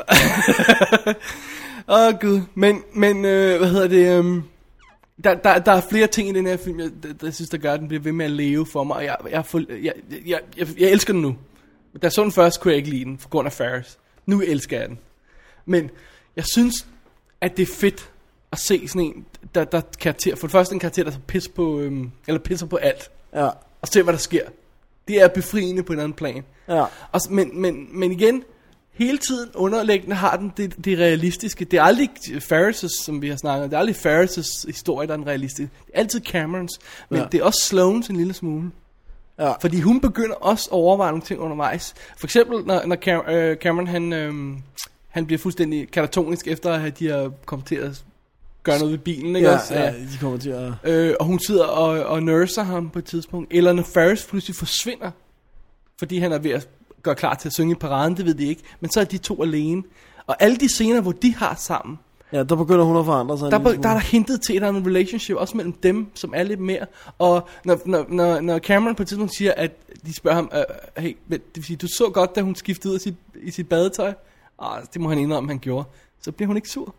Gud. Men hvad hedder det... Der er flere ting i den her film, jeg synes, der gør, at den bliver ved med at leve for mig. Og jeg elsker den nu. Da så den først, kunne jeg ikke lide den, for grund af Ferris. Nu elsker jeg den. Men jeg synes, at det er fedt at se sådan en, der karakter. For det første en karakter, der pisser på alt. Ja. Og se, hvad der sker. Det er befriende på en anden plan. Ja. Men igen... Hele tiden underliggende har den det realistiske. Det er aldrig Ferris', som vi har snakket om. Det er aldrig Ferris' historie, der er den realistiske. Det er altid Camerons. Men det er også Sloans en lille smule. Ja. Fordi hun begynder også at overveje nogle ting undervejs. For eksempel, når Cameron han bliver fuldstændig katatonisk, efter at de har kommet til at gøre noget ved bilen. Ikke? Ja, de kommer til at... og hun sidder og nurser ham på et tidspunkt. Eller når Ferris pludselig forsvinder, fordi han er ved at gør klar til at synge i paraden, det ved de ikke. Men så er de to alene. Og alle de scener, hvor de har sammen... Ja, der begynder hun at forandre sig. Der er der hintet til, at der er en relationship, også mellem dem, som er lidt mere. Og når Cameron på et tidspunkt siger, at de spørger ham, hey, det vil sige, du så godt, da hun skiftede ud i sit badetøj. Det må han indrømme, han gjorde. Så bliver hun ikke sur.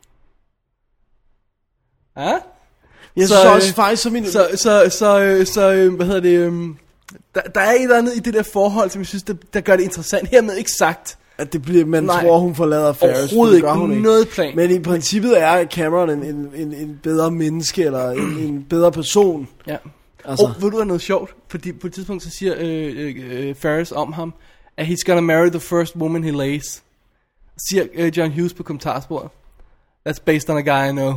Ja? Jeg synes også faktisk som en... Så hvad hedder det... Der er et eller andet i det der forhold, som jeg synes, der gør det interessant. Hermed ikke sagt, at det bliver, man tror, hun forlader Ferris. Overhovedet ikke, hun noget plan. Men i princippet er Cameron en bedre menneske, eller en bedre person. Ja. Altså. Ved du, noget sjovt? Fordi på et tidspunkt, så siger Ferris om ham, at he's gonna marry the first woman he lays. Siger John Hughes på kommentarsporet. That's based on a guy I know.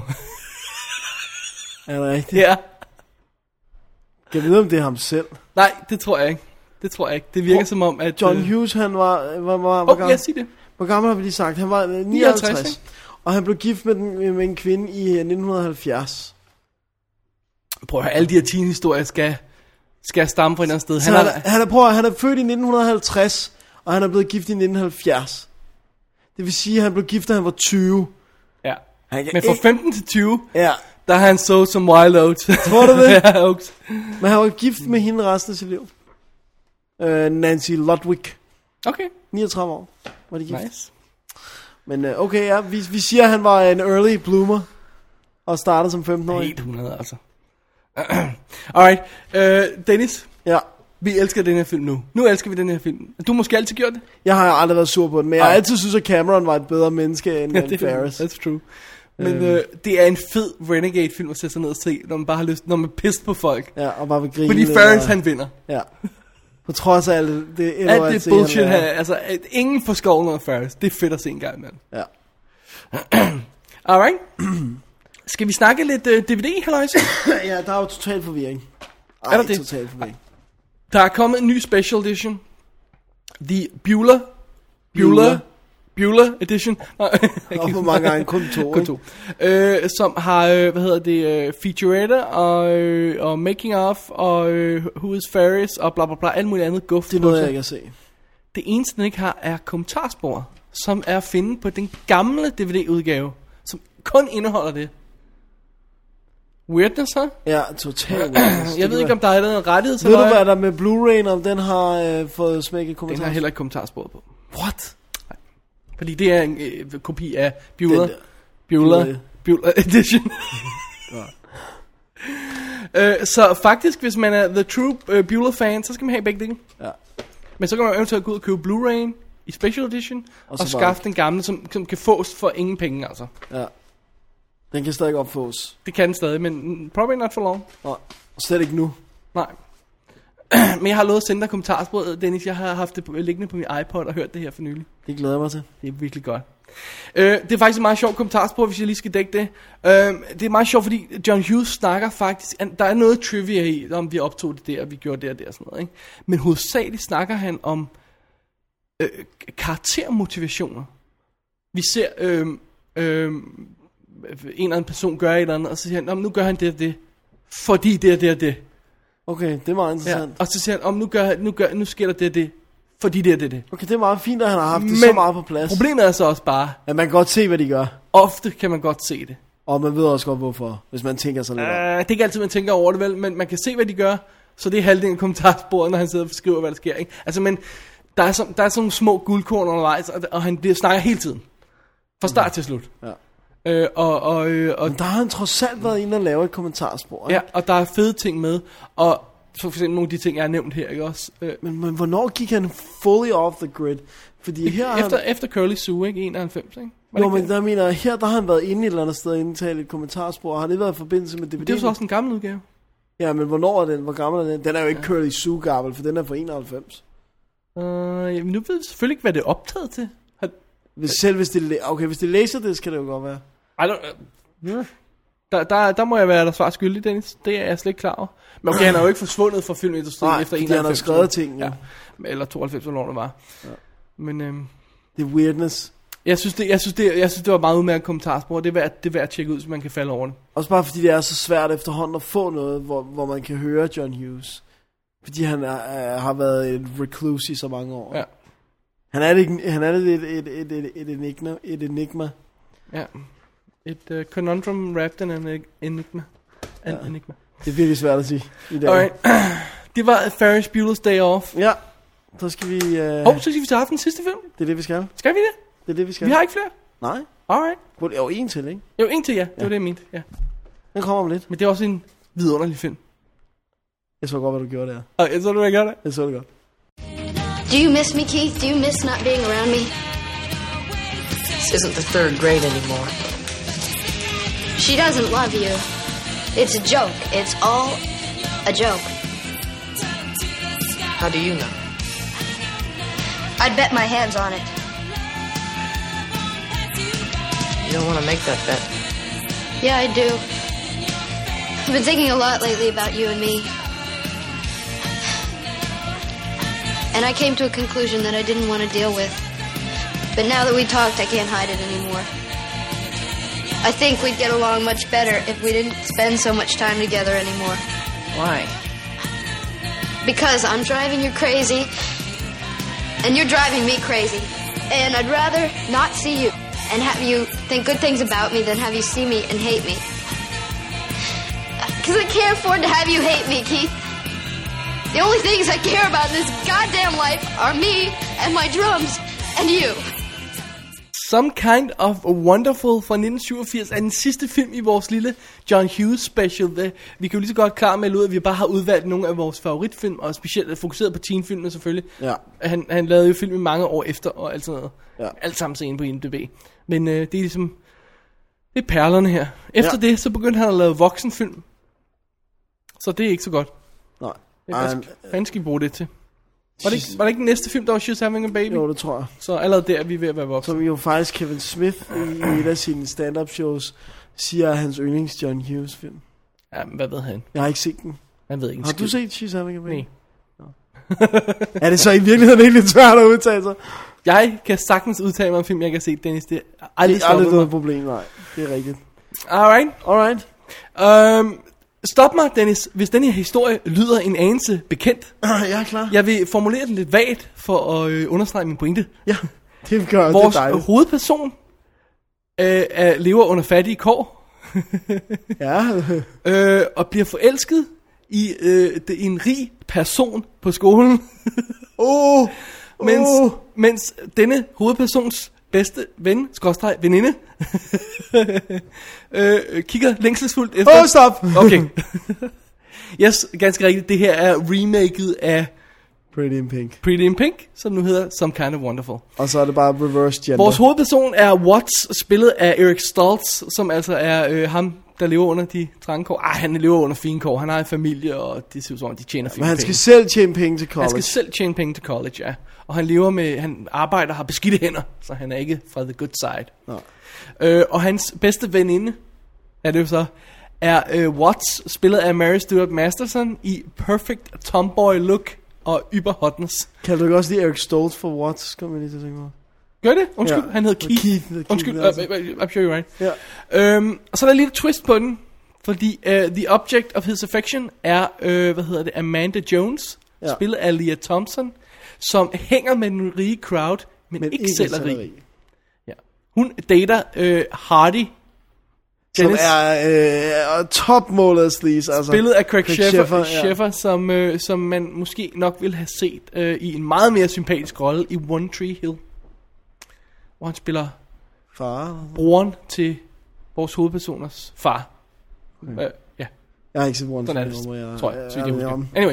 Er det rigtigt? Ja. Kan vi vide, om det er ham selv? Nej, det tror jeg ikke. Det virker som om, at... John Hughes, han var gammel. Ja, sig det. Hvor gammel har vi lige sagt? Han var 59. Og han blev gift med en kvinde i 1970. Prøv at høre, alle de her teen-historier skal stamme fra et andet sted. Han er født i 1950, og han er blevet gift i 1970. Det vil sige, at han blev gift, da han var 20. Ja. Men fra 15 til 20... Ja. Der har han så som wild oats. Tror du det? Ja, oats. Men han var gift med hende resten af sit liv. Nancy Ludwig. Okay. 39 år var de gift. Nice. Men okay, ja, vi siger, at han var en early bloomer. Og startede som 15-årig. Helt 100, altså. Alright. Dennis. Ja. Vi elsker den her film nu. Nu elsker vi den her film. Du har måske altid gjort det. Jeg har aldrig været sur på den. Men jeg har altid synes, at Cameron var et bedre menneske end Ferris. That's true. Men det er en fed Renegade-film at sætte sig ned og se, når man bare har lyst, når man pisser på folk. Ja, og bare vil grine. Fordi Ferris, han vinder. Ja. På trods af alt det bullshit her. Altså, ingen får skov noget Ferris. Det er fedt at se en gang, mand. Ja. Alright. Skal vi snakke lidt DVD, halløjse? Ja, der er jo total forvirring. Er der det? Total forvirring. Der er kommet en ny special edition. The Bueller Bueller Edition. Og hvor mange gange? Kun to. Som har, featurette og making of, og Who is Ferris, og bla bla bla, alt muligt andet guf. Det er noget, jeg ikke har set. Det eneste, den ikke har, er kommentarspor, som er at finde på den gamle DVD-udgave, som kun indeholder det. Weirdness, så? Ja, totalt weirdness. Jeg ved ikke, om der er en rettighed. Ved du, hvad der med Blu-ray, om den har fået smækket kommentarspor? Den har heller ikke kommentarspor på. What? Nej. Fordi det er en kopi af Bueller Edition. Så faktisk, hvis man er The True Bueller-fan, så skal man have begge dele. Ja. Men så kan man eventuelt gå ud og købe Blu-ray'en i Special Edition, og skaffe den gamle, som kan fås for ingen penge, altså. Ja. Den kan stadig opfås. Det kan den stadig, men probably not for long. Nej, slet ikke nu. Nej. Men jeg har lovet at sende dig kommentarsporet, Dennis. Jeg har haft det liggende på min iPod og hørt det her for nylig. Det glæder jeg mig til. Det er virkelig godt. Det er faktisk et meget sjovt kommentarspor, hvis jeg lige skal dække det. Det er meget sjovt, fordi John Hughes snakker faktisk... Der er noget trivia i, om vi optog det der, og vi gjorde det og det og sådan noget, ikke? Men hovedsageligt snakker han om karaktermotivationer. Vi ser en eller anden person gøre et eller andet, og så siger han, nu gør han det og det, fordi det og det og det. Okay, det er meget interessant. Ja, og så siger han, nu sker der det og det, fordi det er det. Okay, det er meget fint, at han har haft det så meget på plads. Problemet er så også bare, at man kan godt se, hvad de gør. Ofte kan man godt se det. Og man ved også godt, hvorfor, hvis man tænker sig lidt om. Det er ikke altid, man tænker over det, vel, men man kan se, hvad de gør, så det er halvdelen af kommentarsporet, når han sidder og skriver, hvad der sker, ikke? Altså, men der er sådan nogle små guldkorn undervejs, og han snakker hele tiden. Fra start til slut. Ja. Men der har han trods alt været inde og lave et kommentarspor, ikke? Ja, og der er fede ting med, og for eksempel nogle af de ting, jeg har nævnt her, ikke også? Men hvornår gik han fully off the grid? Fordi her efter Curly Sue, ikke? 91, ikke? Jo, men der mener her, der har han været inde et eller andet sted og indtalt et kommentarspor. Har det været i forbindelse med DVD? Det er jo så også en gammel udgave. Ja, men hvornår er den? Hvor gammel er den? Den er jo ikke Curly Sue gammel, for den er fra 91. Jamen, nu ved jeg selvfølgelig ikke, hvad det er optaget til. Hvis det er Laserdisc, kan det jo godt være. Der må jeg være der svar skyldig, Dennis. Det er jeg slet ikke klar over. Men okay, han er jo ikke forsvundet fra filmindustrien efter 91. Nej, han har skrevet ting, ja. Eller 92, hvornår det var. Ja. Men det er weirdness. Jeg synes, det var meget udmærket kommentarspor. Det er værd at tjekke ud, så man kan falde over det. Også bare fordi det er så svært efterhånden at få noget, hvor man kan høre John Hughes. Fordi han har været et recluse i så mange år. Ja. Han er et enigma. Ja. Et conundrum wrapped in an enigma. Enigma. Det er virkelig svært at sige i dag. Alright. Det var Ferris Bueller's Day Off. Ja. Så skal vi... så skal vi til den sidste film. Det er det, vi skal. Skal vi det? Det er det, vi skal. Vi har ikke flere? Nej. Alright. Jo, en til, ikke? Jo, en til, ja. Det var det, jeg mente. Ja. Den kommer om lidt. Men det er også en vidunderlig film. Jeg så godt, hvad du gjorde der. Okay, så du, hvad jeg gjorde der? Jeg så det godt. Do you miss me, Keith? Do you miss not being around me? This isn't the third grade anymore. She doesn't love you. It's a joke. It's all a joke. How do you know? I'd bet my hands on it. You don't want to make that bet. Yeah, I do. I've been thinking a lot lately about you and me. And I came to a conclusion that I didn't want to deal with. But now that we talked, I can't hide it anymore. I think we'd get along much better if we didn't spend so much time together anymore. Why? Because I'm driving you crazy, and you're driving me crazy. And I'd rather not see you and have you think good things about me than have you see me and hate me. Because I can't afford to have you hate me, Keith. The only things I care about in this goddamn life are me and my drums and you. Some Kind of Wonderful fra 1987 er den sidste film i vores lille John Hughes special. Vi kan jo lige så godt klare med ud, at vi bare har udvalgt nogle af vores favoritfilm, og specielt fokuseret på teenfilmene selvfølgelig. Ja. Han lavede jo film i mange år efter, og alt sådan noget. Ja. Alt sammen scene på IMDb. Men det er ligesom, det er perlerne her. Efter det, så begyndte han at lave voksenfilm. Så det er ikke så godt. Nej. Hvad fanden skal vi bruge det til? Var det ikke den næste film, der var She's Having a Baby? Jo, det tror jeg. Så allerede der er vi ved at være voksne. Som jo faktisk Kevin Smith i et af sine stand-up shows siger hans yndlings John Hughes film. Ja, men hvad ved han? Jeg har ikke set den. Han ved ikke. Har du set She's Having a Baby? Nej. Er det så i virkeligheden ikke lidt svært at udtale sig? Jeg kan sagtens udtale mig om film, jeg kan se, Dennis. Det er aldrig noget problem, nej. Det er rigtigt. Alright. Stop mig, Dennis, hvis den her historie lyder en anelse bekendt. Ja, klar. Jeg vil formulere den lidt vagt for at understrege min pointe. Ja, det gør vores det dejligt. hovedperson lever under fattige kår. Ja. Og bliver forelsket i en rig person på skolen. Mens denne hovedpersons bedste ven, veninde, kigger længselsfuldt efter... Stop! Okay. Yes, ganske rigtigt. Det her er remaket af Pretty in Pink, som nu hedder Some Kind of Wonderful. Og så er det bare reverse gender. Vores hovedperson er Watts, spillet af Eric Stoltz, som altså er ham, der lever under de trange kår. Han lever under fine kår. Han har en familie, og det ser ud som om, de tjener fine penge. Men han skal selv tjene penge til college. Han skal selv tjene penge til college, ja. Og han arbejder, har beskidte hænder, så han er ikke fra the good side. Og hans bedste veninde, er det jo så, er Watts, spillet af Mary Stuart Masterson, i perfect tomboy look og yberhotness. Kan du ikke også lide Eric Stoltz for Watts? Kom jeg lige til at tænke på. Gør det? Undskyld, han hedder Keith. Undskyld, I'm sure you're right. Ja. Og så er der lidt twist på den, fordi the object of his affection er, Amanda Jones, spillet af Lea Thompson, som hænger med den rige crowd, men ikke selv er rig. Ja. Hun dater Hardy, Dennis, som er topmålet af sleaze. Altså. Spillet af Craig Sheffer, som man måske nok ville have set i en meget mere sympatisk rolle i One Tree Hill, hvor han spiller broren til vores hovedpersoners far. Okay. Ja. Jeg har ikke set One Tree Hill, tror jeg. Anyway.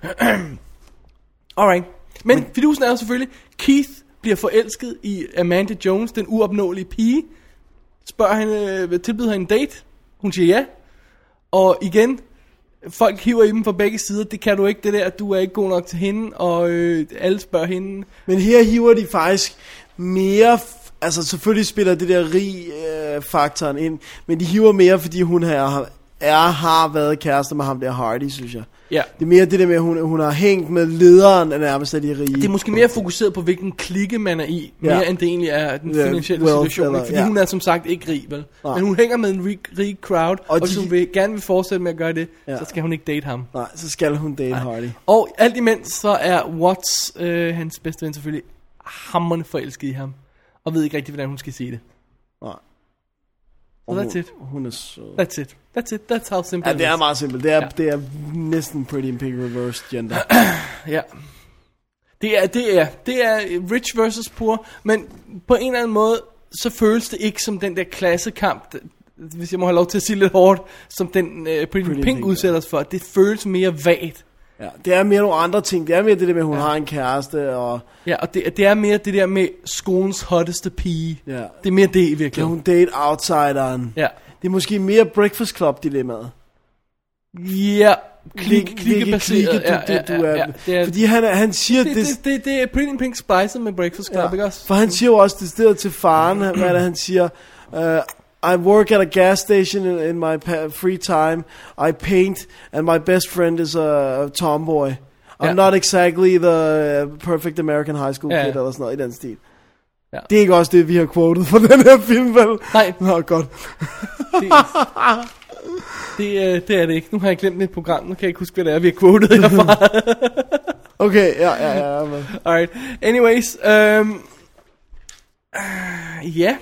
Alright. Men fidusen er jo selvfølgelig, Keith bliver forelsket i Amanda Jones, den uopnåelige pige. Tilbyder hende en date. Hun siger ja. Og igen, folk hiver i dem fra begge sider. Det kan du ikke, det der, du er ikke god nok til hende. Og alle spørger hende. Men her hiver de faktisk mere... Altså selvfølgelig spiller det der rig-faktoren ind. Men de hiver mere, fordi hun har været kærester med ham der Hardy, synes jeg. Ja. Det er mere det der med, at hun har hængt med lederen af nærmest af de rige. Det er måske mere fokuseret på, hvilken klikke man er i, mere end det egentlig er den finansielle situation. Fordi hun er som sagt ikke rig, vel? Nej. Men hun hænger med en rig crowd, og hvis hun gerne vil fortsætte med at gøre det, så skal hun ikke date ham. Nej, så skal hun date Hardy. Og alt imens, så er Watts, hans bedste ven selvfølgelig, hamrende forelsket i ham, og ved ikke rigtig, hvordan hun skal sige det. Nej. So that's it. Hun er så... That's it. That's how simple det er meget simpelt. Det er næsten Pretty in Pink reverse gender. Ja. Det er rich versus poor, men på en eller anden måde, så føles det ikke som den der klassekamp, hvis jeg må have lov til at sige lidt hårdt, som den Pretty in Pink udsætter os for. Det føles mere vagt. Ja, det er mere nogle andre ting. Det er mere det der med, at hun har en kæreste. Og... Ja, og det er mere det der med skolens hotteste pige. Ja. Det er mere det i virkeligheden. Kan hun date outsideren? Ja. Det er måske mere Breakfast Club dilemmaet. Ja, klikkebaseret. Ja. Fordi han siger... Det er Pretty in Pink spicet med Breakfast Club, ikke også? For han siger jo også det sted til faren, hvad er det, han siger... I work at a gas station in my free time. I paint, and my best friend is a tomboy. I'm not exactly the perfect American high school kid, eller sådan noget i den stil. Ja. Det er ikke også det, vi har quoted for den her film, vel? Nej. Nå, godt. Det er det ikke. Nu har jeg glemt mit program. Nu kan jeg ikke huske, hvad det er, vi har quoted herfra. Okay, ja. Alright. Anyways. Ja.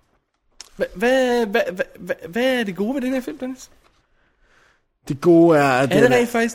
Hvad er det gode ved den her film, Dennis? Det gode er, at... Er det rent faktisk...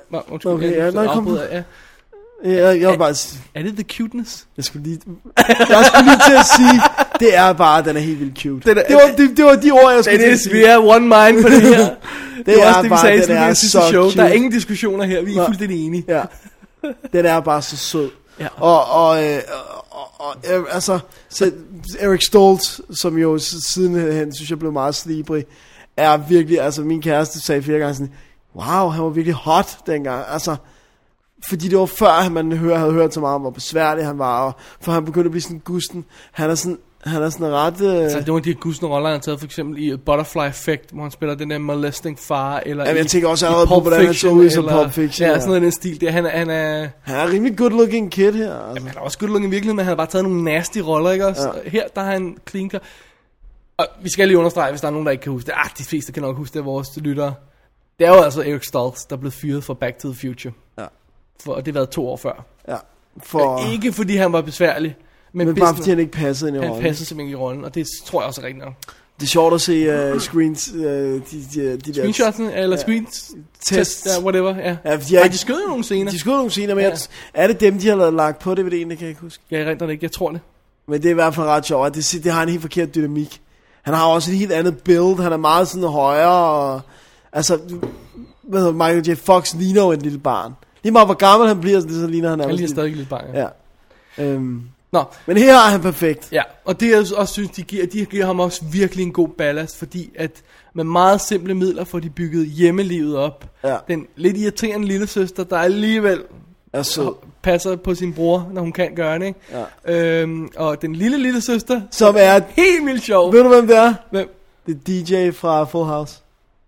Jeg var bare... Er det the cuteness? Jeg skulle lige til at sige, det er bare, den er helt vildt cute. Det var de ord, jeg skulle til at sige. Vi er one mind på det her. Det er også det, vi sagde til det sidste show. Der er ingen diskussioner her, vi er fuldstændig enige. Ja. Den er bare så sød. Ja. Og altså, Eric Stoltz, som jo sidenhen, synes jeg, blev meget slibrig, er virkelig, altså min kæreste sagde flere gange sådan, wow, han var virkelig hot dengang, altså, fordi det var før, man havde hørt så meget om, hvor besværlig han var, og for han begyndte at blive sådan gusten, han er sådan Han er sådan ret... Så det var de her gusne roller, han har taget for eksempel i Butterfly Effect, hvor han spiller den der molesting far, eller jeg tænker også allerede på, hvordan han så ud som Pulp Fiction. Ja, sådan noget i den stil der. Han er rimelig good looking kid her. Altså. Jamen, han er også good looking i virkeligheden, men han har bare taget nogle nasty roller, ikke også? Ja. Her, der har han clean cut. Og vi skal lige understrege, hvis der er nogen, der ikke kan huske det. De fleste kan nok huske det, vores lyttere. Det er jo altså Eric Stoltz, der blev fyret for Back to the Future. Ja. Og det har været 2 år før. Ja. Ikke fordi han var besværlig. Men bare fordi han ikke passede ind i rollen. Han passede simpelthen ikke i rollen, og det tror jeg også er rigtigt nok. Det er sjovt at se screens, de screenshotsene, eller screens test, whatever, ja. De skød jo nogle scener. De skød nogle scener, men er det dem, de har lagt på DVD'en, det kan jeg ikke huske. Jeg erindrer det ikke, jeg tror det. Men det er i hvert fald ret sjovt, at det har en helt forkert dynamik. Han har også et helt andet build, han er meget sådan højere, og altså, Michael J. Fox ligner jo et lille barn. Lige meget hvor gammel han bliver, så ligner han. Han ligner stadig et lille barn, ja. Nå. Men her er han perfekt. Ja, og det jeg også synes, de giver ham også virkelig en god ballast, fordi at med meget simple midler får de bygget hjemmelivet op. Ja. Den lidt irriterende lille søster, der alligevel passer på sin bror, når hun kan gøre det, ikke? Ja. Og den lille søster, som er helt vildt sjov. Ved du hvem det er? Hvem? Det er DJ fra Full House.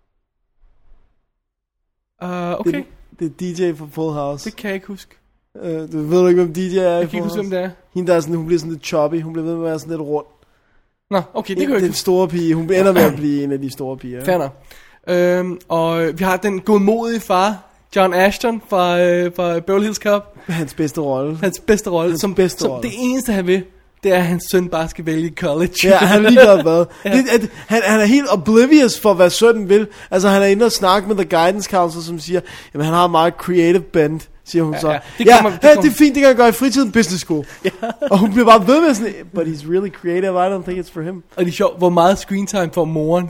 Okay. Det er DJ fra Full House. Det kan jeg ikke huske. Du ved ikke, hvem DJ er. Jeg kan ikke huske, hvem det er. Hende der er sådan, hun bliver sådan lidt choppy. Hun bliver ved med at være sådan lidt rund. Nå, okay, det kan jeg ikke. Den store pige. Hun ender med at blive en af de store piger. Fair nok. Og vi har den godmodige far, John Ashton fra Beverly Hills Cop. Hans bedste rolle. Som det eneste han vil, det er, at hans søn bare skal vælge college. Ja, han ligeglad hvad. Han er helt oblivious for, hvad sønnen vil. Altså, han er inde og snakke med The Guidance Council, som siger, jamen han har meget creative bent, siger hun så. Det er fint, det kan han gøre i fritiden, business school. Og hun bliver bare ved med sådan, but he's really creative, I don't think it's for him. Og det er sjovt, hvor meget screen time får moren.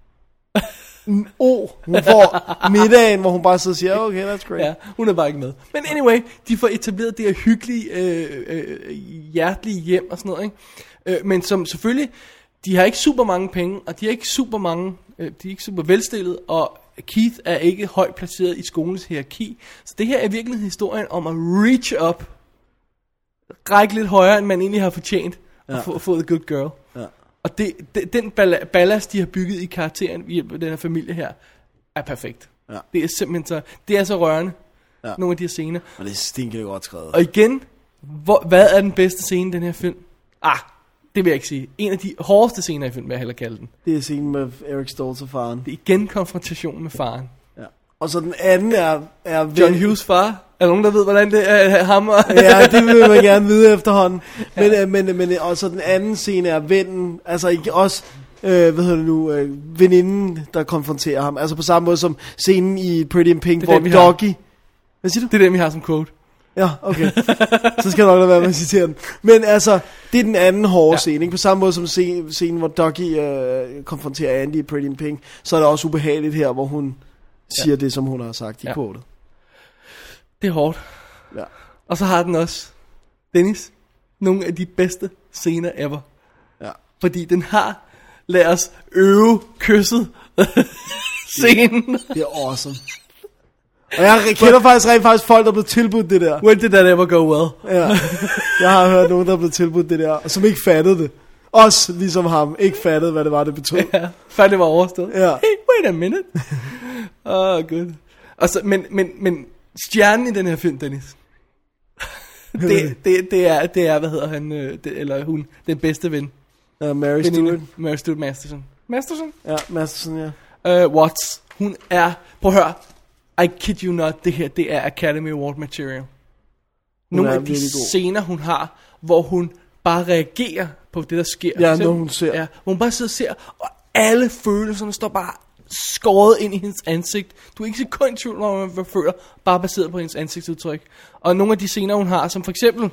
Hun får middagen, hvor hun bare så siger, okay, that's great. Ja, hun er bare ikke med. Men anyway, de får etableret det her hyggelige, hjertelige hjem og sådan noget, ikke? Men som selvfølgelig, de har ikke super mange penge, og de er ikke super velstillede, og Keith er ikke højt placeret i skolens hierarki. Så det her er virkelig historien om at reach up, række lidt højere, end man egentlig har fortjent, og få the good girl. Ja. Og den ballast, de har bygget i karakteren i den her familie her, er perfekt. Ja. Det er simpelthen så rørende, nogle af de her scener. Og det er stinkende godt skrevet. Og igen, hvad er den bedste scene i den her film? Det vil jeg ikke sige. En af de hårdeste scener i filmen, vil jeg hellere kalde den. Det er scenen med Eric Stoltz og faren. Det er igen konfrontation med faren. Ja. Og så den anden er John Hughes far. Er der nogen, der ved, hvordan det er ham? Ja, det vil man gerne vide efterhånden. Men og så den anden scene er vennen, altså ikke også, veninden, der konfronterer ham. Altså på samme måde som scenen i Pretty in Pink, hvor Doggy... Hvad siger du? Det er den, vi har som quote. Ja, okay. Så skal jeg nok lade være med at citere den. Men altså, det er den anden hårde scene, ikke? På samme måde som scenen, hvor Doggy konfronterer Andy i Pretty in Pink, så er det også ubehageligt her, hvor hun siger det, som hun har sagt i quotet. Det er hårdt. Ja. Og så har den også, Dennis, nogle af de bedste scener ever. Ja. Fordi den har, lad os øve kysset scenen. Det er awesome. Og jeg kender faktisk folk, der er blevet tilbudt det der. When did that ever go well? Ja. Jeg har hørt nogen, der er blevet tilbudt det der, og som ikke fattede det. Også ligesom ham, ikke fattede, hvad det var, det betød. Ja, før det var overstået. Ja. Hey, wait a minute. Good. Og så, men stjernen i den her film, Dennis, det er, hvad hedder han, eller hun, den bedste ven. Mary Stuart. Mary Stuart Masterson. Ja, Masterson, ja. Watts, hun er, prøv at høre, I kid you not, det her, det er Academy Award material. Nogle af de scener, hun har, hvor hun bare reagerer på det, der sker. Ja, når hun ser. Ja, hvor hun bare sidder og ser, og alle følelserne står bare skåret ind i hendes ansigt. Du er ikke sekund i tvivl, når man føler, bare baseret på hendes ansigtsudtryk. Og nogle af de scener, hun har, som for eksempel,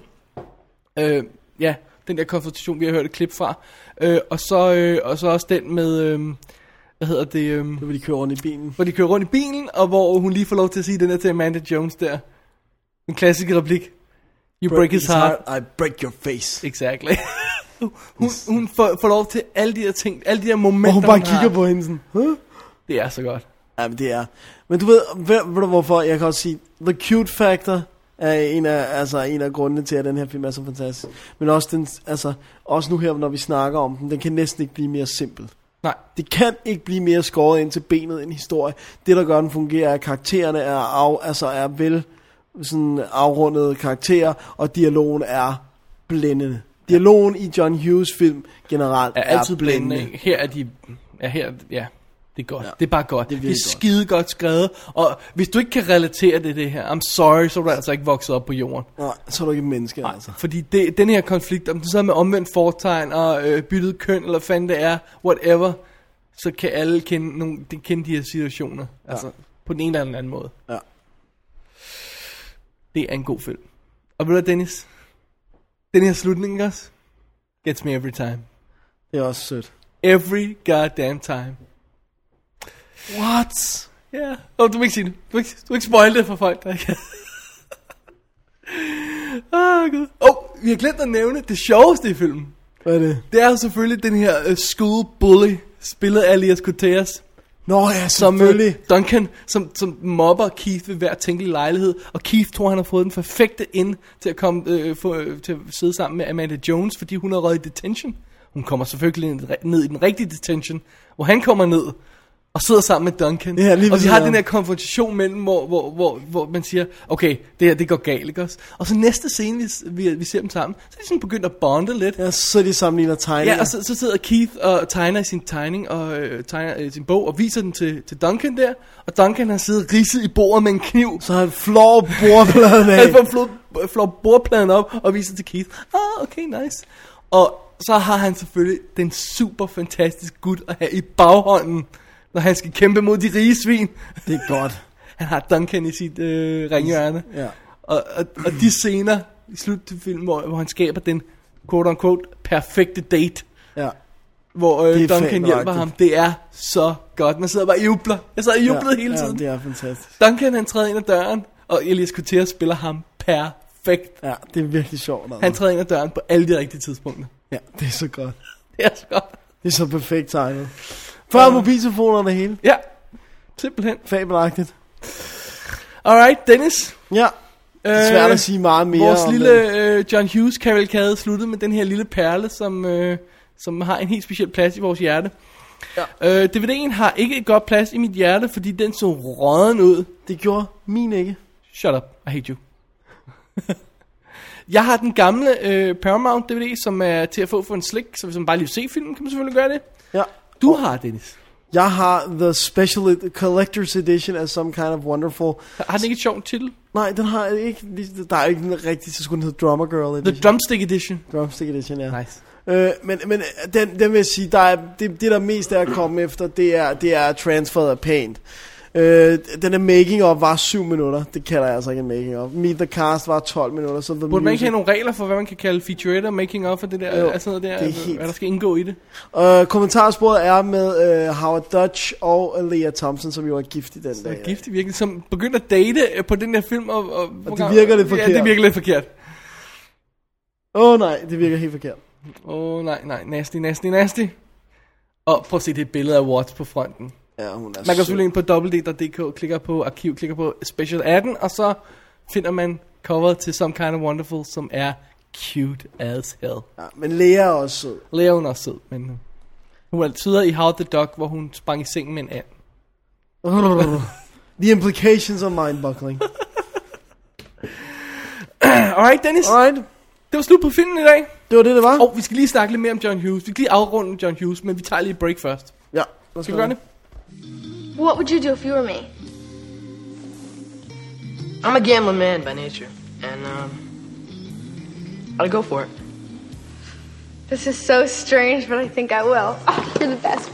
den der konfrontation, vi har hørt et klip fra, og så også den med... hvad hedder det? Hvor de kører rundt i bilen. Hvor de kører rundt i bilen, og hvor hun lige får lov til at sige den der til Amanda Jones der. En klassisk replik. You break his heart. I break your face. Exactly. hun får lov til alle de her ting, alle de her momenter, hvor hun bare kigger på hende sådan. Det er så godt. Ja, men det er. Men du ved hvorfor, jeg kan også sige, the cute factor er en af grundene til, at den her film er så fantastisk. Men også nu her, når vi snakker om den kan næsten ikke blive mere simpel. Nej. Det kan ikke blive mere skåret ind til benet en historie. Det, der gør den fungerer, er, at karaktererne er vel sådan afrundede karakterer, og dialogen er blændende. Dialogen i John Hughes film generelt er altid blændende. Her er de... det er godt. Ja. Det er bare godt. Det er skide godt skrevet. Og hvis du ikke kan relatere det her, I'm sorry, så er du altså ikke vokset op på jorden. Nej, så er du ikke et menneske. Nej, altså. Fordi den her konflikt, om det så er med omvendt fortegn og byttet køn, eller fanden det er, whatever, så kan alle kende de her situationer. Ja. Altså, på den ene eller anden måde. Ja. Det er en god film. Og ved du, Dennis? Den her slutning også gets me every time. Det er også sødt. Every goddamn time. What? Ja. Yeah. Du må ikke sige det. Du må ikke spoil det for folk, der ikke. Gud. Vi har glemt at nævne det sjoveste i filmen. Hvad er det? Det er jo selvfølgelig den her school bully, spillet af Elias Koteas. Nå ja, selvfølgelig. Som Duncan, som mobber Keith ved hver tænkelig lejlighed. Og Keith tror, han har fået den perfekte ind til at komme til at sidde sammen med Amanda Jones, fordi hun er røget i detention. Hun kommer selvfølgelig ned i den rigtige detention, hvor han kommer ned og sidder sammen med Duncan. Ja, og de har den her konfrontation mellem, hvor man siger, okay, det her, det går galt, ikke også? Og så næste scene, vi ser dem sammen, så er de sådan begyndt at bonde lidt. Ja, så de sammenligner tegninger. Ja, og så sidder Keith og tegner i sin tegning, og tegner sin bog, og viser den til Duncan der. Og Duncan har siddet ridset i bordet med en kniv. Så han flår bordpladen af. Han flår bordpladen op og viser til Keith. Okay, nice. Og så har han selvfølgelig den super fantastiske gut at have i baghånden, når han skal kæmpe mod de rige svin. Det er godt. Han har Duncan i sit ringhjørne. Ja. Og de scener i slut til filmen, hvor han skaber den quote-unquote perfekte date. Ja. Hvor Duncan hjælper ham. Det er så godt. Man sidder bare og jubler. Jeg sad og jublede hele tiden. Ja, det er fantastisk. Duncan, han træder ind ad døren, og Elias Koteas spiller ham perfekt. Ja, det er virkelig sjovt. Altså. Han træder ind ad døren på alle de rigtige tidspunkter. Ja, det er så godt. Det er så godt. Det er så perfekt tegnet. Før mobiltelefoner og det hele. Ja, simpelthen. Fabelagtigt. Alright, Dennis. Ja, det er svært at sige meget mere. Vores lille John Hughes kavalkade sluttede med den her lille perle, som har en helt speciel plads i vores hjerte. Ja. DVD'en har ikke et godt plads i mit hjerte, fordi den så rådden ud. Det gjorde min ikke. Shut up, I hate you. Jeg har den gamle Paramount DVD, som er til at få for en slik, så hvis man bare lige vil se filmen, kan man selvfølgelig gøre det. Ja. Du har, Dennis. Jeg har The Special Collector's Edition as Some Kind of Wonderful. Har den ikke et sjovt titel? Nej, den har ikke. Der er ikke en rigtig, så skulle den hedde Drummer Girl Edition. The Drumstick Edition. Drumstick Edition, ja. Nice. Men den vil jeg sige, det der mest er at komme efter, det er Transfer of Paint. Den der making of var 7 minutter. Det kalder jeg altså ikke en making of. Meet the Cast var 12 minutter. Så burde man ikke have nogle regler for, hvad man kan kalde featurette og making of og det der? Jo, altså noget der, det er helt... hvad der skal indgå i det? Kommentarsporet er med Howard Dutch og Lea Thompson, som jo er gift i den så dag. Gift virkelig, som begyndte at date på den der film. Og det virker lidt forkert. Ja, det virker lidt forkert. Nej, det virker helt forkert. Nej, nasty. Og prøv at se det billede af Watts på fronten. Ja, hun er man kan selvfølgelig ind på www.dk, klikker på arkiv, klikker på Special 18, og så finder man coveret til Some Kind of Wonderful, som er cute as hell. Ja, men Lea er også sød. Lea er også sød, men hun er tyder i Howard the Duck, hvor hun sprang i sengen med en and. The implications are mind-boggling. Alright, Dennis. Alright. Det var slut på filmen i dag. Det var det var. Vi skal lige snakke lidt mere om John Hughes. Vi skal lige afrunde John Hughes, men vi tager lige et break først. Ja, skal vi gøre det? What would you do if you were me? I'm a gambling man by nature, and I'll go for it. This is so strange, but I think I will. Oh, you're the best.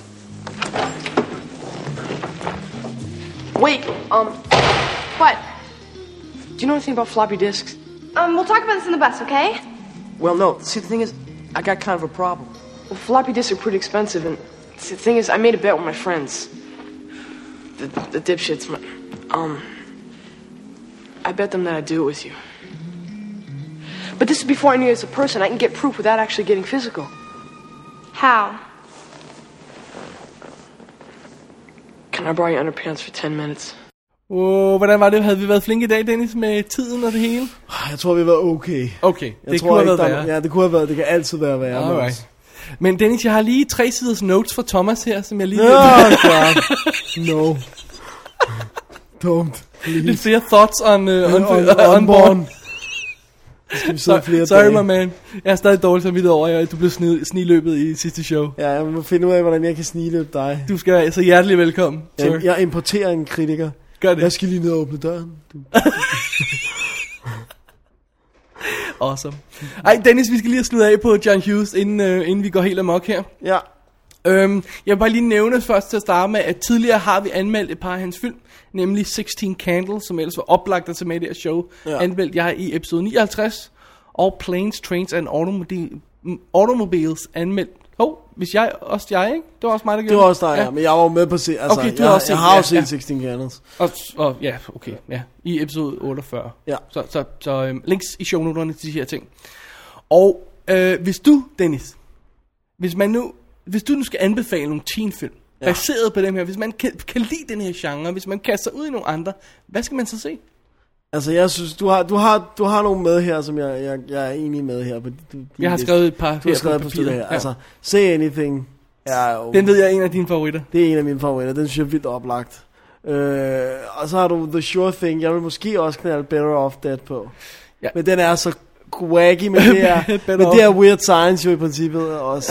Wait, What? do you know anything about floppy disks? We'll talk about this in the bus, okay? Well, no. See, the thing is, I got kind of a problem. Well, floppy disks are pretty expensive, and the thing is, I made a bet with my friends. The dipshits. I bet them that I'd do it with you. But this is before I knew you as a person. I can get proof without actually getting physical. How? Can I borrow your underpants for 10 minutes? Hvordan var det? Havde vi været flinke i dag, Dennis, med tiden og det hele? Jeg tror, vi var okay. Okay, det kunne have været værre. Ja, det kunne have været. Det kan altid være værre. Alright. Men Dennis, jeg har lige 3 siders notes fra Thomas her, som jeg lige... No. Don't. Lidt flere thoughts on Unborn. Sorry my man. Jeg er stadig dårlig samvittighed over, at du blev sniløbet i sidste show. Ja, jeg må finde ud af, hvordan jeg kan sniløbe dig. Du skal være så hjertelig velkommen. Jeg importerer en kritiker. Gør det. Jeg skal lige ned og åbne døren. Awesome. Ej, Dennis, vi skal lige have sluttet af på John Hughes, inden vi går helt amok her. Ja. Jeg vil bare lige nævne først til at starte med, at tidligere har vi anmeldt et par af hans film, nemlig 16 Candles, som ellers var oplagt at tage med i det her show. Ja. Anmeldte jeg i episode 59, og Planes, Trains and Automobiles anmeldt. Hvis jeg, ikke? Det var også mig, der gjorde det. Var også dig, ja. Men jeg var med på at se, altså, okay, jeg har også set 16 Candles. Og ja, okay, ja. I episode 48. Ja. Så links i shownoterne til de her ting. Og hvis du, Dennis, hvis du nu skal anbefale nogle teenfilm, baseret på dem her, hvis man kan lide den her genre, hvis man kaster ud i nogle andre, hvad skal man så se? Altså, jeg synes, du har nogle med her, som jeg er enig med her. Jeg har skrevet et par. Du har skrevet et par stykker her. Ja. Altså, Say Anything er jo... Den ved jeg er en af dine favoritter. Det er en af mine favoritter. Den synes jeg er vildt oplagt. Og så har du The Sure Thing. Jeg vil måske også knalde Better Off Dead på. Ja. Men den er så wacky, men det er Weird Science jo i princippet også.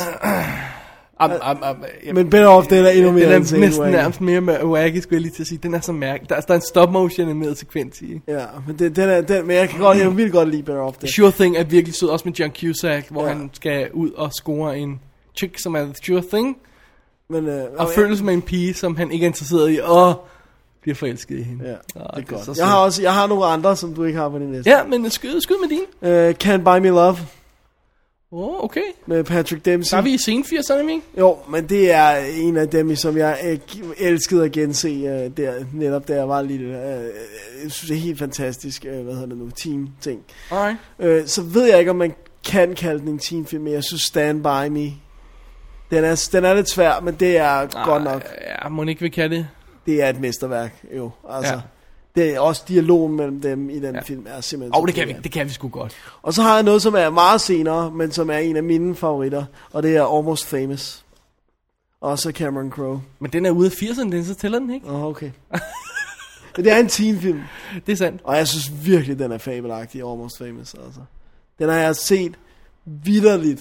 Men Better Off Dead er endnu mere den er næsten nærmest mere med wacky, skulle jeg lige til at sige. Den er så mærkelig. Der er en stop motion animeret sekvens i. Ja, men men jeg vil vildt godt lide Better Off Dead. Sure Thing er virkelig sød, også med John Cusack, hvor han skal ud og score en chick, som er The Sure Thing. Og føles med en pige, som han ikke er interesseret i, og bliver forelsket i hende. Ja, det er godt. Jeg har nogle andre, som du ikke har på din liste. Ja, men skyd med din. Can't Buy Me Love. Okay. Med Patrick Dempsey. Der er vi i sen 80'erne, ikke? Jo, men det er en af dem, som jeg elskede at gense netop da jeg var lille. Jeg synes, det er helt fantastisk, teen-ting. Alright. Så ved jeg ikke, om man kan kalde den en teen-film, men jeg synes Stand By Me. Den er lidt svær, men det er godt nok. Ja, må ikke vil kalde det. Det er et mesterværk, jo. Altså. Ja. Det er også dialogen mellem dem i den film er simpelthen det kan vi sgu godt. Og så har jeg noget, som er meget senere, men som er en af mine favoritter, og det er Almost Famous. Også Cameron Crowe. Men den er ude af 80'erne, så tæller den, ikke? Okay. Men det er en teenfilm. Det er sandt. Og jeg synes virkelig, den er fabelagtig, Almost Famous. Altså. Den har jeg set vitterligt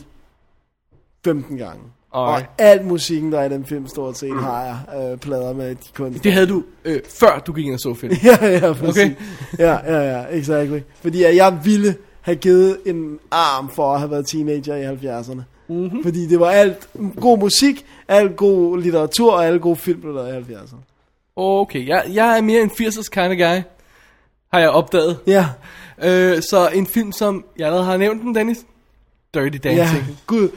15 gange. Og alt musikken, der er i den film, stort set, har jeg plader med de kunstnere. Det havde du, før du gik ind og så film? Ja, præcis. Okay. ja, exactly. Fordi jeg ville have givet en arm for at have været teenager i 70'erne. Mm-hmm. Fordi det var alt god musik, alt god litteratur og alle gode film, der i 70'erne. Okay, jeg er mere en 80'ers kind of guy, har jeg opdaget. Ja. Så en film, som jeg allerede har nævnt den, Dennis, Dirty Dancing. Ja, gud.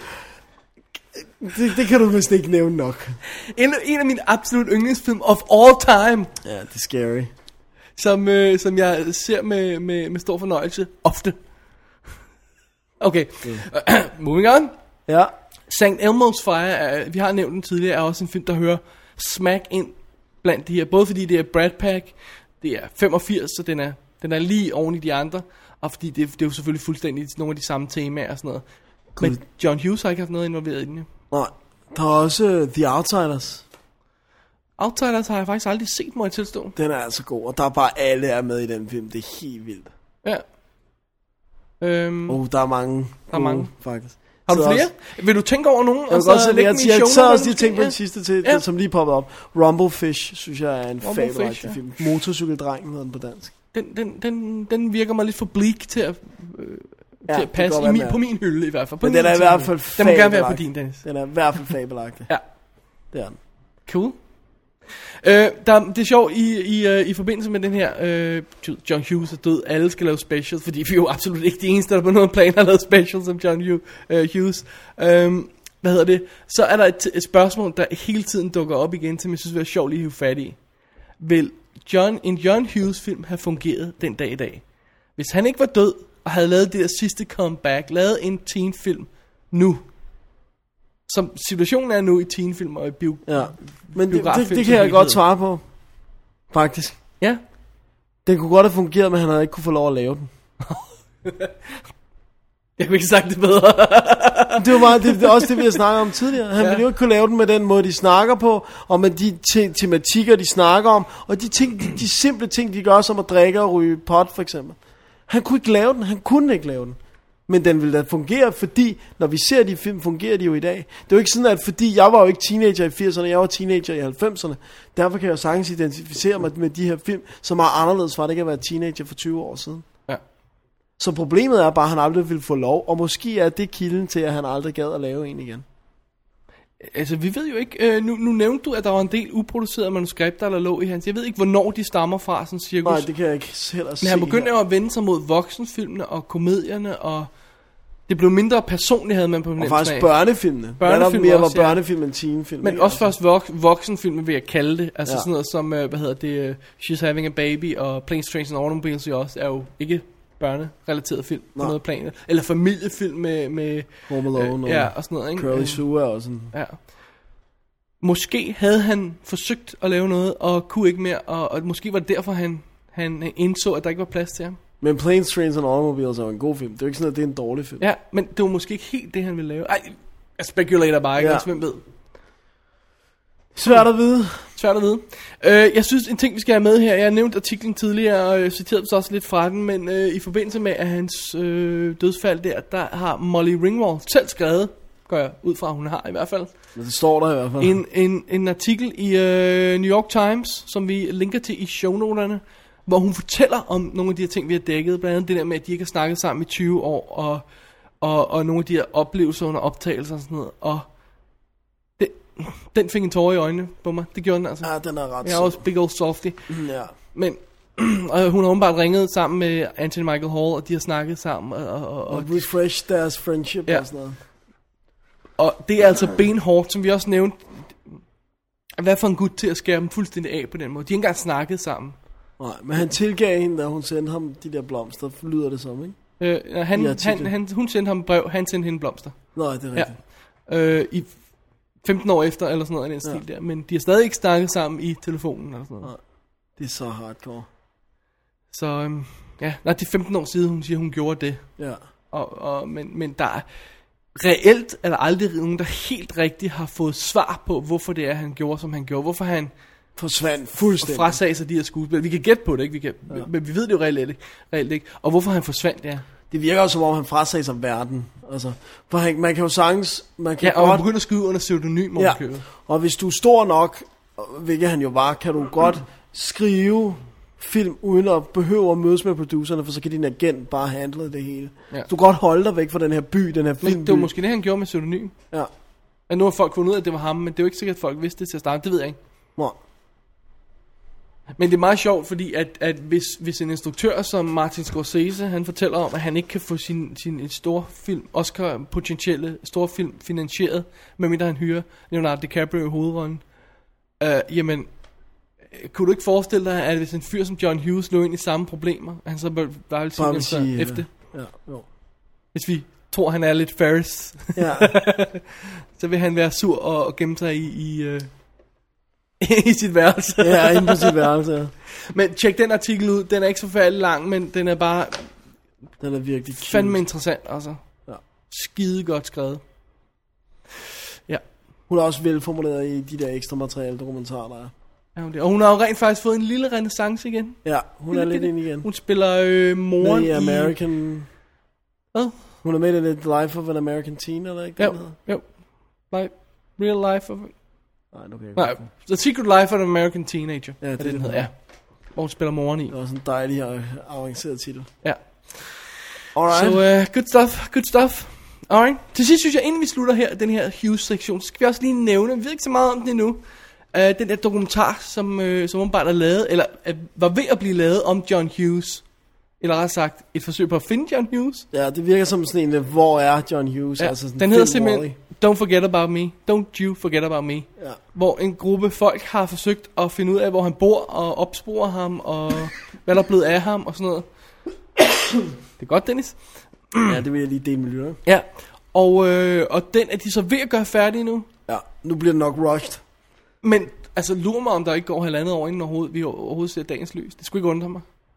Det kan du vist ikke nævne nok. En af mine absolut yndlingsfilm of all time. Ja, det er scary. Som jeg ser med stor fornøjelse ofte. Okay, moving on. Ja. St. Elmo's Fire, vi har nævnt den tidligere, er også en film, der hører smack ind blandt de her. Både fordi det er Brad Pack, det er 85, så den er lige oven i de andre. Og fordi det er jo selvfølgelig fuldstændig nogle af de samme temaer og sådan noget. Men John Hughes har ikke haft noget involveret i den. Nej, der er også The Outsiders. Outsiders har jeg faktisk aldrig set, må jeg tilstå. Den er altså god, og der er bare alle er med i den film. Det er helt vildt. Ja. Der er mange. Der er mange, faktisk. Har du flere? Også, vil du tænke over nogen? Jeg så også lige tænke på den sidste til, som lige poppede op. Rumblefish, synes jeg er en fabelagtig film. Motorcykeldrengen hedder den på dansk. Den virker mig lidt for bleak til at passe på min hylde i hvert fald. Men den er i hvert fald fabelagtig. Den må gerne være på din, Dennis. Den er i hvert fald fabelagtig. Ja. Det er den. Cool. Det er sjovt i forbindelse med den her John Hughes er død, alle skal lave specials, fordi vi er jo absolut ikke de eneste, der på nogen plan har lavet specials som John Hughes. Så er der et spørgsmål, der hele tiden dukker op igen, som jeg synes er sjovt lige at hive fat i. Vil en John Hughes film have fungeret den dag i dag, hvis han ikke var død og havde lavet det der sidste comeback, lavet en teenfilm nu, som situationen er nu i teenfilm og i men det kan jeg godt svare på, faktisk. Ja. Den kunne godt have fungeret, men han havde ikke kunne få lov at lave den. Jeg kunne ikke have sagt det bedre. Det var meget, det er også det, vi har snakket om tidligere. Han ville jo ikke kunne lave den med den måde, de snakker på, og med de tematikker, de snakker om, og de ting, de simple ting, de gør, som at drikke og ryge pot, for eksempel. Han kunne ikke lave den, han kunne ikke lave den. Men den ville da fungere, fordi når vi ser de film, fungerer de jo i dag. Det er jo ikke sådan, at fordi jeg var jo ikke teenager i 80'erne, jeg var teenager i 90'erne. Derfor kan jeg jo sagtens identificere mig med de her film, som er anderledes fra, det kan være teenager for 20 år siden. Ja. Så problemet er bare, at han aldrig ville få lov, og måske er det kilden til, at han aldrig gad at lave en igen. Altså, vi ved jo ikke... Nu nævnte du, at der var en del uproducerede manuskripter, der lå i hans... Jeg ved ikke, hvornår de stammer fra, sådan cirkus. Nej, det kan jeg ikke heller se. Men han begyndte jo at vende sig mod voksenfilmene og komedierne, og... Det blev mindre personligt, havde man på den. Og faktisk børnefilmene. Børnefilm mere også, var børnefilm end teenfilm. Men også først voksenfilm, vil jeg kalde det. Altså sådan noget som, She's Having a Baby og Planes, Trains and Automobiles jo også, er jo ikke børnerelateret film på noget plan. Eller familiefilm med Home Alone og sådan noget. Ikke? Curly Sue og sådan. Ja. Måske havde han forsøgt at lave noget, og kunne ikke mere, og måske var det derfor, han indså, at der ikke var plads til ham. Men Planes, Trains and Automobiles er jo en god film. Det er jo ikke sådan, at det er en dårlig film. Ja, men det var måske ikke helt det, han ville lave. Ej, jeg speculater bare, ikke? Hvem ved? Svært at vide. Jeg synes, en ting, vi skal have med her, jeg nævnte artiklen tidligere, og citerede så også lidt fra den, men i forbindelse med, at hans dødsfald der har Molly Ringwald selv skrevet, går jeg ud fra, hun har i hvert fald. Det står der i hvert fald. En artikel i New York Times, som vi linker til i shownoterne, hvor hun fortæller om nogle af de her ting, vi har dækket. Blandt andet det der med, at de ikke har snakket sammen i 20 år, og nogle af de her oplevelser under optagelser og sådan noget. Og den fik en tårer i øjnene på mig. Det gjorde den altså. Ja, den er ret. Jeg er også big old softy. Ja. Men og hun har åbenbart ringet sammen med Anthony Michael Hall, og de har snakket sammen. Og refresh deres friendship og sådan noget. Og det er altså benhårdt, som vi også nævnte. Hvad for en gut til at skære dem fuldstændig af på den måde? De har ikke engang snakket sammen. Nej, men han tilgav hende, da hun sendte ham de der blomster, lyder det som, ikke? Hun sendte ham brev, han sendte hende blomster. Nej, det er rigtigt. I 15 år efter, eller sådan noget, den stil der. Men de har stadig ikke snakket sammen i telefonen, eller sådan noget. Nej, det er så hardcore. Så, det er 15 år siden, hun siger, hun gjorde det. Ja. Men der er... Reelt er der aldrig nogen, der helt rigtigt har fået svar på, hvorfor det er, han gjorde, som han gjorde. Hvorfor han... forsvandt fuldstændig. Frasag sig de her skuespil. Vi kan gætte på det, ikke? Men vi ved det jo reelt ikke. Og hvorfor han forsvandt, Det virker også som om han frasagde sig verden. Altså, for man kan jo sagtens... og han begynder at skyde under pseudonym. Og hvis du er stor nok, hvilket han jo var, kan du godt skrive film uden at behøve at mødes med producerne, for så kan din agent bare handle det hele. Ja. Du kan godt holde dig væk fra den her by, den her filmby. Men det var måske det, han gjorde med pseudonym. Ja. Og nu har folk fundet ud af, at det var ham, men det er jo ikke sikkert, at folk vidste det til at starte. Det ved jeg ikke. Nej. Men det er meget sjovt, fordi at hvis en instruktør som Martin Scorsese, han fortæller om, at han ikke kan få sin store film, Oscar potentielle store film finansieret, medmindre han hyrer Leonardo DiCaprio i hovedrollen, jamen, kunne du ikke forestille dig, at hvis en fyr som John Hughes lå ind i samme problemer, at han så bare ville sige efter? Ja, jo. Hvis vi tror, han er lidt Ferris, så vil han være sur og gemme sig i sit værelse. Ja, inde på sit værelse, ja. Men tjek den artikel ud. Den er ikke så færdig lang, men den er bare... Den er virkelig fandme interessant, altså. Ja. Skide godt skrevet. Ja. Hun er også velformuleret i de der ekstra materiale dokumentarer, der er. Ja, og hun har jo rent faktisk fået en lille renaissance igen. Ja, hun er lidt ind igen. Hun spiller moren i American... Hvad? Hun er med i lidt Life of an American Teen, eller ikke? Jo. Real Life of... Nej, The Secret Life of an American Teenager. Ja, det den hedder. Ja. Hvor hun spiller moren i. Det var sådan en dejlig og avanceret titel. Ja. Alright. So, good stuff. Alright. Til sidst synes jeg, inden vi slutter her, den her Hughes-sektion, så skal vi også lige nævne, vi ved ikke så meget om det endnu, den der dokumentar, som åbenbart er lavet, eller var ved at blive lavet om John Hughes. Eller rettere sagt, et forsøg på at finde John Hughes. Ja, det virker som sådan en, hvor er John Hughes? Ja, altså sådan den hedder simpelthen Don't Forget About Me. Don't You Forget About Me. Ja. Hvor en gruppe folk har forsøgt at finde ud af, hvor han bor, og opspore ham, og hvad der er blevet af ham, og sådan noget. Det er godt, Dennis. Ja, det vil jeg lige dele med lytter. Ja, og den er de så ved at gøre færdig nu. Ja, nu bliver det nok rushed. Men altså, lurer mig, om der ikke går 1,5 år, inden vi overhovedet ser dagens lys. Det skulle ikke undre mig.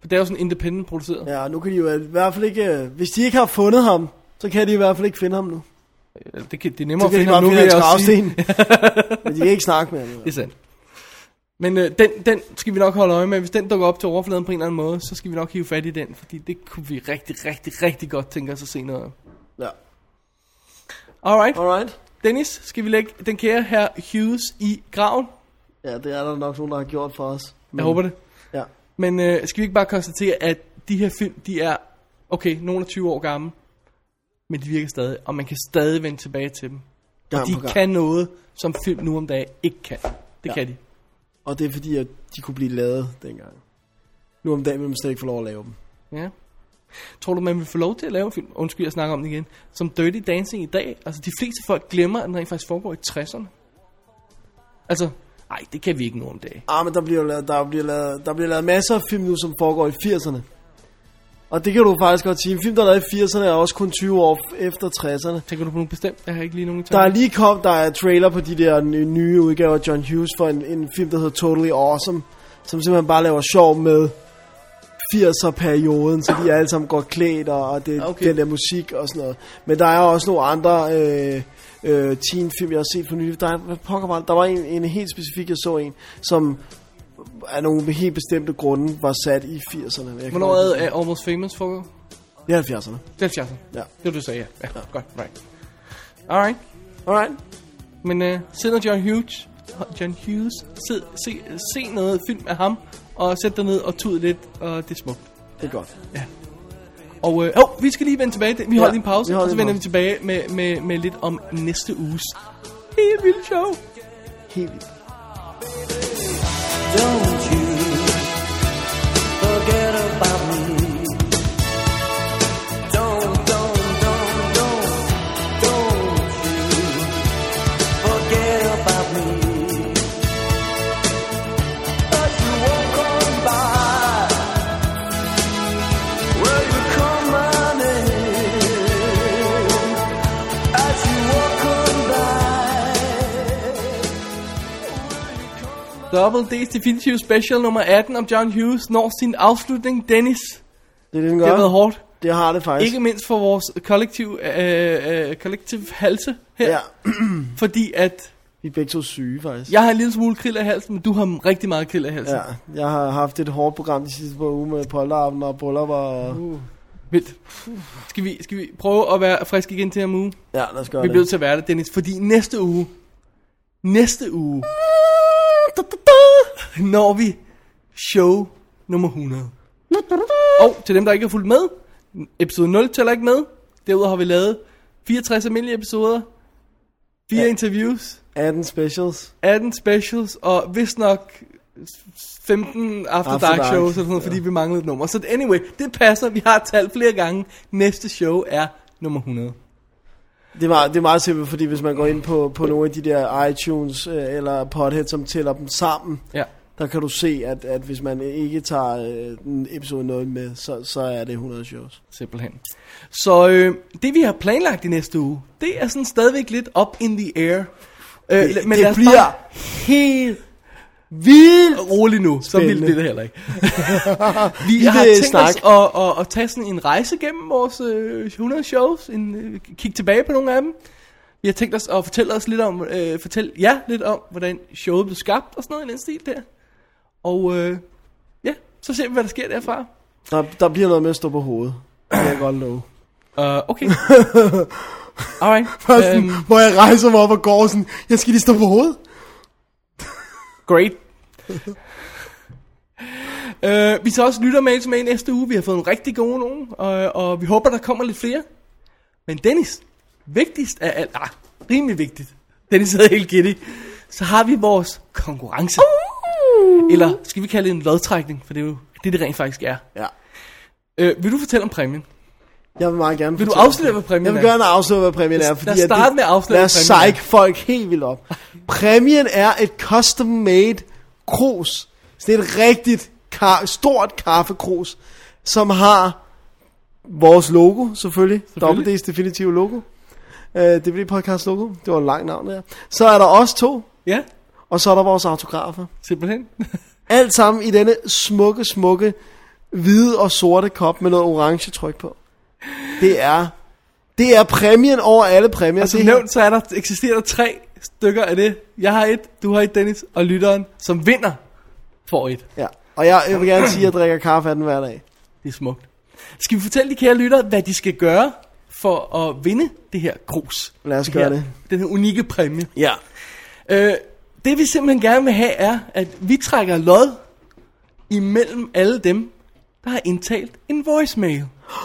For det er jo sådan independent produceret. Ja, nu kan de jo i hvert fald ikke... Hvis de ikke har fundet ham, så kan de i hvert fald ikke finde ham nu. Det er nemmere at finde ham nu, vil jeg også sige. Men de kan ikke snakke med ham. Det er sandt. Men den skal vi nok holde øje med. Hvis den dukker op til overfladen på en eller anden måde, så skal vi nok hive fat i den. Fordi det kunne vi rigtig godt tænke os at se noget af. Ja. Alright. Dennis, skal vi lægge den kære her Hughes i graven? Ja, det er der nok nogen, der har gjort for os. Jeg håber det. Ja. Men skal vi ikke bare konstatere, at de her film, de er, okay, nogle af 20 år gamle, men de virker stadig, og man kan stadig vende tilbage til dem. Og de kan noget, som film nu om dagen ikke kan. Det kan de. Og det er fordi, at de kunne blive lavet dengang. Nu om dagen vil man slet ikke få lov at lave dem. Ja. Tror du, man vil få lov til at lave en film, undskyld, jeg snakker om det igen, som Dirty Dancing i dag? Altså, de fleste folk glemmer, at den rent faktisk foregår i 60'erne. Altså, nej, det kan vi ikke nu om dagen. Men der bliver lavet masser af film nu, som foregår i 80'erne. Og det kan du faktisk godt sige. En film, der er lavet i 80'erne, er også kun 20 år efter 60'erne. Tænker du på nogen bestemt? Jeg har ikke lige nogen i der er trailer på de der nye udgaver af John Hughes for en film, der hedder Totally Awesome, som simpelthen bare laver sjov med 80'er-perioden, så de er alle sammen godt klædt, og det, den der musik og sådan noget. Men der er også nogle andre teenfilm, jeg har set for nylig. Der var en helt specifik, jeg så en, som af nogle helt bestemte grunde var sat i 80'erne. Hvornår er Almost Famous for? Det er 70'erne. Det er 70'erne? Ja. Det du sagde, ja. Godt, right. Alright. Men sidder John Hughes, se noget film af ham, og sæt dig ned og tud lidt, og det er smukt. Det er godt. Ja. Og vi skal lige vende tilbage. Vi holder lige en pause, og så vender vi tilbage med lidt om næste uges helt vildt show. Helt vildt. Don't you forget about me. Don't you forget about me. As you walk on by, will you come running? As you walk on by. Double D's Definitive Special nummer 18 om John Hughes når sin afslutning. Dennis, det har været hårdt. Det har det faktisk. Ikke mindst for vores kollektiv halse her. Ja. Fordi at vi er begge to syge faktisk. Jeg har en lille smule krill af halsen, men du har rigtig meget krill af halsen. Ja, jeg har haft et hårdt program de sidste par uger med polteraften og bryllupper og... Vildt. Skal vi prøve at være friske igen til ham uge? Ja, lad os gøre det. Vi bliver til at være det, Dennis, fordi næste uge når vi show nummer 100. Og til dem, der ikke har fulgt med, episode 0 tæller ikke med. Derudover har vi lavet 64 almindelige episoder, 4 interviews, 18 specials, og vist nok 15 After Dark shows, eller sådan, fordi vi manglede et nummer. Så anyway, det passer. Vi har talt flere gange. Næste show er nummer 100. Det er meget simpelt, fordi hvis man går ind på nogle af de der iTunes eller Podhead, som tæller dem sammen, der kan du se, at hvis man ikke tager episode 0 med, så er det 100 shows. Simpelthen. Så det vi har planlagt i næste uge, det er sådan stadigvæk lidt up in the air. Men det bliver helt vildt roligt nu. Så vildt bliver det heller ikke. Vi har tænkt os at tage sådan en rejse gennem vores 100 shows, kigge tilbage på nogle af dem. Vi har tænkt os at fortælle jer lidt om, hvordan showet blev skabt og sådan noget i den stil der. Og så ser vi, hvad der sker derfra. Der bliver noget med at stå på hovedet. Det kan jeg godt love. Okay. Alright. Hvor jeg rejser mig op og går sådan, jeg skal lige stå på hovedet. Great. Vi tager også lyttermails med i næste uge. Vi har fået nogle rigtig gode nogen, og vi håber, der kommer lidt flere. Men Dennis, vigtigst af alt, rimelig vigtigt, Dennis er helt giddy, så har vi vores konkurrence. Eller skal vi kalde det en lodtrækning, for det er jo det rent faktisk er. Ja. Vil du fortælle om præmien? Jeg vil meget gerne. Vil du afsløre, hvad præmien er? Jeg vil gerne afsløre, hvad præmien er. Lad os starte med at afsløre, hvad præmien er. Lad os psych folk helt vildt op. Præmien er et custom-made krus. Så det er et rigtigt stort kaffekrus, som har vores logo, selvfølgelig. Double D's Definitive logo. Det bliver podcast logo. Det var et langt navn der. Så er der os to. Ja. Og så er der vores autografer. Simpelthen. Alt sammen i denne smukke hvide og sorte kop med noget orange tryk på. Det er præmien over alle præmier. Og som nævnt, så eksisterer der 3 stykker af det. Jeg har 1, du har 1, Dennis, og lytteren, som vinder, får 1. Ja, og jeg vil gerne sige, at jeg drikker kaffe af den hver dag. Det er smukt. Skal vi fortælle de kære lyttere, hvad de skal gøre for at vinde det her krus? Lad os gøre det. Den her unikke præmie. Ja. Det vi simpelthen gerne vil have er, at vi trækker lod imellem alle dem, der har indtalt en voicemail.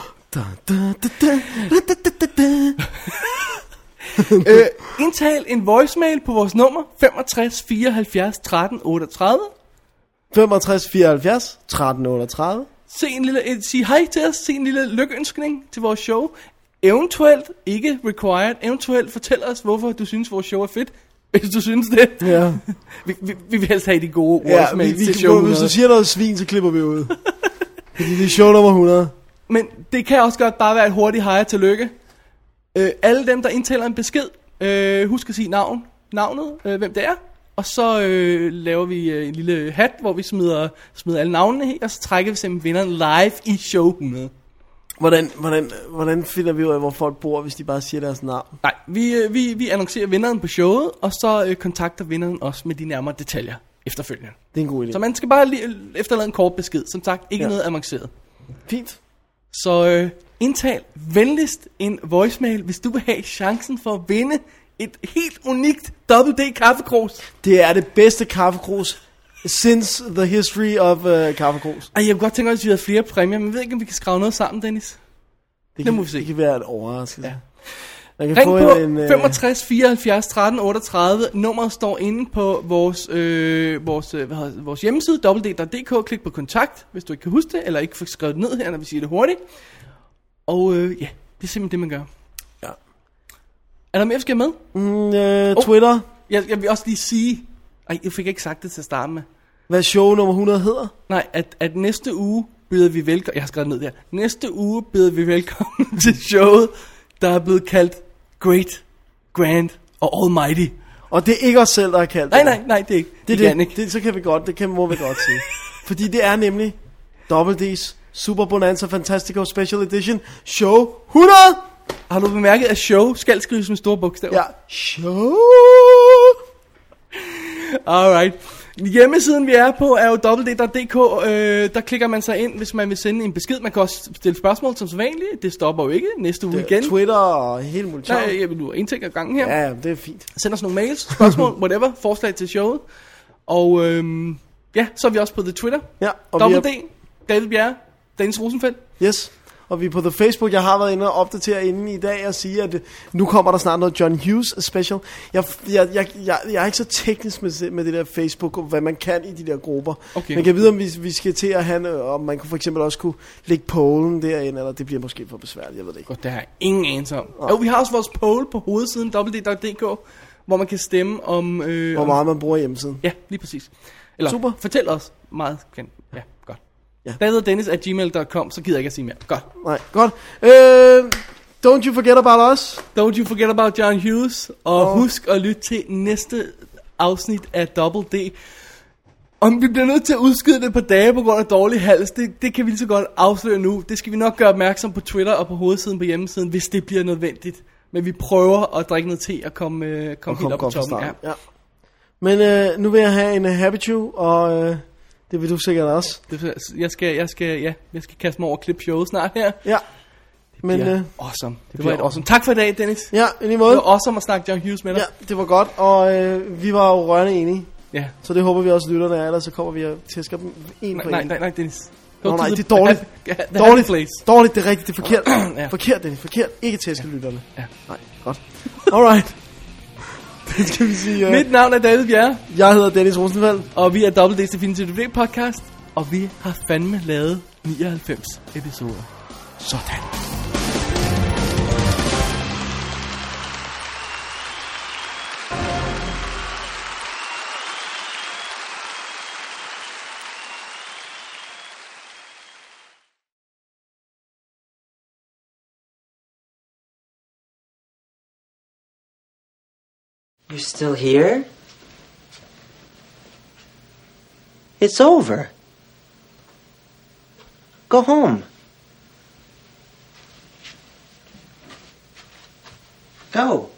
Indtal en voicemail på vores nummer 65 74 13 38. 65 74 13 38. Sig hej til os, se en lille lykønskning til vores show. Eventuelt, ikke required, eventuelt fortæl os, hvorfor du synes, vores show er fedt. Hvis du synes det. Ja. vi vil helst have de gode voicemails til show 100. Hvis du siger noget svin, så klipper vi ud. Fordi det er show nummer 100. Men det kan også godt bare være et hurtigt hej til lykke. Alle dem, der indtaler en besked, husk at sige navnet, hvem det er. Og så laver vi en lille hat, hvor vi smider alle navnene i, og så trækker vi simpelthen vinderen live i show 100. Hvordan finder vi ud af, hvor folk bor, hvis de bare siger deres navn? Nej, vi annoncerer vinderen på showet, og så kontakter vinderen også med de nærmere detaljer efterfølgende. Det er en god idé. Så man skal bare efterlade en kort besked. Som sagt, ikke noget avanceret. Fint. Så indtal venligst en voicemail, hvis du vil have chancen for at vinde et helt unikt Double D kaffekrus. Det er det bedste kaffekrus since the history of kaffekrus. Jeg kunne godt tænke mig, at vi havde flere præmier, men jeg ved ikke, om vi kan skrive noget sammen, Dennis. Det må vi se. Det kan være et overraskelse. Ja. Ring på 65 74 13 38. Nummeret står inde på vores hjemmeside www.dk. Klik på kontakt, hvis du ikke kan huske det, eller ikke får skrevet ned her, når vi siger det hurtigt. Og det er simpelthen det, man gør. Ja. Er der mere, vi skal med? Twitter. Jeg vil også lige sige... jeg fik ikke sagt det til at starte med. Hvad show nummer 100 hedder? Nej, at næste uge byder vi velkommen... Jeg har skrevet ned der. Næste uge byder vi velkommen til showet, der er blevet kaldt Great, Grand og Almighty. Og det er ikke os selv, der har kaldt det. Nej, det er ikke. Det så kan vi godt, må vi godt sige. Fordi det er nemlig Double D's Super Bonanza Fantastico Special Edition Show 100! Har du bemærket, at show skal skrives med store bogstaver? Ja, show! Alright. Hjemmesiden vi er på er jo www.dk. Der klikker man sig ind, hvis man vil sende en besked. Man kan også stille spørgsmål som så vanligt. Det stopper jo ikke næste uge igen. Twitter og hele muligt. Nej, jeg vil nu en ting ad gangen her. Ja, det er fint. Send os nogle mails, spørgsmål, whatever, forslag til showet. Og så er vi også på The Twitter. Ja, og Double D, David Bjerre, Dennis Rosenfeldt. Yes. Og vi er på The Facebook. Jeg har været inde og opdatere inden i dag og sige, at nu kommer der snart noget John Hughes special. Jeg er ikke så teknisk med det der Facebook, og hvad man kan i de der grupper. Okay. Man kan vide, om vi skal til at have, om man for eksempel også kunne lægge pollen derinde, eller det bliver måske for besværligt, jeg ved det ikke. Godt, det har jeg ingen anelse om. Og vi har også vores poll på hovedsiden, www.dk, hvor man kan stemme om... hvor meget man bruger hjemmesiden. Ja, lige præcis. Eller super. Fortæl os meget kendt. Ja, godt. Ja. Dennis@gmail.com, så gider jeg ikke at sige mere. Godt. Nej, godt. Don't you forget about us. Don't you forget about John Hughes. Og husk at lytte til næste afsnit af Double D. Om vi bliver nødt til at udskyde det på dage på grund af dårlig hals, det kan vi lige så godt afsløre nu. Det skal vi nok gøre opmærksom på Twitter og på hovedsiden på hjemmesiden, hvis det bliver nødvendigt. Men vi prøver at drikke noget te og komme helt op på toppen. Ja. Men nu vil jeg have en Happy Chew, og det vil du sikkert også. Jeg skal kaste mig over klip showet snart her. Ja. Men awesome. Det var awesome. Tak for i dag, Dennis. Ja, i lige måde. Det var awesome at snakke John Hughes med dig. Ja, det var godt, og vi var jo rørende enige. Ja. Så det håber vi også lytterne er, ellers så kommer vi og tæsker dem en på en. Nej, Dennis. Nej, det er dårligt. Dårligt, det er rigtigt, det er forkert. Ja. Forkert, Dennis, forkert. Ikke tæske lytterne. Ja. Nej, godt. Alright. Det skal vi sige. Mit navn er David Bjerre. Jeg hedder Dennis Rosenfeldt. Og vi er Double D's Definitive podcast. Og vi har fandme lavet 99 episoder. Sådan. You're still here? It's over. Go home. Go.